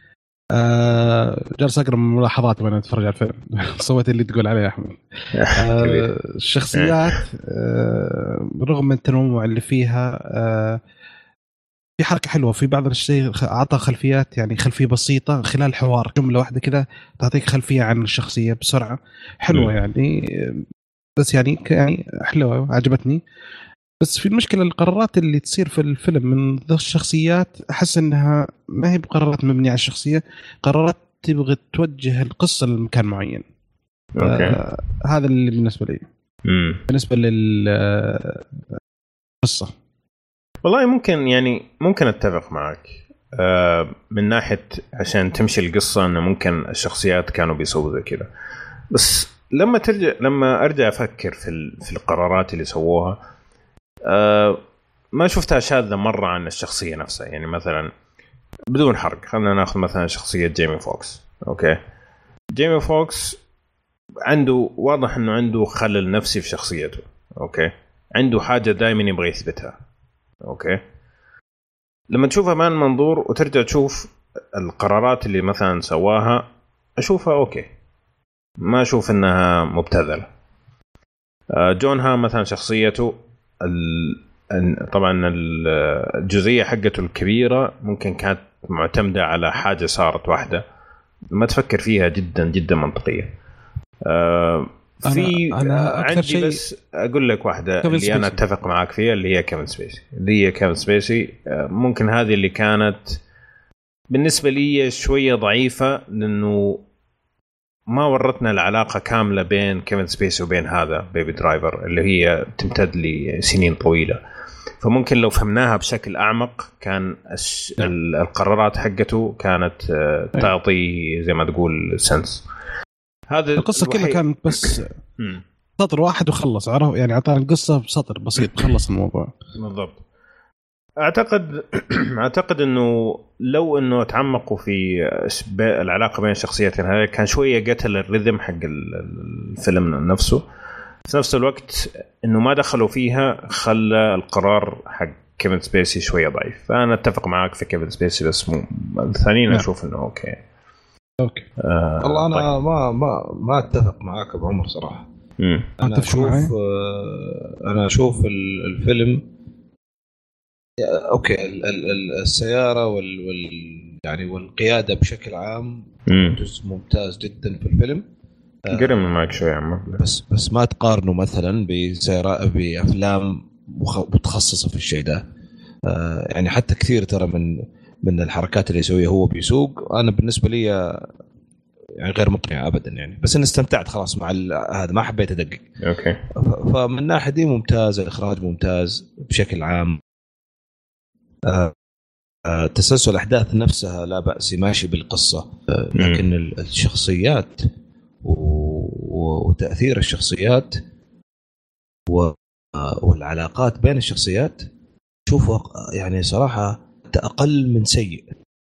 آه جالس اقرا ملاحظات وانا اتفرج على الفيلم. صوت اللي تقول عليه يا احمد. آه الشخصيات آه رغم من التنوع اللي فيها آه في حركه حلوه في بعض الشيء. اعطى خلفيات يعني خلفيه بسيطه خلال الحوار، جمله واحده كذا تعطيك خلفيه عن الشخصيه بسرعه حلوه يعني. بس يعني يعني حلوه عجبتني. بس في المشكله القرارات اللي تصير في الفيلم من ذا الشخصيات احس انها ما هي بقرارات مبنيه على الشخصيه، قرارات تبغى توجه القصه لمكان معين. اوكي. آه هذا اللي بالنسبه لي. امم بالنسبه للقصه والله ممكن يعني ممكن اتفق معك آه من ناحيه عشان تمشي القصه انه ممكن الشخصيات كانوا بيسووا زي كذا. بس لما ترجع لما ارجع افكر في في القرارات اللي سووها أه ما شفتها شاذة مرة عن الشخصية نفسها. يعني مثلا بدون حرق خلينا ناخذ مثلا شخصية جيمي فوكس. أوكي. جيمي فوكس عنده واضح أنه عنده خلل نفسي في شخصيته. أوكي. عنده حاجة دائما يبغى يثبتها. أوكي. لما تشوفها من منظور وترجع تشوف القرارات اللي مثلا سواها أشوفها أوكي، ما أشوف أنها مبتذلة. أه جون ها مثلا شخصيته طبعا الجزئية حقته الكبيرة ممكن كانت معتمدة على حاجة صارت واحدة ما تفكر فيها جدا جدا منطقية. آه في أنا أنا عندي بس أقول لك واحدة اللي سبيسي. أنا أتفق معك فيها اللي هي كيفن سبيسي. اللي هي كيفن سبيسي آه ممكن هذه اللي كانت بالنسبة لي شوية ضعيفة، لأنه ما ورتنا العلاقة كاملة بين كيفن سبيسي وبين هذا بيبي درايفر اللي هي تمتد لسنين طويلة. فممكن لو فهمناها بشكل أعمق كان القرارات حقته كانت تعطي زي ما تقول سنس. هذا القصة كلها كانت بس سطر واحد وخلص عرف يعني أعطانا القصة بسطر بسيط خلص الموضوع. بالضبط. أعتقد أعتقد إنه لو إنه تعمقوا في العلاقة بين الشخصيتين هذه كان شوية قتل الريذم حق الفيلم نفسه. في نفس الوقت إنه ما دخلوا فيها خلى القرار حق كيفن سبيسي شوية ضعيف. فأنا أتفق معك في كيفن سبيسي بس مو الثانيين أشوف إنه أوكي. أوكي. آه والله أنا طيب. ما ما ما أتفق معك أبو عمر صراحة. مم. أنا أشوف آه أنا أشوف الفيلم اوكي السياره وال, وال يعني والقياده بشكل عام جزء ممتاز جدا في الفيلم. قرب معك شوي يا عم. بس بس ما تقارنه مثلا بسيارات بافلام متخصصه في الشيء ده. يعني حتى كثير ترى من من الحركات اللي يسويها هو بيسوق. انا بالنسبه لي يعني غير مقنعه ابدا يعني، بس انا استمتعت خلاص مع هذا، ما حبيت ادقق. اوكي. فمن الناحيه دي ممتاز، الاخراج ممتاز بشكل عام. آه آه تسلسل الاحداث نفسها لا باس، ماشي بالقصه، آه لكن الشخصيات وتاثير الشخصيات والعلاقات بين الشخصيات شوفوا يعني صراحه اقل من سيء.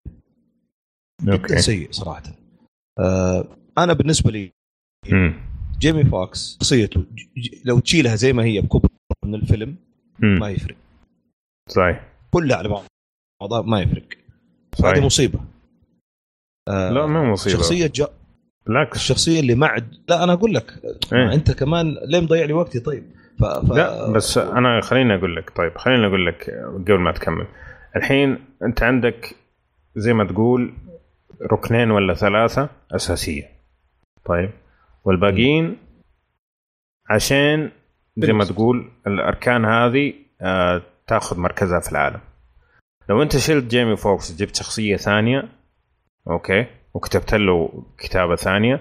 اوكي. سيء صراحه. آه انا بالنسبه لي مم. جيمي فوكس شخصيته لو تشيلها زي ما هي بكبر من الفيلم مم. ما يفرق. صحيح. كلها على بعضها ما يفرق. صحيح. هذه مصيبه. آه لا ما مصيبه. شخصيه جا... بالعكس الشخصيه اللي معد، لا انا اقول لك إيه؟ انت كمان ليه مضيع لي وقتي؟ طيب ف... ف... لا بس انا خليني اقول لك، طيب خليني اقول لك قبل ما تكمل. الحين انت عندك زي ما تقول ركنين ولا ثلاثه اساسيه، طيب والباقيين عشان زي ما تقول الاركان هذه آه تاخذ مركزها في العالم. لو انت شلت جيمي فوكس جبت شخصيه ثانيه اوكي وكتبت له كتابه ثانيه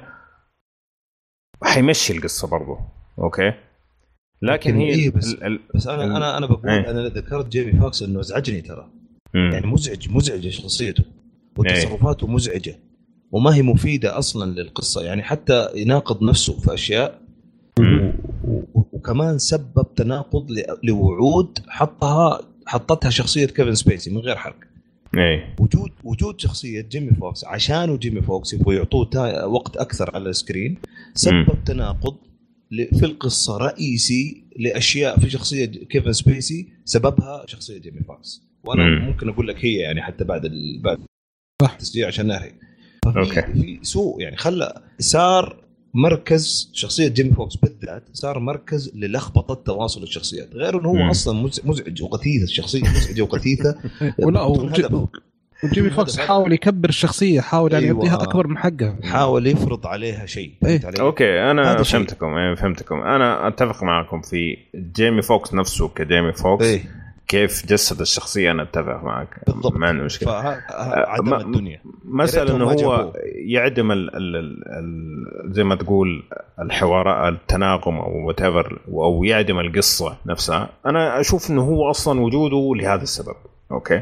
حيمشي القصه برضو اوكي، لكن هي إيه بس, ال ال بس انا ال انا انا بقول ايه؟ انا ذكرت جيمي فوكس انه ازعجني ترى. مم. يعني مزعج مزعجه شخصيته وتصرفاته مزعجه وما هي مفيده اصلا للقصه، يعني حتى يناقض نفسه في اشياء و... و... وكمان سبب تناقض ل... لوعود حطها حطتها شخصيه كيفن سبيسي من غير حرق. ايه وجود وجود شخصيه جيمي فوكس عشانه جيمي فوكس يبغوا يعطوه تا... وقت اكثر على السكرين، سبب م. تناقض ل... في القصه رئيسي لاشياء في شخصيه كيفن سبيسي سببها شخصيه جيمي فوكس. وانا م. ممكن اقول لك هي يعني حتى بعد ال... بعد التسجيل عشان نهي اوكي في سوء يعني خلى صار مركز شخصيه جيمي فوكس بالذات صار مركز للخبطه تواصل الشخصيات، غير انه هو م. اصلا مزعج وقثيث، الشخصيه مزعجه وقثيثه. ولا جيمي فوكس حاول يكبر الشخصيه، حاول يعني أيوة. يعطيها اكبر من حقها، حاول يفرض عليها شيء. إيه؟ اوكي انا فهمتكم ايه فهمتكم انا اتفق معكم في جيمي فوكس نفسه كجيمي فوكس إيه؟ كيف جسد الشخصيه انا اتفق معك ما عندي مشكله. عدم الدنيا مثلا انه هو يعدم ال ال ال زي ما تقول الحوار التناغم او whatever او يعدم القصه نفسها. انا اشوف انه هو اصلا وجوده لهذا السبب. اوكي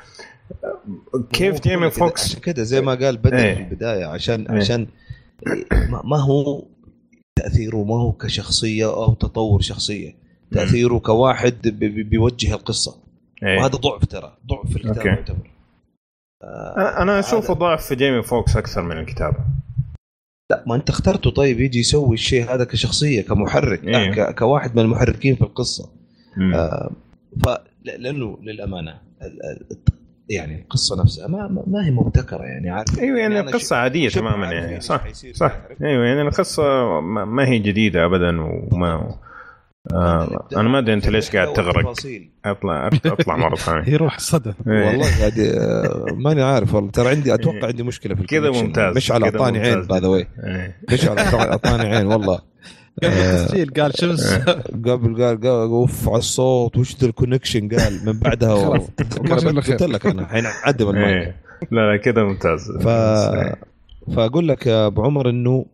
كيف جيمي فوكس كده زي ما قال بدر ايه؟ في البدايه عشان ايه؟ عشان ما هو تاثيره ما هو كشخصيه او تطور شخصيه، تأثيره كواحد بي بيوجه القصة. أيه. وهذا ضعف ترى ضعف في الكتابة يعتبر. آه أنا أشوفه ضعف في جيمي فوكس أكثر من الكتابة. لا ما أنت اخترته طيب يجي يسوي الشيء هذا كشخصية كمحرك أيه. لا كواحد من المحركين في القصة. آه فلأنه للأمانة يعني القصة نفسها ما ما هي مبتكرة يعني عارف. أيوة يعني القصة عادية تماما يعني صح صح أيوة يعني القصة ما هي جديدة أبدا وما آه أنا ما أدري أنت ليش قاعد تغرق. أطلع أطلع مرة ثانية. يروح صدى. والله قاعد ماني عارف والله ترى عندي أتوقع عندي مشكلة في كذا ممتاز. مش على أعطاني عين باي ذا واي. مش على أعطاني عين والله. التسجيل قال شمس قبل قال قال أوف على الصوت وش ذا الكونكشن قال من بعدها قلت لك أنا حين عدم المايك. لا لا كذا ممتاز. ف فأقول لك يا أبو عمر إنه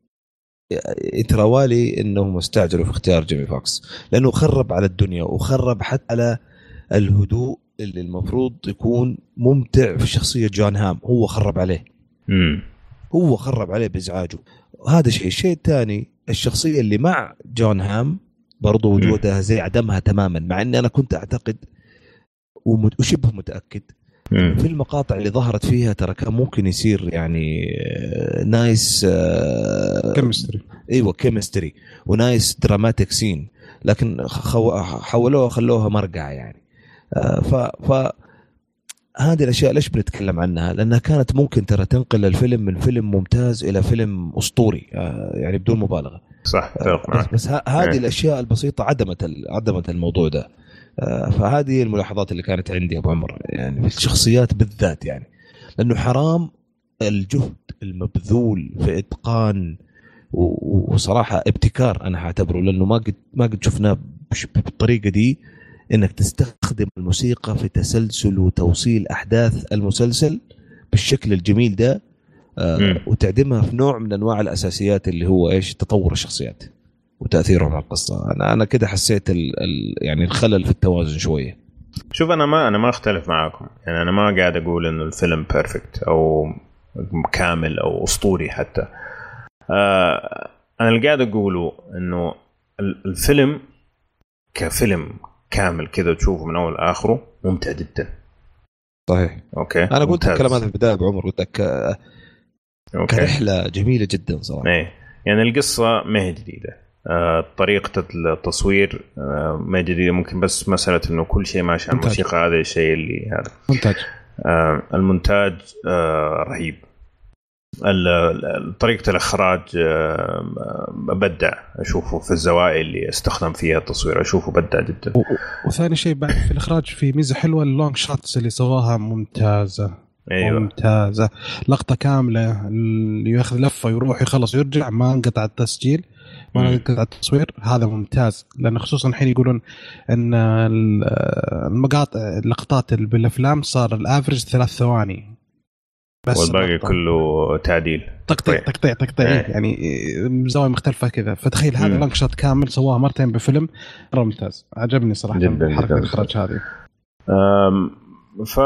يتروالي انهم استعجلوا في اختيار جيمي فوكس لانه خرب على الدنيا وخرب حتى على الهدوء اللي المفروض يكون ممتع في شخصية جون هام. هو خرب عليه مم. هو خرب عليه بإزعاجه. هذا شيء. الشيء الثاني الشخصية اللي مع جون هام برضو وجودها زي عدمها تماما، مع اني انا كنت اعتقد وشبه متأكد في المقاطع اللي ظهرت فيها ترى كان ممكن يصير يعني نايس كيمستري. ايوه كيمستري ونايس دراماتيك سين، لكن حولوها خلوها مرقعه يعني. ف ف هذه الاشياء ليش بنتكلم عنها؟ لانها كانت ممكن ترى تنقل الفيلم من فيلم ممتاز الى فيلم اسطوري يعني بدون مبالغه. صح بس, بس هذه الاشياء البسيطه عدمت عدمت الموضوع ده. فهذه الملاحظات اللي كانت عندي أبو عمر يعني في الشخصيات بالذات، يعني لأنه حرام الجهد المبذول في إتقان وصراحة ابتكار أنا هعتبره، لأنه ما قد ما قد شفناه بالطريقة دي إنك تستخدم الموسيقى في تسلسل وتوصيل أحداث المسلسل بالشكل الجميل ده آه وتعدمها في نوع من انواع الاساسيات اللي هو ايش تطور الشخصيات وتاثيرهم على القصه. انا انا كده حسيت ال ال يعني الخلل في التوازن شويه. شوف انا ما انا ما اختلف معاكم، يعني انا ما قاعد اقول انه الفيلم بيرفكت او كامل او اسطوري حتى. آه انا اللي قاعد اقوله انه الفيلم كفيلم كامل كذا تشوفه من اول لاخره ممتع جدا. صحيح. اوكي انا قلت الكلام هذا في البدايه بعمر، قلت لك أوكي. كرحله جميله جدا صراحه. ايه يعني القصه ما هي جديده، آه طريقه التصوير آه ما هي جديده، ممكن بس مساله انه كل شيء ماشي على الموسيقى، هذا الشيء اللي هذا مونتاج. آه المونتاج آه رهيب، طريقة الإخراج بدع، أشوفه في الزوايا اللي استخدم فيها التصوير أشوفه بدع جدا. وثاني شيء بعد في الإخراج في ميزة حلوة، اللونج شوتس اللي سواها ممتازة. أيوة. ممتازة، لقطة كاملة اللي ياخذ لفة يروح يخلص ويرجع، ما انقطع التسجيل ما انقطع التصوير، هذا ممتاز. لأن خصوصا الحين يقولون أن المقاطع اللقطات بالأفلام صار الأفريج ثلاث ثواني بس، والباقي كله تعديل تقطيع تقطيع تقطيع ايه. يعني زوايا مختلفة كذا. فتخيل هذا لانك شوت كامل سواها مرتين بفيلم، مرة ممتاز، عجبني صراحة جدا حركة جدا الإخراج هذه. ف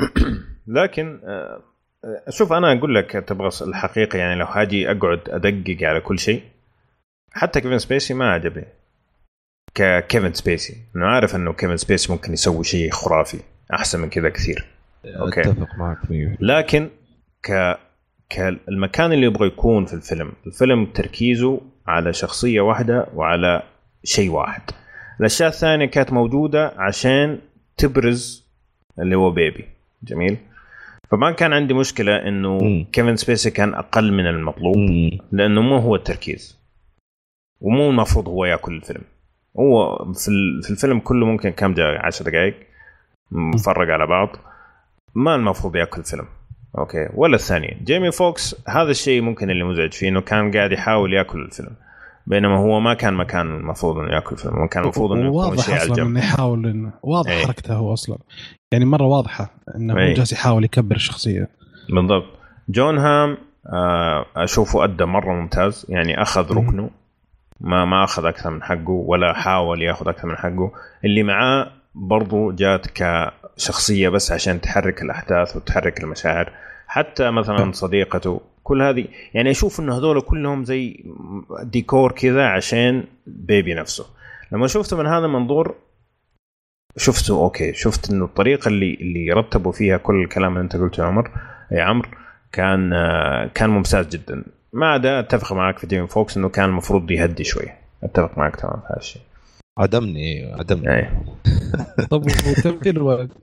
لكن شوف أنا أقول لك تبغى الحقيقة، يعني لو هاجي أقعد أدقق على كل شيء، حتى كيفن سبيسي ما عجبني ككيفن سبيسي، أنا عارف أنه كيفن سبيسي ممكن يسوي شيء خرافي أحسن من كذا كثير. أوكي. أتفق معك فيه. لكن ك كالمكان اللي يبغى يكون في الفيلم، الفيلم تركيزه على شخصية واحدة وعلى شيء واحد، الأشياء الثانية كانت موجودة عشان تبرز اللي هو بيبي. جميل. فما كان عندي مشكلة إنه م. كيفن سبيسي كان أقل من المطلوب، م. لأنه مو هو التركيز ومو المفروض هو يأكل الفيلم. هو في الفيلم كله ممكن كم جاء عشر دقائق مفرق على بعض، ما المفروض يأكل الفيلم. أوكي. ولا الثانية جيمي فوكس، هذا الشيء ممكن اللي مزعج فيه إنه كان قاعد يحاول يأكل الفيلم، بينما هو ما كان مكان المفروض إنه يأكل الفيلم، كان المفروض إنه يكون شيء على الجنب. إنه يحاول إنه واضح ايه. حركته هو أصلا يعني مرة واضحة إنه ايه. هو جالس يحاول يكبر الشخصية. بالضبط. جون هام آه أشوفه أدى مرة ممتاز، يعني أخذ ركنه، ما ما أخذ أكثر من حقه ولا حاول يأخذ أكثر من حقه. اللي معاه برضو جات كشخصية بس عشان تحرك الأحداث وتحرك المشاعر، حتى مثلا صديقته، كل هذه يعني أشوف إنه هذول كلهم زي ديكور كذا عشان بيبي نفسه. لما شفته من هذا المنظور شفته أوكي، شفت إنه الطريقة اللي اللي رتبوا فيها كل الكلام اللي أنت قلته يا عمر يا عمر كان كان ممتاز جدا. ما عدا أتفق معك في جيمي فوكس إنه كان المفروض يهدي شوي، أتفق معك تمام في هذا الشيء. عدمني عدمني أيه. طب وتمثيل الولد،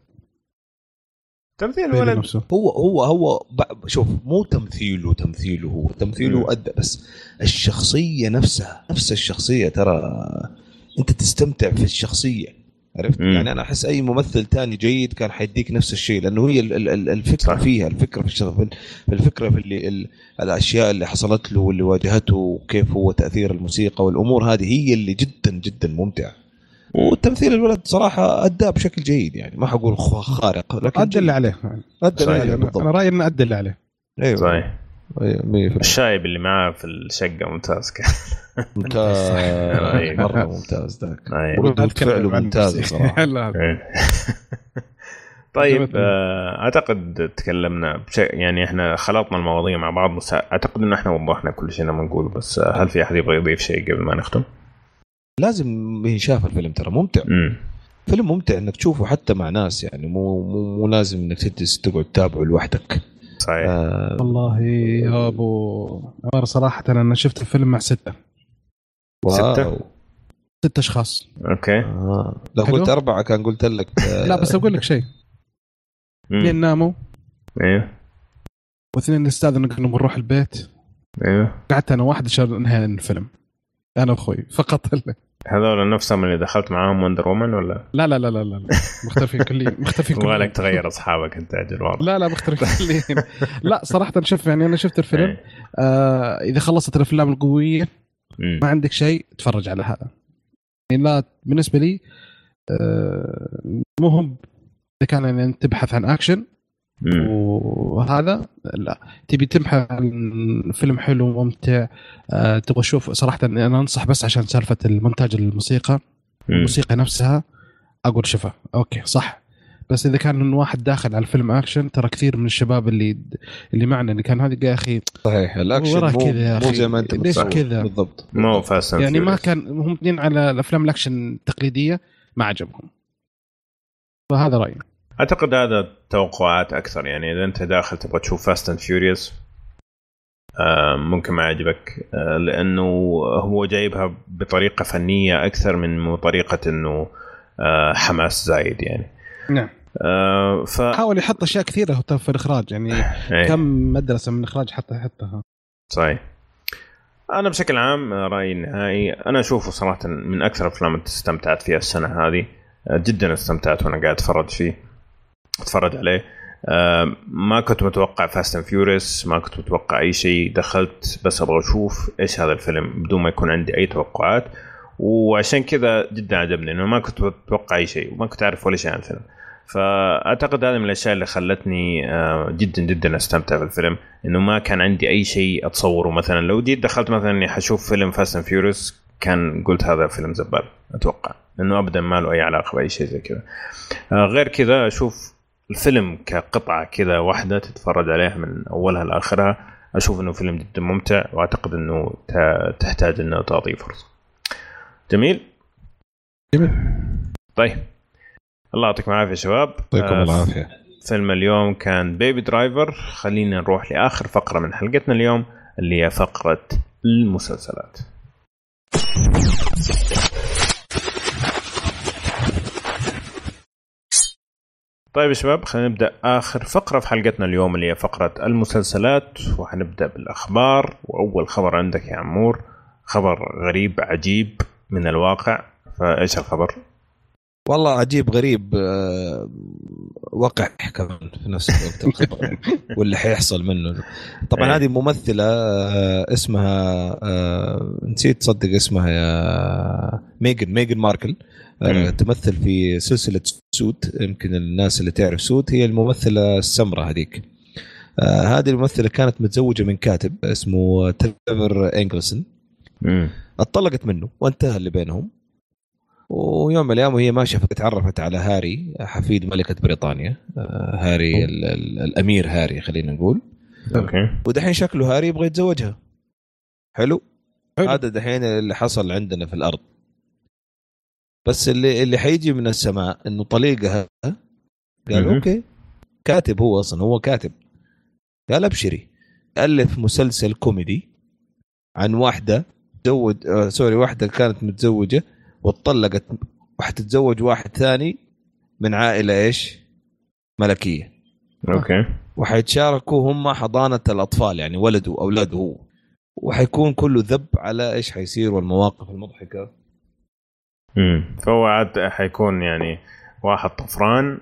تمثيل الولد هو هو هو شوف مو تمثيله تمثيله هو تمثيله أدى، بس الشخصية نفسها نفس الشخصية ترى أنت تستمتع في الشخصية، عرفت؟ مم. يعني أنا أحس أي ممثل تاني جيد كان حيديك نفس الشيء، لأنه هي الفكرة صح. فيها الفكرة في الشغل، الفكرة في اللي الأشياء اللي حصلت له واللي واجهته وكيف هو تأثير الموسيقى والأمور هذه هي اللي جدا جدا ممتع. والتمثيل الولد صراحة أدى بشكل جيد، يعني ما حقول خارق لكن أدى اللي عليه، أدى اللي عليه. أنا رأيي إنه أدى اللي عليه. أيوة صحيح. أيوة. الشايب اللي معاه في الشقة ممتاز كان ممتاز مرة ممتاز ذاك ردود فعله ممتازة صراحة. طيب أعتقد تكلمنا بشيء، يعني إحنا خلطنا المواضيع مع بعض، بس أعتقد إنه إحنا وضحنا كل شيء ما نقوله. بس هل في أحد يبغى يضيف شيء قبل ما نختم؟ لازم يشاف الفيلم ترى ممتع. م. فيلم ممتع إنك تشوفه حتى مع ناس، يعني مو مو, مو لازم إنك تجلس تقعد تتابعه لوحدك. صحيح. آه والله يا أبو عمر صراحة أنا شفت الفيلم مع ستة ستة ستة أشخاص. أوكي. آه. لو قلت أربعة كان قلت لك آه. لا بس أقول لك شيء، اثنين ناموا ايوه واثنين نستأذن إنه بنروح البيت. ايوه قعدت أنا واحد عشان انهي الفيلم، أنا وأخوي فقط. هذول نفسهم اللي دخلت معاهم وندر وومن ولا لا لا لا لا لا مختفين كلين مختفين كلين. وقالك تغير أصحابك أنت أجل والله. لا لا مختفين كلين. لا صراحة شوف يعني أنا شفت الفيلم آه إذا خلصت الأفلام القوية ما عندك شيء تفرج على هذا، يعني لا بالنسبة لي آه مهم إذا كان يعني تبحث عن أكشن وهذا لا تبي تمحى فيلم حلو وممتع أه تبغى تشوف صراحة أنا أنصح بس عشان سالفة المونتاج الموسيقى الموسيقى نفسها أقول شوفها أوكي صح بس إذا كان من واحد داخل على الفيلم أكشن ترى كثير من الشباب اللي اللي معنا اللي كان هذا يا أخي صحيح الأكشن مو, مو زي ما أنت ليش كذا بالضبط مو فاست يعني ما كان هم اثنين على الأفلام الأكشن التقليدية ما عجبهم فهذا رأيي. أعتقد هذا توقعات أكثر يعني إذا أنت داخل تبغى تشوف فاست أند فيوريوس ممكن ما يعجبك لأنه هو جايبها بطريقة فنية أكثر من طريقة إنه حماس زايد يعني. نعم. أه ف... حاول يحط أشياء كثيرة في الإخراج يعني كم مدرسة من الإخراج حتى حطها. صحيح. أنا بشكل عام رأيي النهائي أنا أشوفه صراحة من أكثر الأفلام اللي استمتعت فيها السنة هذه جدا استمتعت وأنا قاعد أتفرج فيه أتفرج عليه. أه ما كنت متوقع فاست اند فيوريوس ما كنت متوقع أي شيء دخلت بس أبغى أشوف إيش هذا الفيلم بدون ما يكون عندي أي توقعات وعشان كذا جدا عجبني إنه ما كنت متوقع أي شيء وما كنت أعرف ولا شيء عن الفيلم. فأعتقد هذا من الأشياء اللي خلتني جدا جدا أستمتع في الفيلم إنه ما كان عندي أي شيء أتصوره مثلا لو جيت دخلت مثلا إني حشوف فيلم فاست اند فيوريوس كان قلت هذا فيلم زبال أتوقع إنه أبدا ما له أي علاقة بأي شيء زي كذا. غير كذا أشوف الفيلم كقطعة كذا واحدة تتفرج عليها من أولها لآخرها أشوف إنه فيلم جدا ممتع وأعتقد إنه تحتاج إنه تعطيه فرصة. جميل جميل. طيب الله يعطيكم العافية شباب. يعطيكم آه العافية. فيلم اليوم كان بيبي درايفر. خلينا نروح لآخر فقرة من حلقتنا اليوم اللي هي فقرة المسلسلات. طيب يا شباب خلينا نبدأ آخر فقرة في حلقتنا اليوم اللي هي فقرة المسلسلات وحنبدأ بالأخبار. وأول خبر عندك يا عمور خبر غريب عجيب من الواقع فإيش الخبر؟ والله عجيب غريب وقع كمان في نفس الوقت الخبر يعني. واللي حيحصل منه طبعا هذه ممثلة اسمها نسيت تصدق اسمها يا ميغن ميغن ماركل تمثل في سلسلة سوت. يمكن الناس اللي تعرف سوت هي الممثلة السمراء هذيك. هذه الممثلة كانت متزوجة من كاتب اسمه تيفر إنجلسون اتطلقت منه وانتهى اللي بينهم ويوم من الأيام وهي ماشية فتعرفت على هاري حفيد ملكة بريطانيا هاري ال ال الأمير هاري خلينا نقول. أوكي. ودحين شكله هاري يبغى يتزوجها. حلو, حلو. هذا دحين اللي حصل عندنا في الأرض. بس اللي اللي حيجي من السماء إنه طليقها قال أوكي كاتب هو أصلا هو كاتب قال أبشري ألف مسلسل كوميدي عن واحدة تزوج آه سوري واحدة كانت متزوجة واتطلقت وحتتزوج واحد ثاني من عائلة إيش ملكية. أوكي. وحيتشاركوا هم حضانة الأطفال يعني ولده وأولاده هو وحيكون كله ذب على إيش حيصير والمواقف المضحكة. امم فهو عاد حيكون يعني واحد طفران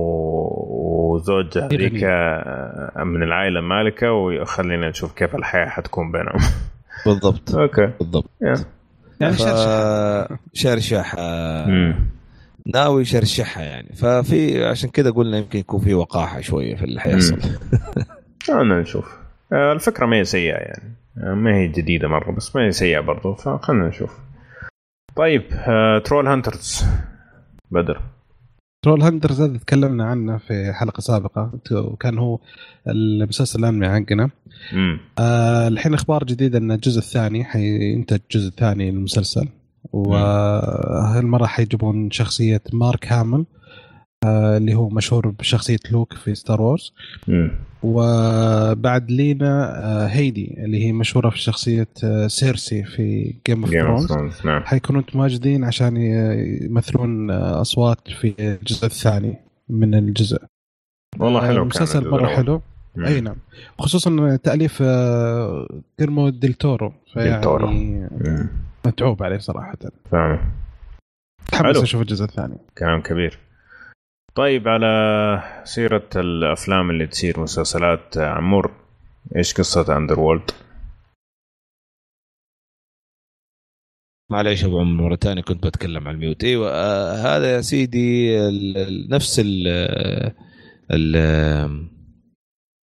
وزوج هذيك من العائلة المالكة وخلينا نشوف كيف الحياة حتكون بينهم. بالضبط. أوكي. بالضبط. yeah. يعني شرشحة شرشحة ناوي شرشحها يعني ففي عشان كده قلنا يمكن يكون في وقاحة شوية في اللي حيحصل. أنا نشوف الفكرة ما هي سيئة يعني ما هي جديدة مرة بس ما هي سيئة برضو فخلنا نشوف. طيب ترول هانترز بدر. ترول هانترز هذا تكلمنا عنه في حلقة سابقة وكان هو المسلسل الأنمي حقنا. آه الحين اخبار جديده ان الجزء الثاني حينتج الجزء الثاني للمسلسل وهالمره حيجيبون شخصيه مارك هامل آه اللي هو مشهور بشخصيه لوك في ستار وورز. وبعد لينا آه هيدي اللي هي مشهوره في شخصيه آه سيرسي في جيم اوف ثرونز. حيكونوا متواجدين عشان يمثلون آه اصوات في الجزء الثاني من الجزء. والله حلو. المسلسل مره حلو. اي نعم خصوصا تأليف كيرمو ديل تورو فيعني متعوب عليه صراحة. فاهم. تحمس اشوف الجزء الثاني. كلام كبير. طيب على سيرة الافلام اللي تصير مسلسلات عمور ايش قصة اندر وورلد؟ معليش ابو عمر مرة ثانية كنت بتكلم عن الميوت. ايوه آه هذا يا سيدي ال نفس ال ال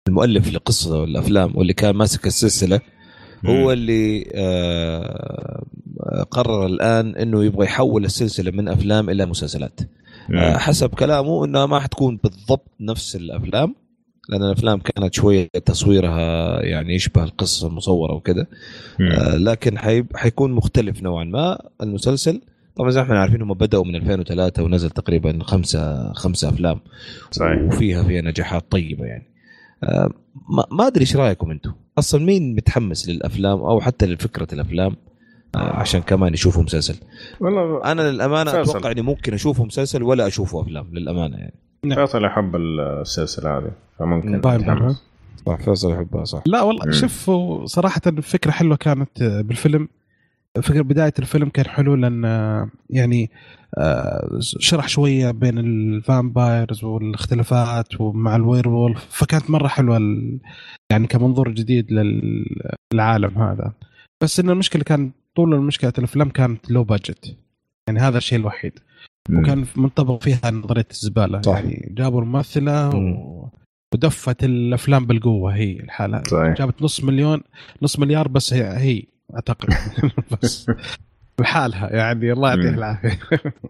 المؤلف لقصة الأفلام واللي كان ماسك السلسلة هو اللي آه قرر الآن إنه يبغى يحول السلسلة من أفلام إلى مسلسلات. آه حسب كلامه إنها ما حتكون بالضبط نفس الأفلام، لأن الأفلام كانت شوية تصويرها يعني يشبه القصة المصورة وكذا، آه لكن حيب حيكون مختلف نوعا ما المسلسل. طبعا زي ما احنا عارفين هم بدأوا من ألفين وثلاثة ونزل تقريبا خمسة خمسة أفلام صحيح. وفيها فيها نجاحات طيبة يعني. آه ما, ما أدري إيش رأيكم أنتم أصلا، مين متحمس للأفلام أو حتى لفكرة الأفلام آه عشان كمان يشوفوا مسلسل؟ والله أنا للأمانة فيصل. أتوقع أني ممكن أشوفه مسلسل ولا أشوفه أفلام للأمانة يعني. فيصل يحب السلسلة هذه فممكن صح. فيصل يحبها صح. لا والله شوف صراحة الفكرة حلوة كانت بالفيلم. فكرة بداية الفيلم كان حلو لأن يعني شرح شوية بين الفامبايرز والاختلافات ومع الويرولف، فكانت مرة حلوة يعني كمنظور جديد للعالم هذا. بس إن المشكلة كان طول المشكلة الأفلام كانت لو بادجت، يعني هذا الشيء الوحيد. وكان منطبق فيها نظرية الزبالة صح. يعني جابوا الممثلة و... ودفت الأفلام بالقوة هي الحالة صحيح. جابت نص مليون نص مليار بس هي, هي أعتقد بس بحالها يعني الله يعطيه العافية.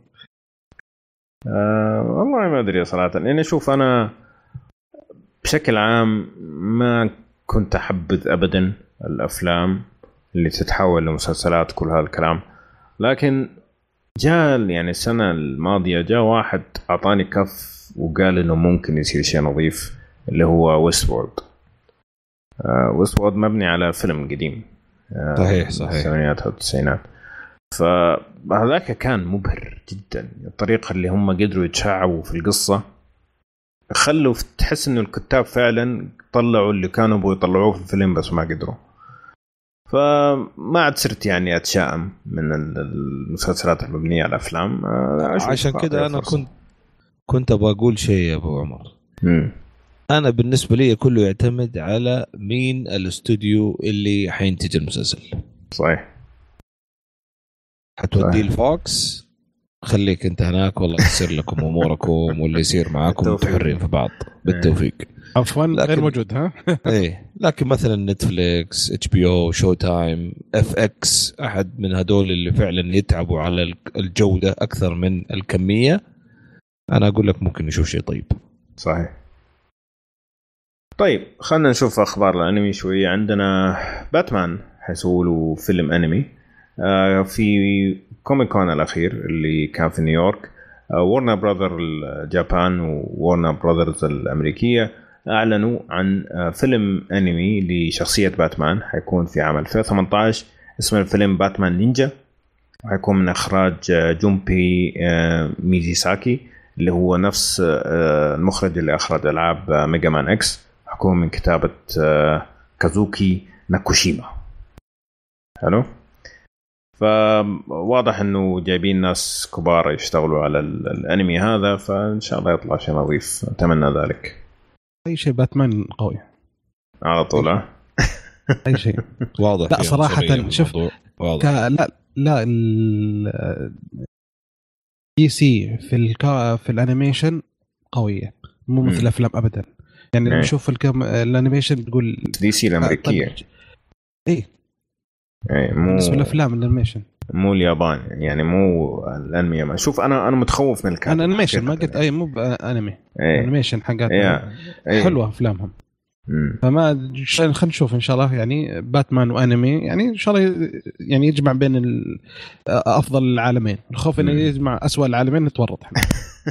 آه والله ما أدري صراحة، لأن أشوف أنا بشكل عام ما كنت أحبذ أبدا الأفلام اللي تتحول لمسلسلات كل هذا الكلام، لكن جاء يعني السنة الماضية جاء واحد أعطاني كف وقال إنه ممكن يصير شيء نظيف اللي هو ويست وورد. آه ويست وورد مبني على فيلم قديم آه صحيح صحيح الثمانينات أو التسعينات، فهذاك كان مبهر جدا. الطريقة اللي هم قدروا يتشعبوا في القصة خلوا تحس إنه الكتاب فعلا طلعوا اللي كانوا بيطلعوه يطلعوه في الفيلم بس ما قدروا. فما عاد صرت يعني أتشائم من المسلسلات المبنية على الأفلام. عشان كده أنا كنت كنت أبغى أقول شيء يا أبو عمر. م. أنا بالنسبة لي كله يعتمد على مين الاستوديو اللي حينتج المسلسل. صحيح. حتودي الفوكس خليك أنت هناك والله يصير لكم أموركم واللي يصير معاكم تحرين في بعض بالتوفيق. عفوا غير موجود ها. ايه لكن مثلا نتفليكس اتش بي او شو تايم اف اكس احد من هدول اللي فعلا يتعبوا على الجودة اكثر من الكمية، انا اقول لك ممكن نشوف شيء طيب. صحيح. طيب خلنا نشوف اخبار الانمي شوية. عندنا باتمان حيسووا له فيلم انمي آه في كوميك كون الاخير اللي كان في نيويورك. آه وورنر براذر الجابان وورنر براذرز الامريكية أعلنوا عن فيلم أنمي لشخصية باتمان حيكون في عام ألفين وثمانية عشر اسمه الفيلم باتمان نينجا، وحيكون من إخراج جومبي ميزيساكي اللي هو نفس المخرج اللي أخرج ألعاب ميجا مان إكس، حيكون من كتابة كازوكي ناكوشيما. حلو. فواضح إنه جايبين ناس كبار يشتغلوا على الأنمي هذا، فإن شاء الله يطلع شيء نظيف، أتمنى ذلك. أي شيء باتمان قوي على طول. أي شيء واضح. لا صراحة شوف لا لا دي سي في الكا في الانيميشن قوية مو مثل الافلام ابدا. يعني لما نشوف الكم الانيميشن تقول دي سي الامريكية. ايه ايه مو بالنسبة للافلام الانيميشن مو اليابان يعني مو الانمي. شوف انا انا متخوف من الكاتب. انا انيميشن ما قلت اي مو بانمي ايه. انيميشن حقات ايه. ايه. حلوه افلامهم. مم. فما خلينا نشوف ان شاء الله يعني باتمان وانمي يعني ان شاء الله يعني يجمع بين افضل العالمين. الخوف انه يجمع اسوأ العالمين نتورط احنا.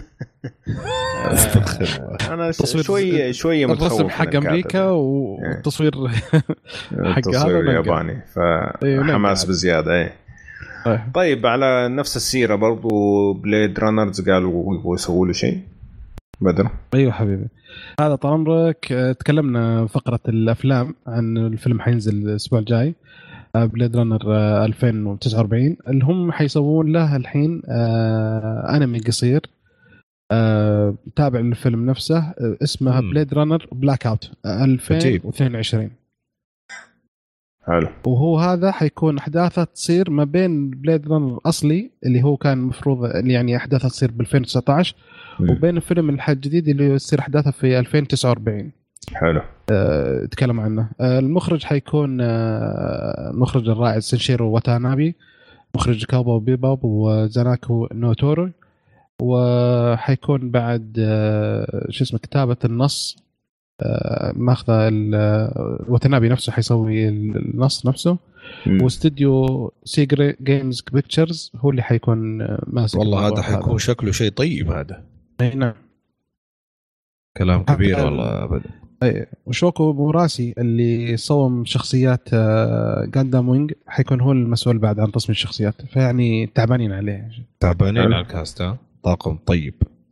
انا شويه شويه متخوف الرسم حق امريكا والتصوير حق التصوير الياباني فحماس بزياده. ايه طيب على نفس السيرة برضو بليد رانرز قالوا يبغوا يسووا له شيء بدر. ايوه حبيبي هذا طال عمرك. تكلمنا فقرة الافلام عن الفيلم حينزل الاسبوع الجاي بليد رانر ألفين وتسعة وأربعين اللي هم حيسوون له الحين انمي قصير تابع للفيلم نفسه اسمه بليد رانر بلاك اوت ألفين واثنين وعشرين. حلو. وهو هذا حيكون أحداثه تصير ما بين بليد رانر الأصلي اللي هو كان مفروض يعني أحداثه تصير ب ألفين وتسعة عشر م. وبين الفيلم الجديد اللي يصير أحداثه في ألفين وتسعة وأربعين. حلو. أه تكلم عنه. أه المخرج حيكون أه المخرج الرائع سينشيرو واتانابي، مخرج كاوبو بيبوب وزاناكو نوتورو. وحيكون بعد أه شو اسمه كتابة النص أه ماخذه واتانابي نفسه، حيسوي النص نفسه. واستديو سيجري جيمز بيكتشرز هو اللي حيكون ماسك. والله هذا حيكون هذا. شكله شيء طيب هذا. اي نعم كلام كبير والله ابدا. اي وشوكو موراسي اللي صوم شخصيات غاندام وينج حيكون هو المسؤول بعد عن تصميم الشخصيات، فيعني تعبانين عليه تعبانين على الكاست. ها طاقم طيب.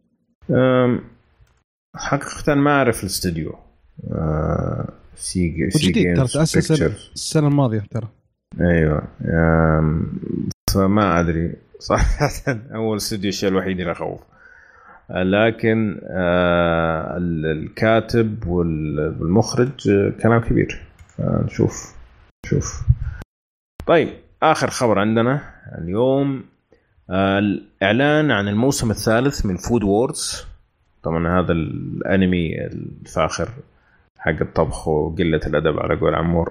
حقيقة ما أعرف الاستوديو. أه سيجي جديد ترى، تأسس السنة الماضية ترى. أيوة. فما أدري صراحة أول استوديو الشيء الوحيد اللي أخوف، لكن أه الكاتب والمخرج كلام كبير. نشوف نشوف. طيب آخر خبر عندنا اليوم أه الإعلان عن الموسم الثالث من فود وورز. طبعا هذا الأنمي الفاخر حق الطبخ وقلة الأدب على قول عمور.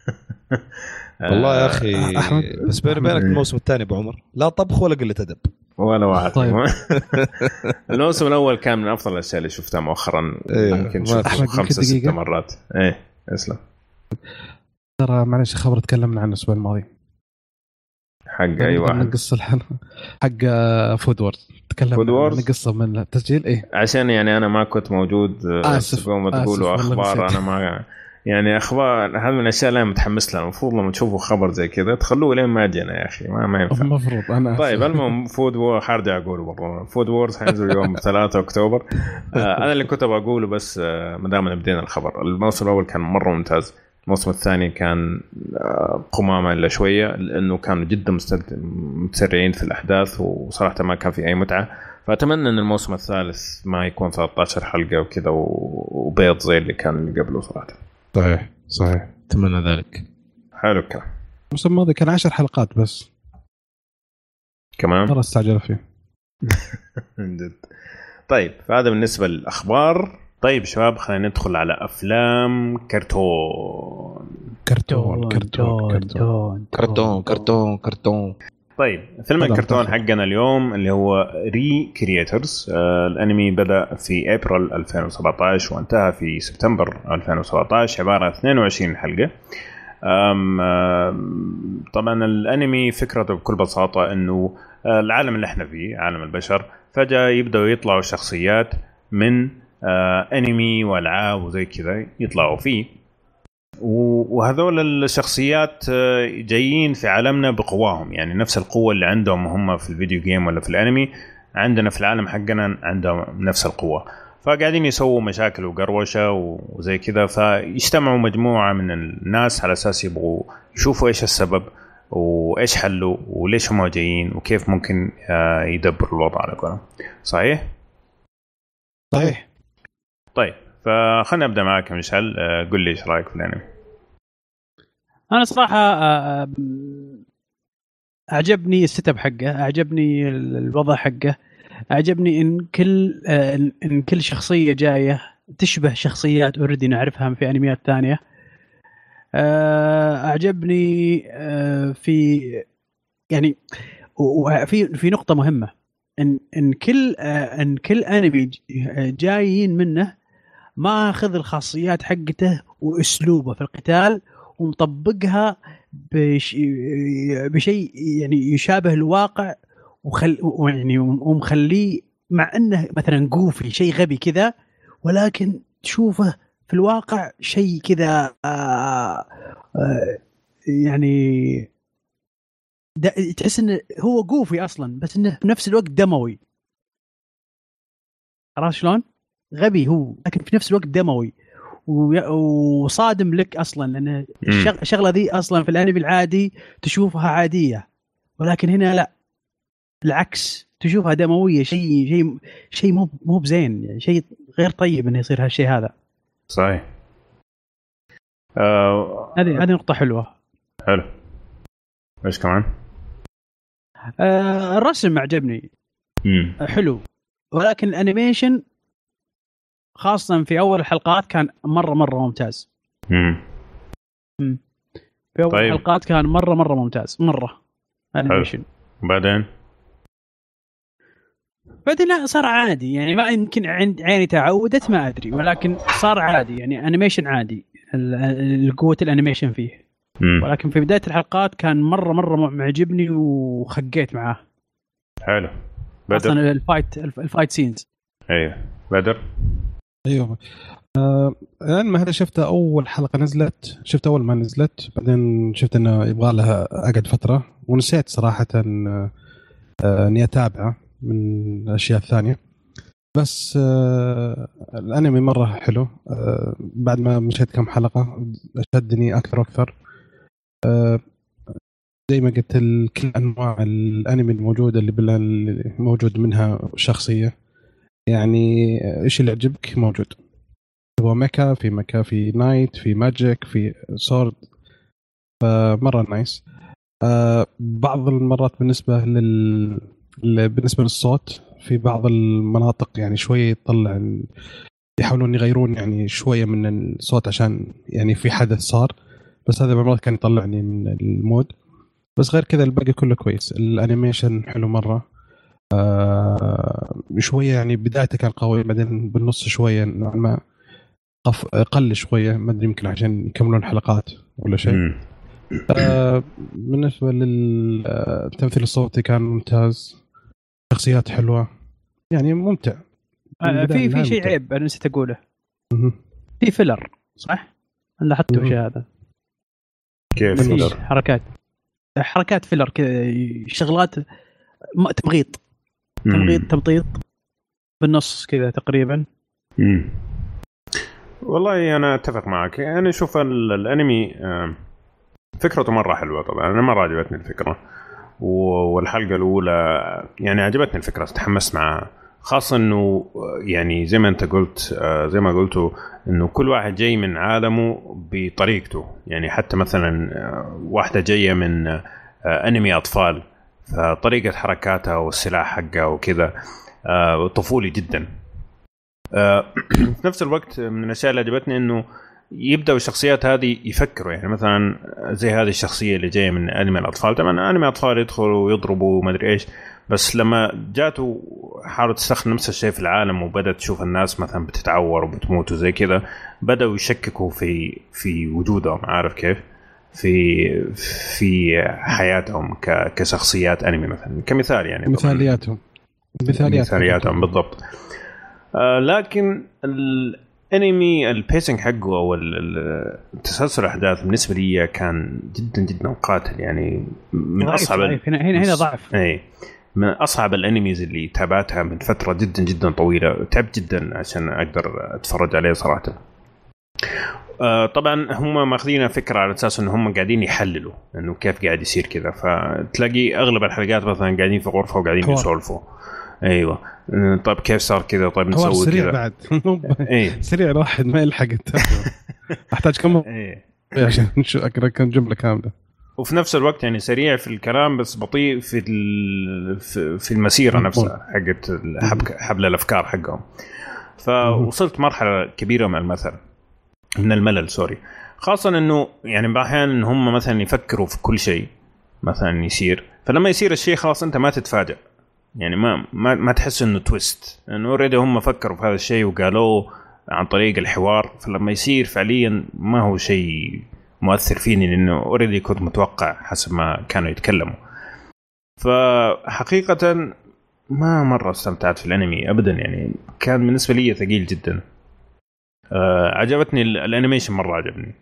والله يا أخي بس بيني وبينك الموسم الثاني بعمر لا طبخ ولا قلة أدب ولا واحد. طيب. الموسم الأول كان من أفضل الأشياء اللي شفتها مؤخرا. يمكن شفته خمسة ستة مرات. إيه اسلم. ترى معلش خبر تكلمنا عنه الأسبوع الماضي حق أي واحد من قصة الحلقة حق فود وورز. تكلمنا عن قصة من التسجيل. إيه عشان يعني أنا ما كنت موجود. آسف قوم تقولوا أخبار أنا ما يعني أخبار. هذا من الأشياء اللي متحمس لها. المفروض لما تشوفوا خبر زي كذا تخلوه لين ما أجينا يا أخي. ما ما ينفع. المفروض أنا طيب المهم فود وور حارجع أقوله برضه. فود وورز حينزل يوم ثلاثة أكتوبر. أنا اللي كنت بقوله بس مدام بدينا الخبر. الموسم الأول كان مرة ممتاز. الموسم الثاني كان قمامة إلا شوية لأنه كانوا جدا متسرعين في الأحداث وصراحة ما كان في أي متعة. فأتمنى أن الموسم الثالث ما يكون ثلاثة عشر حلقة وكذا وبيض زي اللي كان اللي قبله صراحة. صحيح صحيح أتمنى ذلك. حلو الكلام. الموسم الماضي كان عشر حلقات بس كمان مرة استعجل فيه. جد. طيب فهذا بالنسبة للأخبار. طيب شباب خلينا ندخل على أفلام كرتون. كرتون كرتون كرتون كرتون كرتون كرتون. طيب فيلم الكرتون حقنا اليوم اللي هو ري كرييترز. آه الأنمي بدأ في أبريل ألفين وسبعة عشر وانتهى في سبتمبر ألفين وسبعة عشر. عبارة عن اثنين وعشرين حلقة. أم أم طبعا الأنمي فكرته بكل بساطة أنه العالم اللي احنا فيه عالم البشر فجأة يبدأوا يطلعوا شخصيات من آه أنمي والعاب وزي كذا يطلعوا فيه. وهذول الشخصيات جايين في عالمنا بقواهم، يعني نفس القوة اللي عندهم هم في الفيديو جيم ولا في الأنمي عندنا في العالم حقنا عندهم نفس القوة. فقاعدين يسووا مشاكل وقروشة وزي كذا. فيجتمعوا مجموعة من الناس على أساس يبغوا يشوفوا إيش السبب وإيش حلوا وليش هم جايين وكيف ممكن يدبروا الوضع على قولهم. صحيح؟ صحيح. طيب فخلنا نبدأ معاك مشعل. قل لي إيش رأيك في الأنمي؟ أنا صراحة أعجبني الستب حقه، أعجبني الوضع حقه، أعجبني إن كل إن كل شخصية جاية تشبه شخصيات أوردي نعرفها في أنميات ثانية. أعجبني في يعني وفي في نقطة مهمة إن إن كل إن كل أنمي جايين منه ما أخذ الخاصيات حقته وأسلوبه في القتال ومطبقها بش بشيء يعني يشابه الواقع وخل يعني ومخليه مع أنه مثلا جوفي شيء غبي كذا ولكن تشوفه في الواقع شيء كذا يعني تحس إنه هو جوفي أصلا بس إنه في نفس الوقت دموي. عرفت شلون؟ غبي هو لكن في نفس الوقت دموي وصادم لك أصلا لأن الشغلة ذي أصلا في الأنمي العادي تشوفها عادية ولكن هنا لا بالعكس تشوفها دموية شيء شيء شيء مو مو بزين يعني شيء غير طيب إنه يصير هالشيء هذا. صحيح. هذه أه... هذه نقطة حلوة. حلو. إيش كمان؟ أه الرسم عجبني. مم. حلو ولكن الأنيميشن خاصة في أول الحلقات كان مرة مرة ممتاز. امم في أول طيب. الحلقات كان مرة مرة ممتاز مرة أنيميشن. بعدين بعدين لا صار عادي يعني، ما يمكن عند عيني تعودت ما أدري، ولكن صار عادي يعني أنيميشن عادي القوة الأنيميشن فيه. مم. ولكن في بداية الحلقات كان مرة مرة معجبني وخقيت معاه. حلو. بدر أصلا الفايت الفايت سينز. ايوه بدر. ايوه آه الان ما هذا شفته اول حلقه نزلت، شفت اول ما نزلت، بعدين شفت انه يبغى لها اقعد فتره ونسيت صراحه آه اني اتابعه من الاشياء الثانيه. بس آه الانمي مره حلو. آه بعد ما مشيت كم حلقه شدني اكثر واكثر. آه زي ما قلت كل انواع الانمي الموجوده اللي موجود منها شخصيه، يعني ايش اللي يعجبك موجود. هو ميكا في ميكا في نايت في ماجيك في سورد، فمره نايس. آه بعض المرات بالنسبه لل بالنسبه للصوت في بعض المناطق يعني شويه يطلع ال... يحاولون يغيرون يعني شويه من الصوت عشان يعني في حدث صار، بس هذا مرات كان يطلعني من المود. بس غير كذا الباقي كله كويس. الانيميشن حلو مره. آه شويه يعني بدايته كان قوي، بعدين بالنص شويه نوعا ما قف قل شويه، ما ادري يمكن عشان يكملون حلقات ولا شيء. آه بالنسبه للتمثيل الصوتي كان ممتاز، شخصيات حلوه يعني ممتع. آه في في شيء عيب انا نسيت اقوله. في فيلر صح؟ انا لاحظت الشيء هذا. كيف فيلر؟ حركات حركات فيلر كذا، شغلات تمغيط تمغيط تمطيط بالنص كذا تقريبا. امم والله انا اتفق معك. انا اشوف الانمي فكرته مره حلوه. طبعا انا مره عجبتني الفكره، والحلقه الاولى يعني عجبتني الفكره، تحمست معها. خاصه انه يعني زي ما انت قلت زي ما قلتوا انه كل واحد جاي من عالمه بطريقته. يعني حتى مثلا واحده جايه من انمي اطفال، فطريقه حركاتها والسلاح حقها وكذا طفولي جدا. في نفس الوقت من الاشياء اللي عجبتني انه يبداوا الشخصيات هذه يفكروا. يعني مثلا زي هذه الشخصيه اللي جايه من انمي الاطفال، طبعا انمي اطفال يدخلوا ويضربوا وما ادري ايش، بس لما جاتوا حاولوا تستخدم نفس الشيء في العالم وبدات تشوف الناس مثلا بتتعور وبتموت وزي كذا، بداوا يشككوا في في وجودهم، عارف كيف، في في حياتهم كشخصيات انمي مثلا كمثال. يعني مثالياتهم مثالياتهم, مثالياتهم بالضبط. آه لكن الانمي البيسنج حقه او التسلسل الاحداث بالنسبه لي كان جدا جدا قاتل. يعني من اصعب هنا هنا هنا ضعف. اي من اصعب الانميز اللي تابعتها من فتره جدا جدا طويله. تعبت جدا عشان اقدر اتفرج عليه صراحه. آه طبعا هم ماخذين فكره على اساس ان هم قاعدين يحللوا انه كيف قاعد يصير كذا، فتلاقي اغلب الحلقات مثلا قاعدين في غرفه وقاعدين يسولفوا. ايوه طيب كيف صار كذا، طيب نسوي كذا سريع بعد. ايه سريع الواحد ما يلحق احتاج كم ايه عشان نشو اقرا كم جمله كامله. وفي نفس الوقت يعني سريع في الكلام بس بطيء في في المسيره نفسها حقت حبل الافكار حقهم. فوصلت مرحله كبيره من المثل من الملل سوري. خاصه انه يعني باحيان ان هم مثلا يفكروا في كل شيء مثلا يصير، فلما يصير الشيء خلاص انت ما تتفاجئ. يعني ما ما ما تحس انه تويست، انه اوريدي هم فكروا في هذا الشيء وقالوه عن طريق الحوار، فلما يصير فعليا ما هو شيء مؤثر فيني لانه اوريدي كنت متوقع حسب ما كانوا يتكلموا. فحقيقه ما مره استمتعت في الانمي ابدا. يعني كان بالنسبه لي ثقيل جدا. آه عجبتني الانيميشن مره عجبني.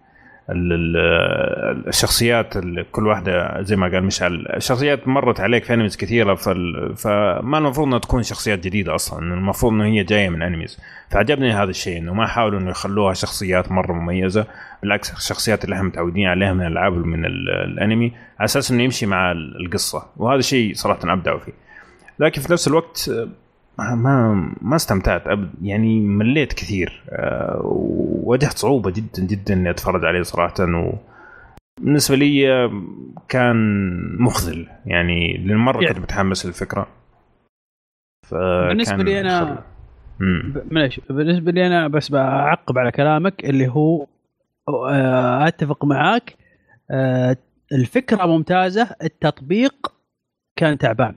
الشخصيات كل واحدة زي ما قال مشعل الشخصيات مرت عليك في أنميز كثيرة، فما المفروض أنها تكون شخصيات جديدة أصلا، المفروض أنه هي جاية من أنميز. فعجبني هذا الشيء أنه ما حاولوا أنه يخلوها شخصيات مرة مميزة، بالعكس الشخصيات اللي احنا متعودين عليها من الألعاب ومن الأنمي على أساس أنه يمشي مع القصة، وهذا الشيء صراحة أبدعوا فيه. لكن في نفس الوقت ما ما استمتعت أبد. يعني مليت كثير، وواجهت صعوبة جدا جدا إني أتفرج عليه صراحة. وبالنسبة لي كان مخذل يعني للمرة كنت متحمس للفكرة. بالنسبة لي أنا معليش بالنسبه لي انا بس بعقب على كلامك اللي هو اتفق معاك. الفكره ممتازه، التطبيق كان تعبان.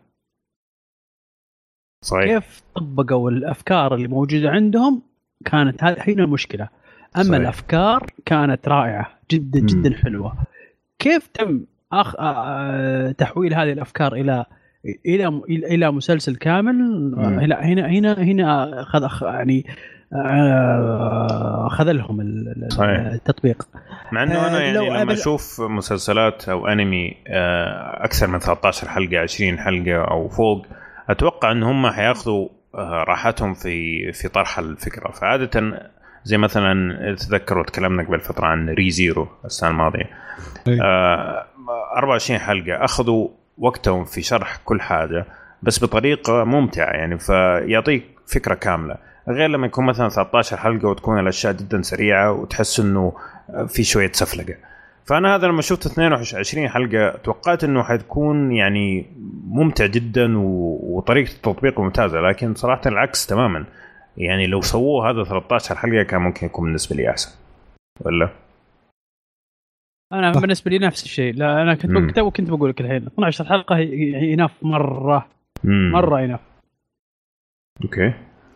صحيح. كيف طبقوا الافكار اللي موجوده عندهم كانت هذه هي المشكله. اما صحيح. الافكار كانت رائعه جدا جدا مم. حلوه. كيف تم أخ... تحويل هذه الافكار الى الى الى مسلسل كامل؟ هنا هنا هنا هنا اخذ يعني اخذ لهم التطبيق. مع انه انا يعني لما اشوف مسلسلات او انمي اكثر من ثلاثة عشر حلقه عشرين حلقه او فوق، اتوقع ان هم حياخذوا راحتهم في في طرح الفكره. فعاده زي مثلا تذكروا تكلمنا قبل فتره عن ري زيرو السنه الماضيه، أربعة وعشرين حلقه اخذوا وقتهم في شرح كل حاجه بس بطريقه ممتعه يعني، فيعطيك فكره كامله، غير لما يكون مثلا ثلاثة عشر حلقه وتكون الاشياء جدا سريعه وتحس انه في شويه سفلقه. فانا هذا لما شفت اثنين وعشرين حلقه توقعت انه حتكون يعني ممتع جدا وطريقه التطبيق ممتازه، لكن صراحه العكس تماما. يعني لو سووه هذا ثلاثة عشر حلقه كان ممكن يكون بالنسبه لي احسن. ولا انا بالنسبه لي نفس الشيء. لا انا كنت كنت كنت بقول لك الحين اثنتي عشرة حلقه يناف مره مم. مره يناف. اوكي.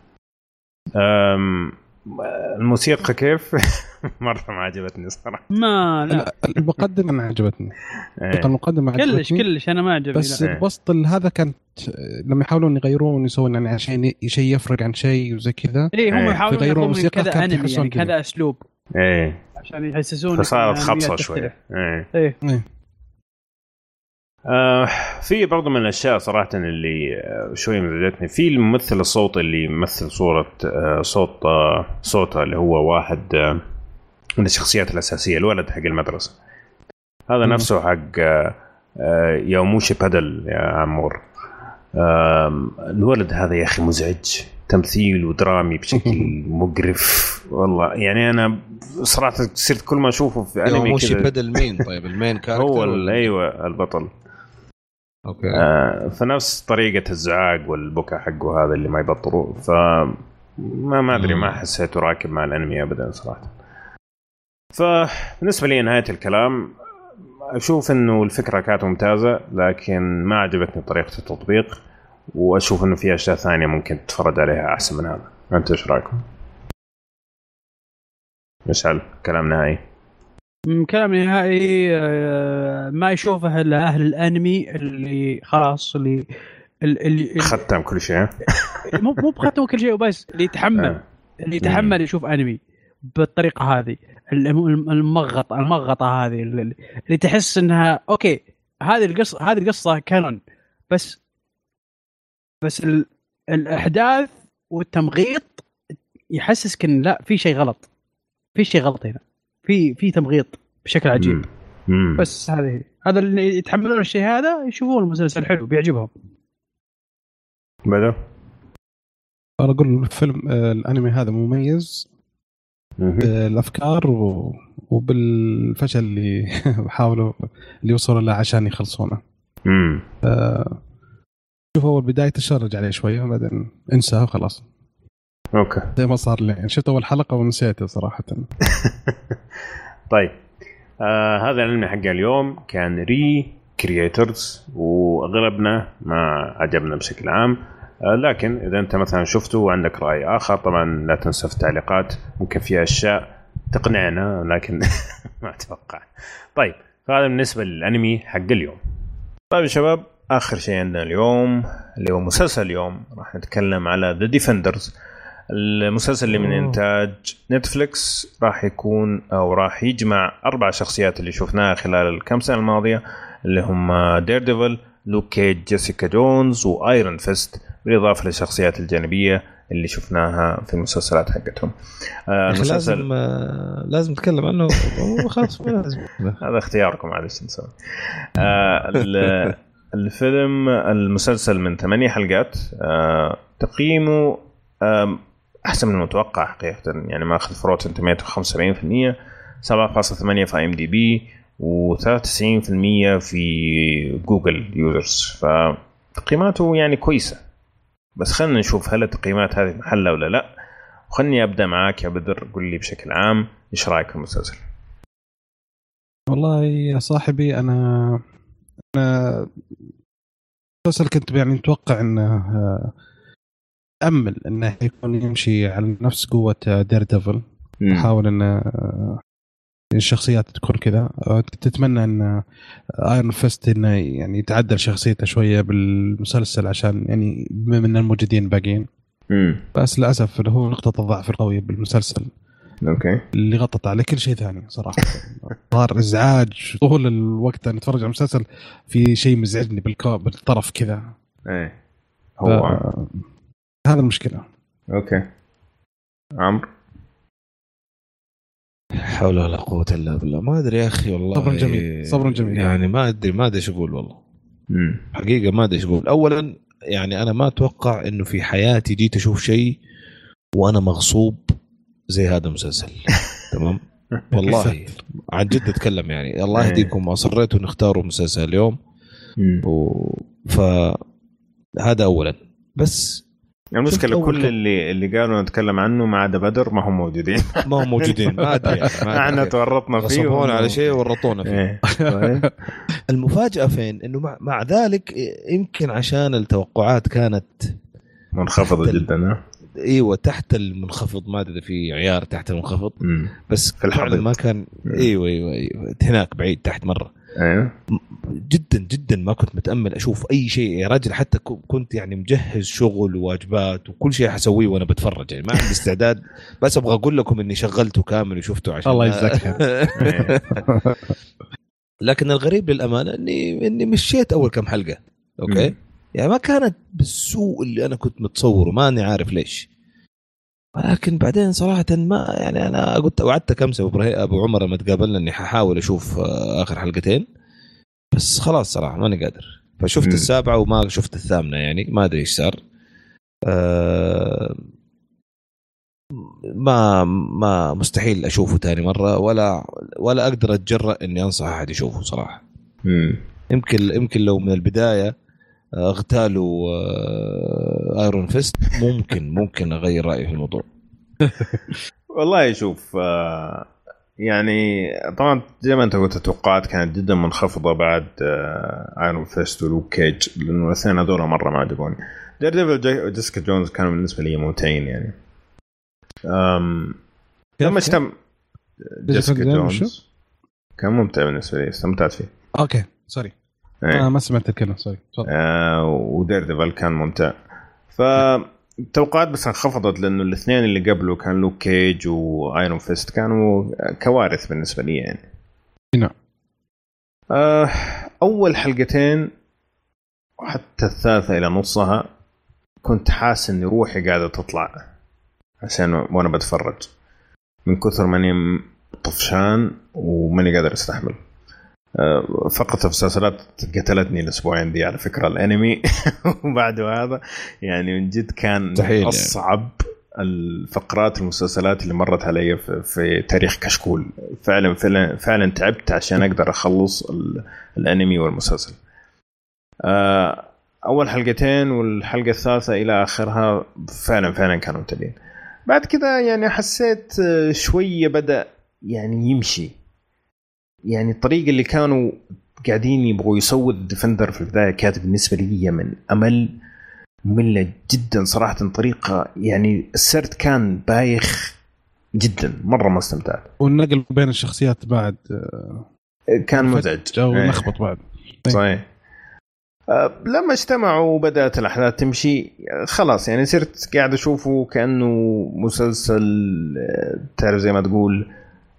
أم الموسيقى كيف؟ مرة ما عجبتني صراحة. ما لا المقدمة ما عجبتني. المقدمة عجبتني كلش كلش أنا ما عجبني. بس الوسط هذا كانت لما يحاولون يغيرون يسوون يعني عشان شيء يفرق عن شيء وزي كذا. إيه هم يحاولون يغيرون الموسيقى كذا أنمي يعني كذا أسلوب. إيه. عشان يحسسون. فصارت خبصة شوية. إيه. إيه. إيه. آه في برضو من الأشياء صراحة اللي شوية مزعجتني في الممثل الصوتي اللي يمثل صورة آه صوت آه صوته اللي هو واحد آه من الشخصيات الأساسية، الولد حق المدرسة هذا نفسه حق آه آه يوموشي بادل يا عمور. آه الولد هذا يا أخي مزعج، تمثيل ودرامي بشكل مقرف والله. يعني أنا صراحة صرت كل ما أشوفه في أنمي كذا. يوموشي بادل مين طيب؟ المين كاركتر هو أيوة البطل. اوكي. آه فنفس طريقه الزعاق والبكاء حقه هذا اللي ما يبطلوا، فما ما ادري ما حسيته راكب مع الانمي ابدا صراحه. فبالنسبه لي نهايه الكلام اشوف انه الفكره كانت ممتازه لكن ما عجبتني طريقه التطبيق، واشوف انه في اشياء ثانيه ممكن تتفرج عليها احسن من هذا. انت ايش رايكم؟ مشعل كلام نهائي. كلام نهائي ما يشوفه الا اهل الانمي اللي خلاص اللي اللي ختم كل شيء. مو مو بختم كل شيء وبس، اللي يتحمل اللي يتحمل يشوف انمي بالطريقه هذه المغطى المغطى هذه اللي تحس انها اوكي هذه القصه هذه القصه كانون، بس بس الاحداث والتمغيط يحسسك ان لا في شيء غلط، في شيء غلط هنا، في في تمغيط بشكل عجيب. مم. مم. بس هذه هذا اللي يتحملون الشيء هذا يشوفون المسلسل حلو بيعجبهم. بدأ أنا أقول الفيلم الأنمي هذا مميز بالأفكار وبالفشل اللي حاولوا اللي يوصلوا له عشان يخلصونه. امم شوف أول بداية تشرج عليه شوية وبعدين انساه وخلاص. اوكي زي ما صار لي يعني شفت اول حلقه ونسيته صراحه. طيب آه هذا الانمي حق اليوم كان ري كرييترز واغلبنا ما عجبنا بشكل عام، آه لكن اذا انت مثلا شفته وعندك راي اخر طبعا لا تنسى في التعليقات، ممكن فيها اشياء تقنعنا لكن ما اتوقع. طيب هذا بالنسبه للانمي حق اليوم. طيب يا شباب اخر شيء عندنا اليوم اللي هو مسلسل اليوم، راح نتكلم على ذا ديفندرز، المسلسل اللي من إنتاج نتفليكس. راح يكون أو راح يجمع أربع شخصيات اللي شفناها خلال الكم سنة الماضية اللي هم دير ديفل، لوك كيج، جيسيكا جونز وآيرون فيست، بالإضافة للشخصيات الجانبية اللي شفناها في المسلسلات حقتهم. آه المسلسل لازم آه لازم نتكلم عنه خلاص هذا اختياركم معلش نسوي. آه الفيلم المسلسل من ثمانية حلقات، آه تقييمه آه أحسن من المتوقع حقيقة، يعني ما أخذ فروت ثمانية وخمسة وسبعين بالمية، سبعة فاصلة ثمانية في ام دي بي وثلاثة وتسعين بالمية في جوجل يوزرز، فتقييماته يعني كويسة بس خلينا نشوف هل التقييمات هذه محلة ولا لا. وخلني أبدأ معاك يا بدر، قل لي بشكل عام إيش رأيك في المسلسل؟ والله يا صاحبي أنا أنا المسلسل كنت يعني متوقع إنه أمل إنه يكون يمشي على نفس قوة دير ديفل، أحاول إن الشخصيات تكون كذا. تتمنى إن آيرون فيست إنه يعني يتعدل شخصيته شوية بالمسلسل عشان يعني من الموجودين باقيين. مم. بس للأسف اللي هو نقطة الضعف القوية بالمسلسل، أوكي، اللي غطت على كل شيء ثاني صراحة. صار إزعاج طول الوقت أنا أتفرج على المسلسل، في شيء مزعجني بالكو بالطرف كذا. إيه هو ف... هذا المشكلة. أوكي عمرو. حول ولا قوة إلا بالله. ما أدري يا أخي والله. صبر جميل، صبر جميل. يعني ما أدري ما أدري إيش أقول والله. مم. حقيقة ما أدري إيش أقول. أولا يعني أنا ما أتوقع إنه في حياتي جيت أشوف شيء وأنا مغصوب زي هذا المسلسل. تمام والله عن جد أتكلم يعني. الله يهديكم، أصريتوا نختاروا مسلسل اليوم و... فهذا أولا. بس المشكلة كل اللي اللي قالوا نتكلم عنه ما عدا بدر ما هم موجودين. ما هم موجودين ما أدري يعني. احنا تورطنا فيه، غصبونا على شيء ورطونا فيه. المفاجأة فين؟ إنه مع, مع ذلك يمكن عشان التوقعات كانت منخفضة جدا. ايوه تحت المنخفض، ما ادري في عيار تحت المنخفض. مم. بس في الحضر ما كان. ايوه ايوه ايوه هناك بعيد تحت مره. ايوه جدا جدا ما كنت متامل اشوف اي شيء يا راجل. حتى كنت يعني مجهز شغل وواجبات وكل شيء حسويه وانا بتفرج، يعني ما عندي استعداد. بس ابغى اقول لكم اني شغلته كامل وشفته عشان الله يجزاك. لكن الغريب للامانه اني اني مشيت اول كم حلقه. اوكي م. يعني ما كانت بالسوء اللي أنا كنت متصوره، ما أني عارف ليش. ولكن بعدين صراحة ما يعني أنا قلت وعدت كمسة أبو عمر لما تقابلنا أني ححاول أشوف آخر حلقتين، بس خلاص صراحة ماني قادر. فشفت م. السابعة وما شفت الثامنة، يعني ما أدري إيش صار. أه ما ما مستحيل أشوفه تاني مرة، ولا ولا أقدر أتجرأ إني أنصح أحد يشوفه صراحة. م. يمكن يمكن لو من البداية اغتالوا ايرون فيست ممكن ممكن اغير رايي في الموضوع. والله شوف يعني طبعا زي ما انت قلت التوقعات كانت جدا منخفضه بعد ايرون فيست ولوك كيج، لانه الاثنين هذول مره ما عجبوني. دير ديفل وجيسيكا جونز كانوا بالنسبه لي ممتعين يعني. امم لما اجتمع جيسيكا جونز كان ممتع بالنسبه لي، استمتعت فيه. اوكي سوري آه ما سمعت الكلمة سوري. آه ودير ديفل كان ممتع. فالتوقعات بس انخفضت لأنه الاثنين اللي قبله كان لوك كيج وآيرون فيست كانوا كوارث بالنسبة لي يعني. نعم. آه أول حلقتين وحتى الثالثة إلى نصها كنت حاسس إن روحي قاعدة تطلع عشان وأنا بتفرج من كثر ماني طفشان وماني قادر استحمل. فقط المسلسلات قتلتني الأسبوعين دي على فكرة الأنمي. وبعده هذا يعني من جد كان أصعب الفقرات المسلسلات اللي مرت علي في, في تاريخ كشكول. فعلا فعلا فعلا تعبت عشان أقدر أخلص الأنمي والمسلسل. أول حلقتين والحلقة الثالثة إلى آخرها فعلا فعلا كانوا ممتعين. بعد كده يعني حسيت شوية بدأ يعني يمشي، يعني الطريقة اللي كانوا قاعدين يبغوا يسووا الديفندر في البداية كانت بالنسبة لي من أمل مملة جدا صراحة. طريقة يعني السرد كان بايخ جدا، مرة ما استمتعت. والنقل بين الشخصيات بعد كان مزعج أو نخبط بعد. صحيح. لما اجتمعوا وبدأت الأحداث تمشي خلاص يعني صرت قاعد أشوفه كأنه مسلسل تعرف زي ما تقول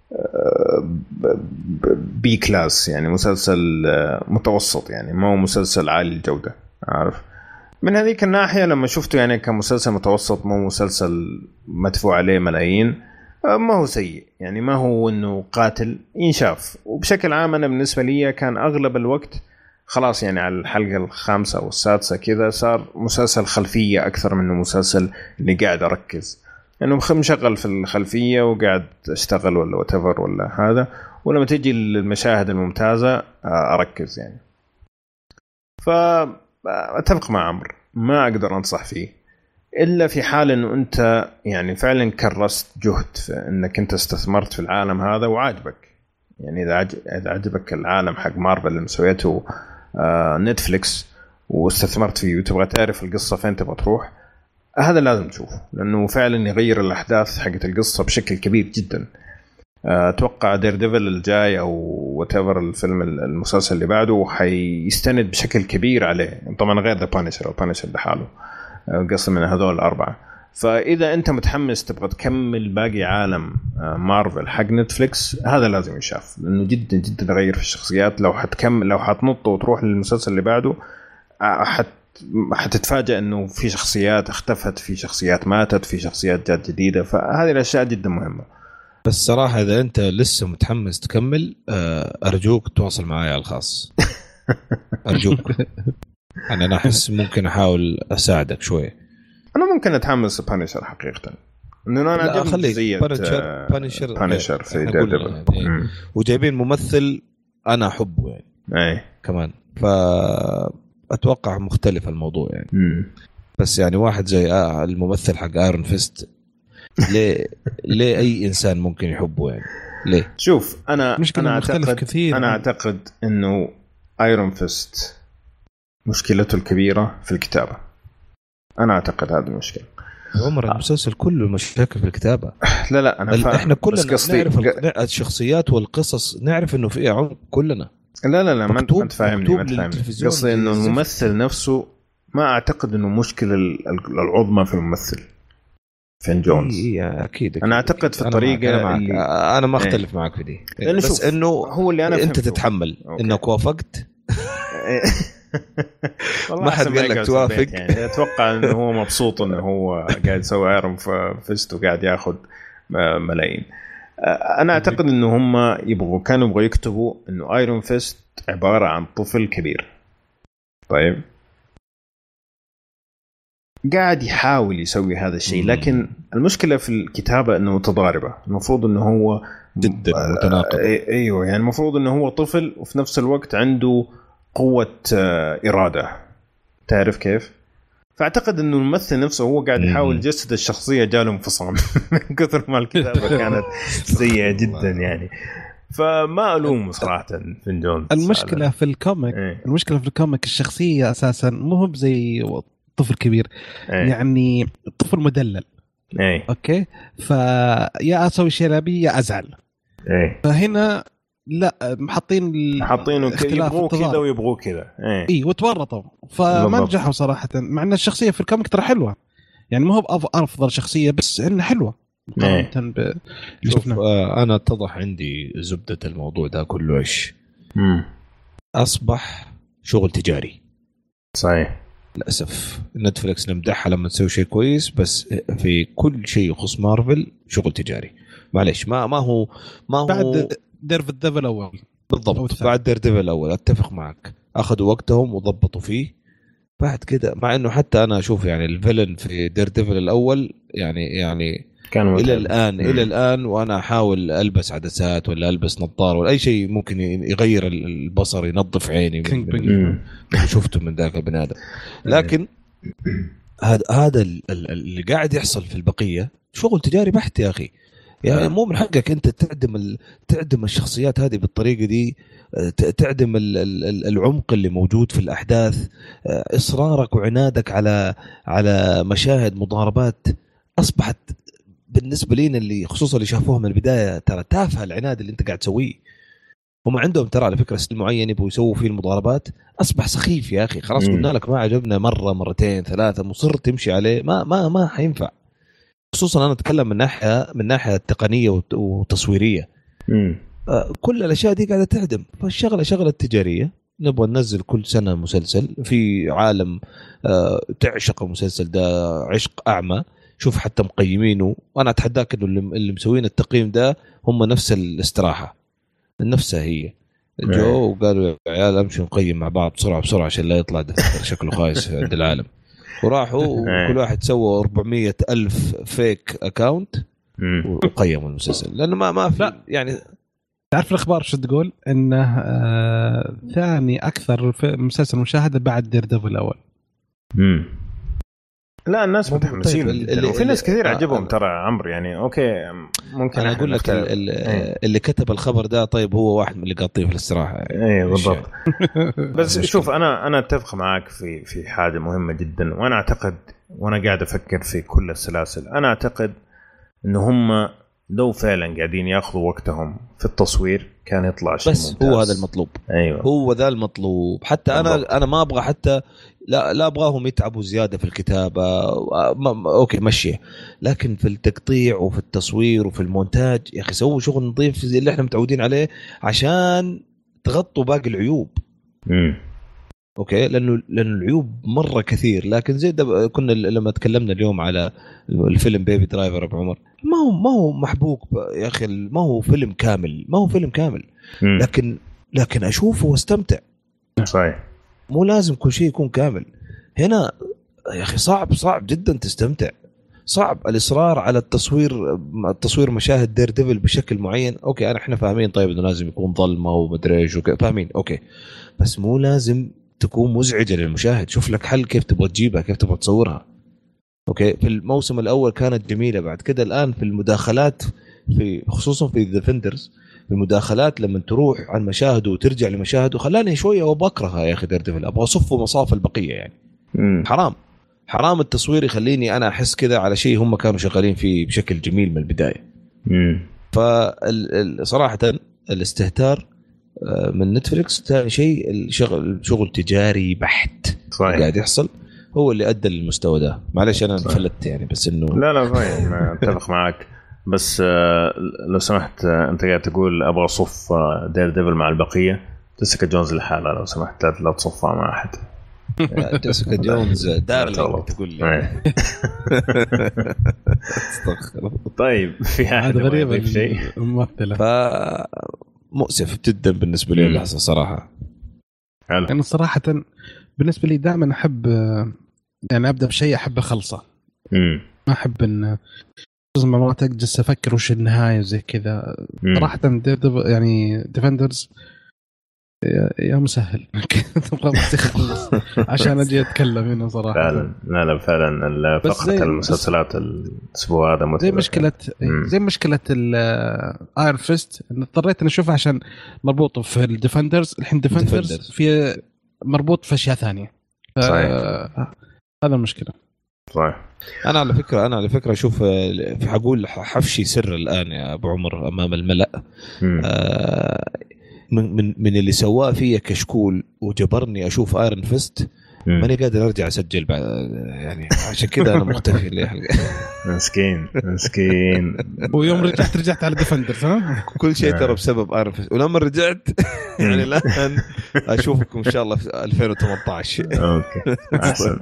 بي كلاس، يعني مسلسل متوسط، يعني ما هو مسلسل عالي الجودة. عارف من هذيك الناحية لما شفته يعني كمسلسل متوسط، مو مسلسل مدفوع عليه ملايين، ما هو سيء يعني، ما هو انه قاتل ينشاف. وبشكل عام انا بالنسبة لي كان اغلب الوقت خلاص يعني على الحلقة الخامسة والسادسة كذا صار مسلسل خلفية اكثر منه مسلسل اللي قاعد اركز، انه يعني مشغل في الخلفية وقاعد اشتغل ولا وتفر ولا هذا، ولما تجي المشاهد الممتازة اركز يعني. فاتفق مع عمرو، ما اقدر انصح فيه الا في حال انه انت يعني فعلا كرست جهد في انك انت استثمرت في العالم هذا وعاجبك. يعني اذا عج... اذا عجبك العالم حق مارفل اللي مسويته آه نتفليكس واستثمرت فيه وتبغى تعرف القصه فين تبغى تروح، هذا لازم تشوفه لانه فعلا يغير الاحداث حقت القصه بشكل كبير جدا. اتوقع دير ديفل الجاي او واتيفر الفيلم المسلسل اللي بعده حيستند بشكل كبير عليه، طبعا غير ذا بانشر. البانشر لحاله قصة من هذول الأربعة. فإذا أنت متحمس تبغى تكمل باقي عالم مارفل حق نتفليكس، هذا لازم يشاف لأنه جدا جدا غير في الشخصيات. لو حتكمل لو حتنط وتروح للمسلسل اللي بعده حت حتتفاجأ أنه في شخصيات اختفت، في شخصيات ماتت، في شخصيات جات جديدة. فهذه الأشياء جدا مهمة. بس صراحة إذا أنت لسه متحمس تكمل أرجوك تواصل معي على الخاص. أرجوك. أنا أنا أحس ممكن أحاول أساعدك شوي. أنا ممكن أتحمس بانشر حقيقة، إنه أنا عجبني زي بانشر بانشر بانشر في ديرديفل يعني. وجايبين ممثل أنا أحبه يعني أي كمان، فأتوقع مختلف الموضوع يعني. مم. بس يعني واحد زي آه الممثل حق آيرون فيست، ليه ليه أي إنسان ممكن يحبه يعني؟ ليه؟ شوف أنا أنا أعتقد كثير. أنا أعتقد إنه آيرون فيست مشكلته الكبيرة في الكتابة. أنا أعتقد هذه المشكلة. عمر المسلسل كله مشاكل في الكتابة. لا لا أنا فاهم. إحنا كلنا نعرف الشخصيات والقصص، نعرف إنه فيها عمق كلنا. لا لا لا ما أنت فاهمني ما تفهمني. قصدي إنه الممثل نفسه ما أعتقد إنه مشكلة العظمى في الممثل فين جونز. إيه أكيد, أكيد أنا أعتقد في الطريقة أنا, اللي أنا ما أختلف معك في دي، بس إنه هو اللي أنا أنت تتحمل أوكي. إنك وافقت. ما حد قال لك توافق يعني. أتوقع إنه هو مبسوط إنه هو قاعد يسوي ايرون فيست وقاعد ياخد ملايين. أنا أعتقد إنه هم يبغوا كانوا يبغوا يكتبوا إنه ايرون فيست عبارة عن طفل كبير. طيب قاعد يحاول يسوي هذا الشيء، لكن المشكلة في الكتابة إنه متضاربة. المفروض إنه هو جدا متناقض. أيوة يعني المفروض إنه هو طفل وفي نفس الوقت عنده قوة إرادة، تعرف كيف؟ فأعتقد إنه الممثل نفسه هو قاعد يحاول يجسد الشخصية جاله انفصام من كثر ما الكتابة كانت سيئة جدا يعني. فما ألوم صراحة فين جونز. المشكلة في الكوميك ايه. المشكلة في الكوميك الشخصية أساسا مو هو زي طفل كبير. ايه. يعني طفل مدلل. ايه. أوكي فيا أسوي شيء لابي يا أزعل. ايه. فهنا لا محطين حاطينه يبغوا كذا ويبغوا كذا. ايه. اي وتورطوا فما نجحوا صراحة، مع ان الشخصية في الكوميك ترى حلوة يعني، ما هو افضل شخصية بس انها حلوة مقارنة ب شوف آه انا اتضح عندي زبدة الموضوع ده كله ايش اصبح شغل تجاري. صحيح للاسف نتفليكس نمدحها لما تسوي شيء كويس، بس في كل شيء يخص مارفل شغل تجاري. معليش ما ما هو ما هو بعد دير ديفل الاول بالضبط. بعد دير ديفل الاول اتفق معك، اخذوا وقتهم وضبطوا فيه. بعد كده مع انه حتى انا اشوف يعني الفيلن في دير ديفل الاول يعني يعني كان الى الان مم. الى الان وانا احاول البس عدسات ولا البس نظاره ولا اي شيء ممكن يغير البصر ينظف عيني من شفته من ذاك البني ادم. لكن هذا هذا اللي قاعد يحصل في البقيه شغل تجاري بحت يا اخي. يعني مو من حقك انت تعدم تعدم الشخصيات هذه بالطريقه دي، تعدم العمق اللي موجود في الاحداث. اصرارك وعنادك على على مشاهد مضاربات اصبحت بالنسبه لنا اللي خصوصا اللي شافوها من البدايه ترى تافهه. العناد اللي انت قاعد تسويه هم عندهم ترى على فكره ستيل معين يبغوا يسووا فيه المضاربات اصبح سخيف يا اخي. خلاص قلنا لك ما عجبنا مره مرتين ثلاثه مصر تمشي عليه ما ما ما حينفع. خصوصا انا اتكلم من ناحيه من ناحيه التقنيه وتصويريه. امم كل الاشياء دي قاعده تعدم. فالشغله شغله تجاريه، نبغى ننزل كل سنه مسلسل في عالم تعشق المسلسل ده عشق اعمى. شوف حتى مقيمينه، وانا اتحداك انه اللي مسوين التقييم ده هم نفس الاستراحه نفسها هي جو وقالوا يا عيال امشي نقيم مع بعض بسرعه بسرعه عشان لا يطلع دفتر شكله خايس عند العالم. وراحوا وكل واحد سوى أربعمية ألف فيك أكاونت وقيموا المسلسل لأنه ما ما في يعني. تعرف الأخبار شو تقول؟ إنه آه ثاني أكثر مسلسل مشاهدة بعد دير ديفل الأول. امم لا الناس متحمسين طيب اللي وفي ناس كثير عجبهم آه ترى عمرو يعني اوكي ممكن انا اقول لك اللي, اللي كتب الخبر ده طيب هو واحد من اللي قاطيه في الاستراحه يعني. اي بالضبط. بس شوف انا انا اتفق معاك في في حاجه مهمه جدا، وانا اعتقد وانا قاعد افكر في كل السلاسل انا اعتقد انه هم لو فعلا قاعدين ياخذوا وقتهم في التصوير كان يطلع شيء بس ممتاز. هو هذا المطلوب. ايوه هو ذا المطلوب. حتى بالضبط. انا انا ما ابغى حتى لا لا ابغاهم يتعبوا زياده في الكتابه ما اوكي مشي، لكن في التقطيع وفي التصوير وفي المونتاج يا اخي سووا شغل نظيف زي اللي احنا متعودين عليه عشان تغطوا باقي العيوب. امم اوكي لانه لانه العيوب مره كثير. لكن زي ده كنا لما تكلمنا اليوم على الفيلم بيبي درايفر ابو عمر، ما هو ما هو محبوك يا اخي، ما هو فيلم كامل، ما هو فيلم كامل مم. لكن لكن اشوفه واستمتع. صحيح مو لازم كل شيء يكون كامل. هنا يا اخي صعب صعب جدا تستمتع. صعب الاصرار على التصوير التصوير مشاهد دير ديفل بشكل معين. اوكي انا احنا فاهمين طيب انه لازم يكون ظلمه ومدري ايش فاهمين اوكي، بس مو لازم تكون مزعجه للمشاهد. شوف لك حل كيف تبغى تجيبها، كيف تبغى تصورها. اوكي في الموسم الاول كانت جميله، بعد كده الان في المداخلات في خصوصا في ديفندرز المداخلات لما تروح عن مشاهد وترجع لمشاهد وخلاني شويه وبكرهها يا اخي دير ديفل، ابغى اصفه مصاف البقيه يعني. مم. حرام حرام التصوير يخليني انا احس كذا على شيء هم كانوا شغالين فيه بشكل جميل من البدايه. امم فصراحه الاستهتار من نتفليكس ثاني شيء الشغل شغل تجاري بحت صحيح. قاعد يحصل هو اللي ادى للمستوى ده. معلش انا انفلت يعني بس انه لا لا صحيح انا اتفق معك. بس لو سمحت انت قاعد تقول ابغى اصف دير ديفل مع البقيه، جيسيكا جونز لحالها لو سمحت لا تصفها مع احد. جيسيكا جونز دارلينج تقول لي. طيب في هذا غريب شيء ممثله ف مؤسف جدا بالنسبه لي اللحظه صراحه. انا يعني صراحه بالنسبه لي دائما احب يعني ابدا بشيء احب اخلصه. امم ما احب ان لازم ما تجلس افكر وش النهايه وزي كذا. صراحه يعني ديفندرز يا مسهل تخلص عشان اجي اتكلم هنا صراحه. فعلا لا لا فعلا فقره المسلسلات الاسبوع هذا زي مشكله مم. زي مشكله الايرون فيست ان اضطريت ان اشوفها عشان مربوطه في الديفندرز. الحين ديفندرز في مربوط في اشياء ثانيه. صحيح هذا المشكله. صحيح. انا على فكره انا على فكره اشوف في حقول حفشي سر الان يا ابو عمر امام الملأ آه من من من اللي سواه فيا كشكول وجبرني اشوف ايرون فيست ماني قادر ارجع اسجل بعد يعني عشان كذا انا مختفي لي مسكين مسكين. ويوم رجعت رجعت على ديفندرز ها كل شيء ترى بسبب ايرون فيست. ولما رجعت يعني الان اشوفكم ان شاء الله في ألفين وثمانية عشر. اوكي احسن.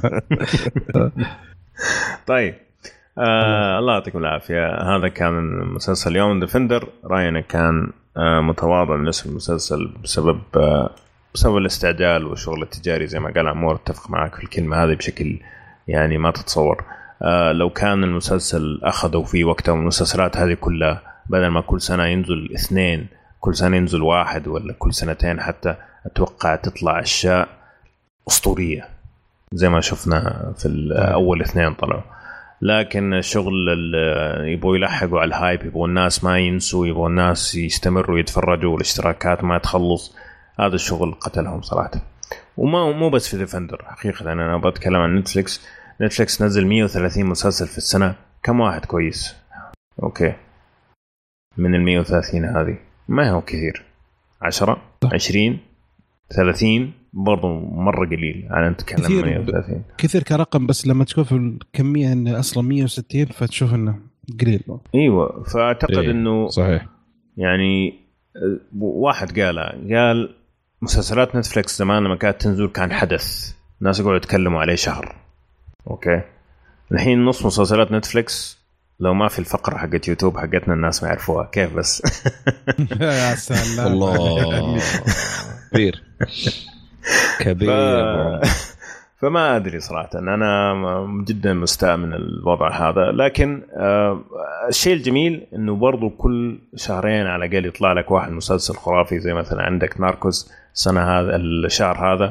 طيب آه الله يعطيكم العافيه. هذا كان مسلسل اليوم ديفندر. راينا كان آه متواضع بالنسبه للمسلسل بسبب آه بسبب الاستعجال والشغل التجاري زي ما قال عمور. اتفق معك في الكلمه هذه بشكل يعني ما تتصور. آه لو كان المسلسل اخذوا فيه وقته والمسلسلات هذه كلها بدل ما كل سنه ينزل اثنين كل سنه ينزل واحد ولا كل سنتين حتى اتوقع تطلع اشياء اسطوريه زي ما شفنا في اول اثنين طلعوا. لكن الشغل يبغوا يلحقوا على الهايب، يبغوا الناس ما ينسوا، يبغوا الناس يستمروا يتفرجوا والاشتراكات ما تخلص. هذا الشغل قتلهم صراحة. وما مو بس في ديفندر حقيقة. أنا بتكلم عن نتفليكس. نتفليكس نزل مية وثلاثين مسلسل في السنة. كم واحد كويس؟ أوكي من المية وثلاثين هذه ما هو كثير. عشرة عشرين ثلاثين برضو مرة قليل. أنا نتكلم مية وثلاثين كثير كرقم، بس لما تشوف الكمية إن أصلا مية وستين فتشوف إنه قليل. أيوة فأعتقد إيه إنه صحيح. يعني واحد قال قال مسلسلات نتفليكس زمان لما كانت تنزل كان حدث الناس يقولوا يتكلموا عليه شهر. أوكي الحين نص مسلسلات نتفليكس لو ما في الفقرة حقت يوتيوب حقتنا الناس ما يعرفوها كيف بس. يا سلام الله كبير كبير. ف... فما أدري صراحة أنا جدا مستاء من الوضع هذا. لكن آه الشيء الجميل إنه برضو كل شهرين على الأقل يطلع لك واحد مسلسل خرافي زي مثلا عندك ناركوس السنة هذا الشهر هذا.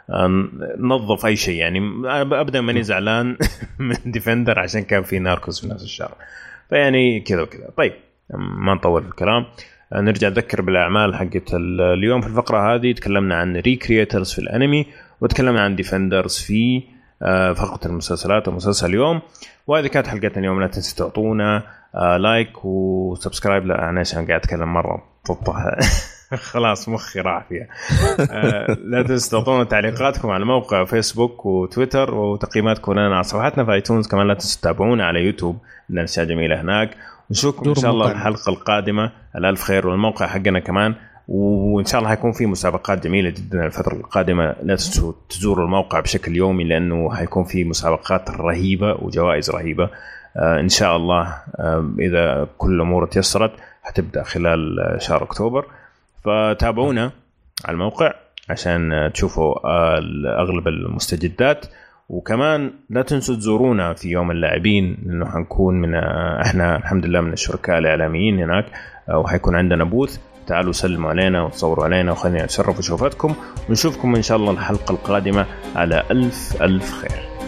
نظف اي شيء يعني. ابدا ماني زعلان من ديفندر عشان كان في ناركوس في نفس الشهر، فيعني كذا وكذا. طيب ما نطول في الكلام، نرجع نذكر بالاعمال حقت اليوم. في الفقره هذه تكلمنا عن ريكرييترز في الانمي، وتكلمنا عن ديفندرز في فقره المسلسلات ومسلسل اليوم. وهذه كانت حلقتنا اليوم. لا تنسوا تعطونا لايك وسبسكرايب. لا انا عشان قاعد اتكلم مره خلاص مخي راح فيها. لا تنسوا تعطونا تعليقاتكم على موقع فيسبوك وتويتر، وتقييماتكم لنا على صفحتنا في ايتونز. كمان لا تنسوا تتابعونا على يوتيوب، لنا اشياء جميله هناك. نشوفكم ان شاء الله الحلقه القادمه على الف خير. والموقع حقنا كمان، وان شاء الله حيكون في مسابقات جميله جدا الفتره القادمه. لا تنسوا تزوروا الموقع بشكل يومي، لانه حيكون في مسابقات رهيبه وجوائز رهيبه آه ان شاء الله. آه اذا كل الامور تيسرت حتبدا خلال شهر اكتوبر، فتابعونا على الموقع عشان تشوفوا آه اغلب المستجدات. وكمان لا تنسوا تزورونا في يوم اللاعبين، لانه حنكون من آه احنا الحمد لله من الشركاء الاعلاميين هناك، آه وحيكون عندنا بوث. تعالوا سلموا علينا وتصوروا علينا، وخلينا نتشرف بشوفتكم. ونشوفكم إن شاء الله الحلقة القادمة على ألف ألف خير.